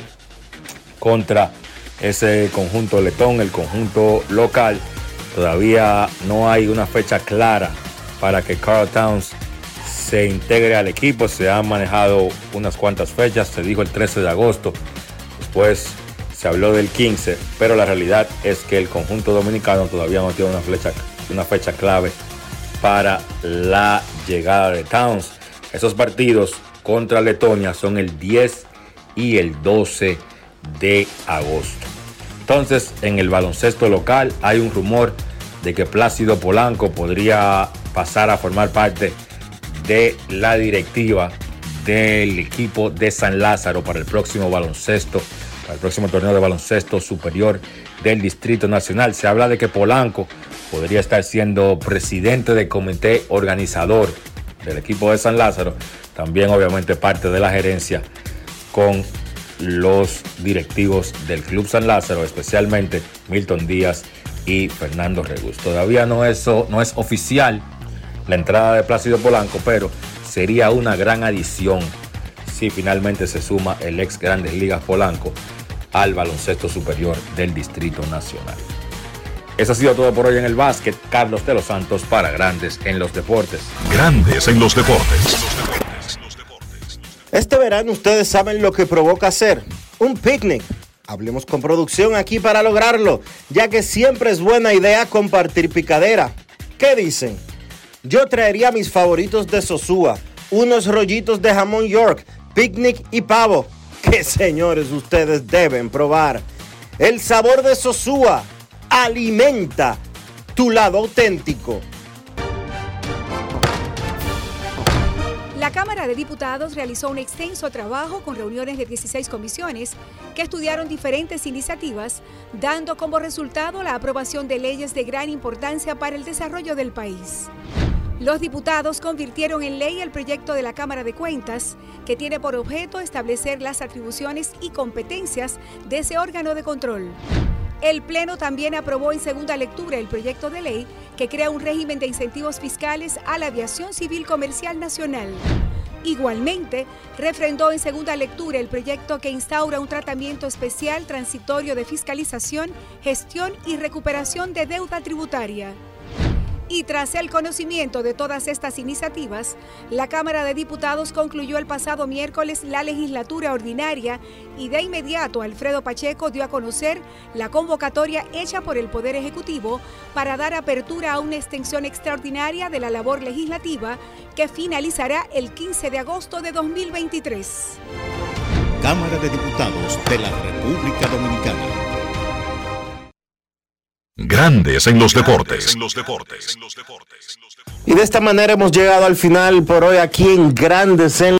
contra ese conjunto letón, el conjunto local. Todavía no hay una fecha clara para que Karl Towns se integre al equipo. Se han manejado unas cuantas fechas, se dijo el trece de agosto, después se habló del quince, pero la realidad es que el conjunto dominicano todavía no tiene una fecha, una fecha clave para la llegada de Towns. Esos partidos contra Letonia son el diez y el doce de agosto. Entonces, en el baloncesto local hay un rumor de que Plácido Polanco podría pasar a formar parte de la directiva del equipo de San Lázaro para el próximo baloncesto, para el próximo torneo de baloncesto superior del Distrito Nacional. Se habla de que Polanco podría estar siendo presidente del comité organizador del equipo de San Lázaro, también obviamente parte de la gerencia con los directivos del Club San Lázaro, especialmente Milton Díaz y Fernando Regus. Todavía no es, no es oficial la entrada de Plácido Polanco, pero sería una gran adición si finalmente se suma el ex Grandes Ligas Polanco al baloncesto superior del Distrito Nacional. Eso ha sido todo por hoy en el básquet. Carlos de los Santos para Grandes en los Deportes. Grandes en los Deportes. Este verano ustedes saben lo que provoca hacer un picnic. Hablemos con producción aquí para lograrlo, ya que siempre es buena idea compartir picadera. ¿Qué dicen? Yo traería mis favoritos de Sosúa, unos rollitos de jamón York, picnic y pavo, que señores ustedes deben probar. El sabor de Sosúa alimenta tu lado auténtico. La Cámara de Diputados realizó un extenso trabajo con reuniones de dieciséis comisiones que estudiaron diferentes iniciativas, dando como resultado la aprobación de leyes de gran importancia para el desarrollo del país. Los diputados convirtieron en ley el proyecto de la Cámara de Cuentas, que tiene por objeto establecer las atribuciones y competencias de ese órgano de control. El Pleno también aprobó en segunda lectura el proyecto de ley que crea un régimen de incentivos fiscales a la aviación civil comercial nacional. Igualmente, refrendó en segunda lectura el proyecto que instaura un tratamiento especial transitorio de fiscalización, gestión y recuperación de deuda tributaria. Y tras el conocimiento de todas estas iniciativas, la Cámara de Diputados concluyó el pasado miércoles la legislatura ordinaria y de inmediato Alfredo Pacheco dio a conocer la convocatoria hecha por el Poder Ejecutivo para dar apertura a una extensión extraordinaria de la labor legislativa que finalizará el quince de agosto de dos mil veintitrés. Cámara de Diputados de la República Dominicana. Grandes en los deportes. En los deportes. Y de esta manera hemos llegado al final por hoy aquí en Grandes en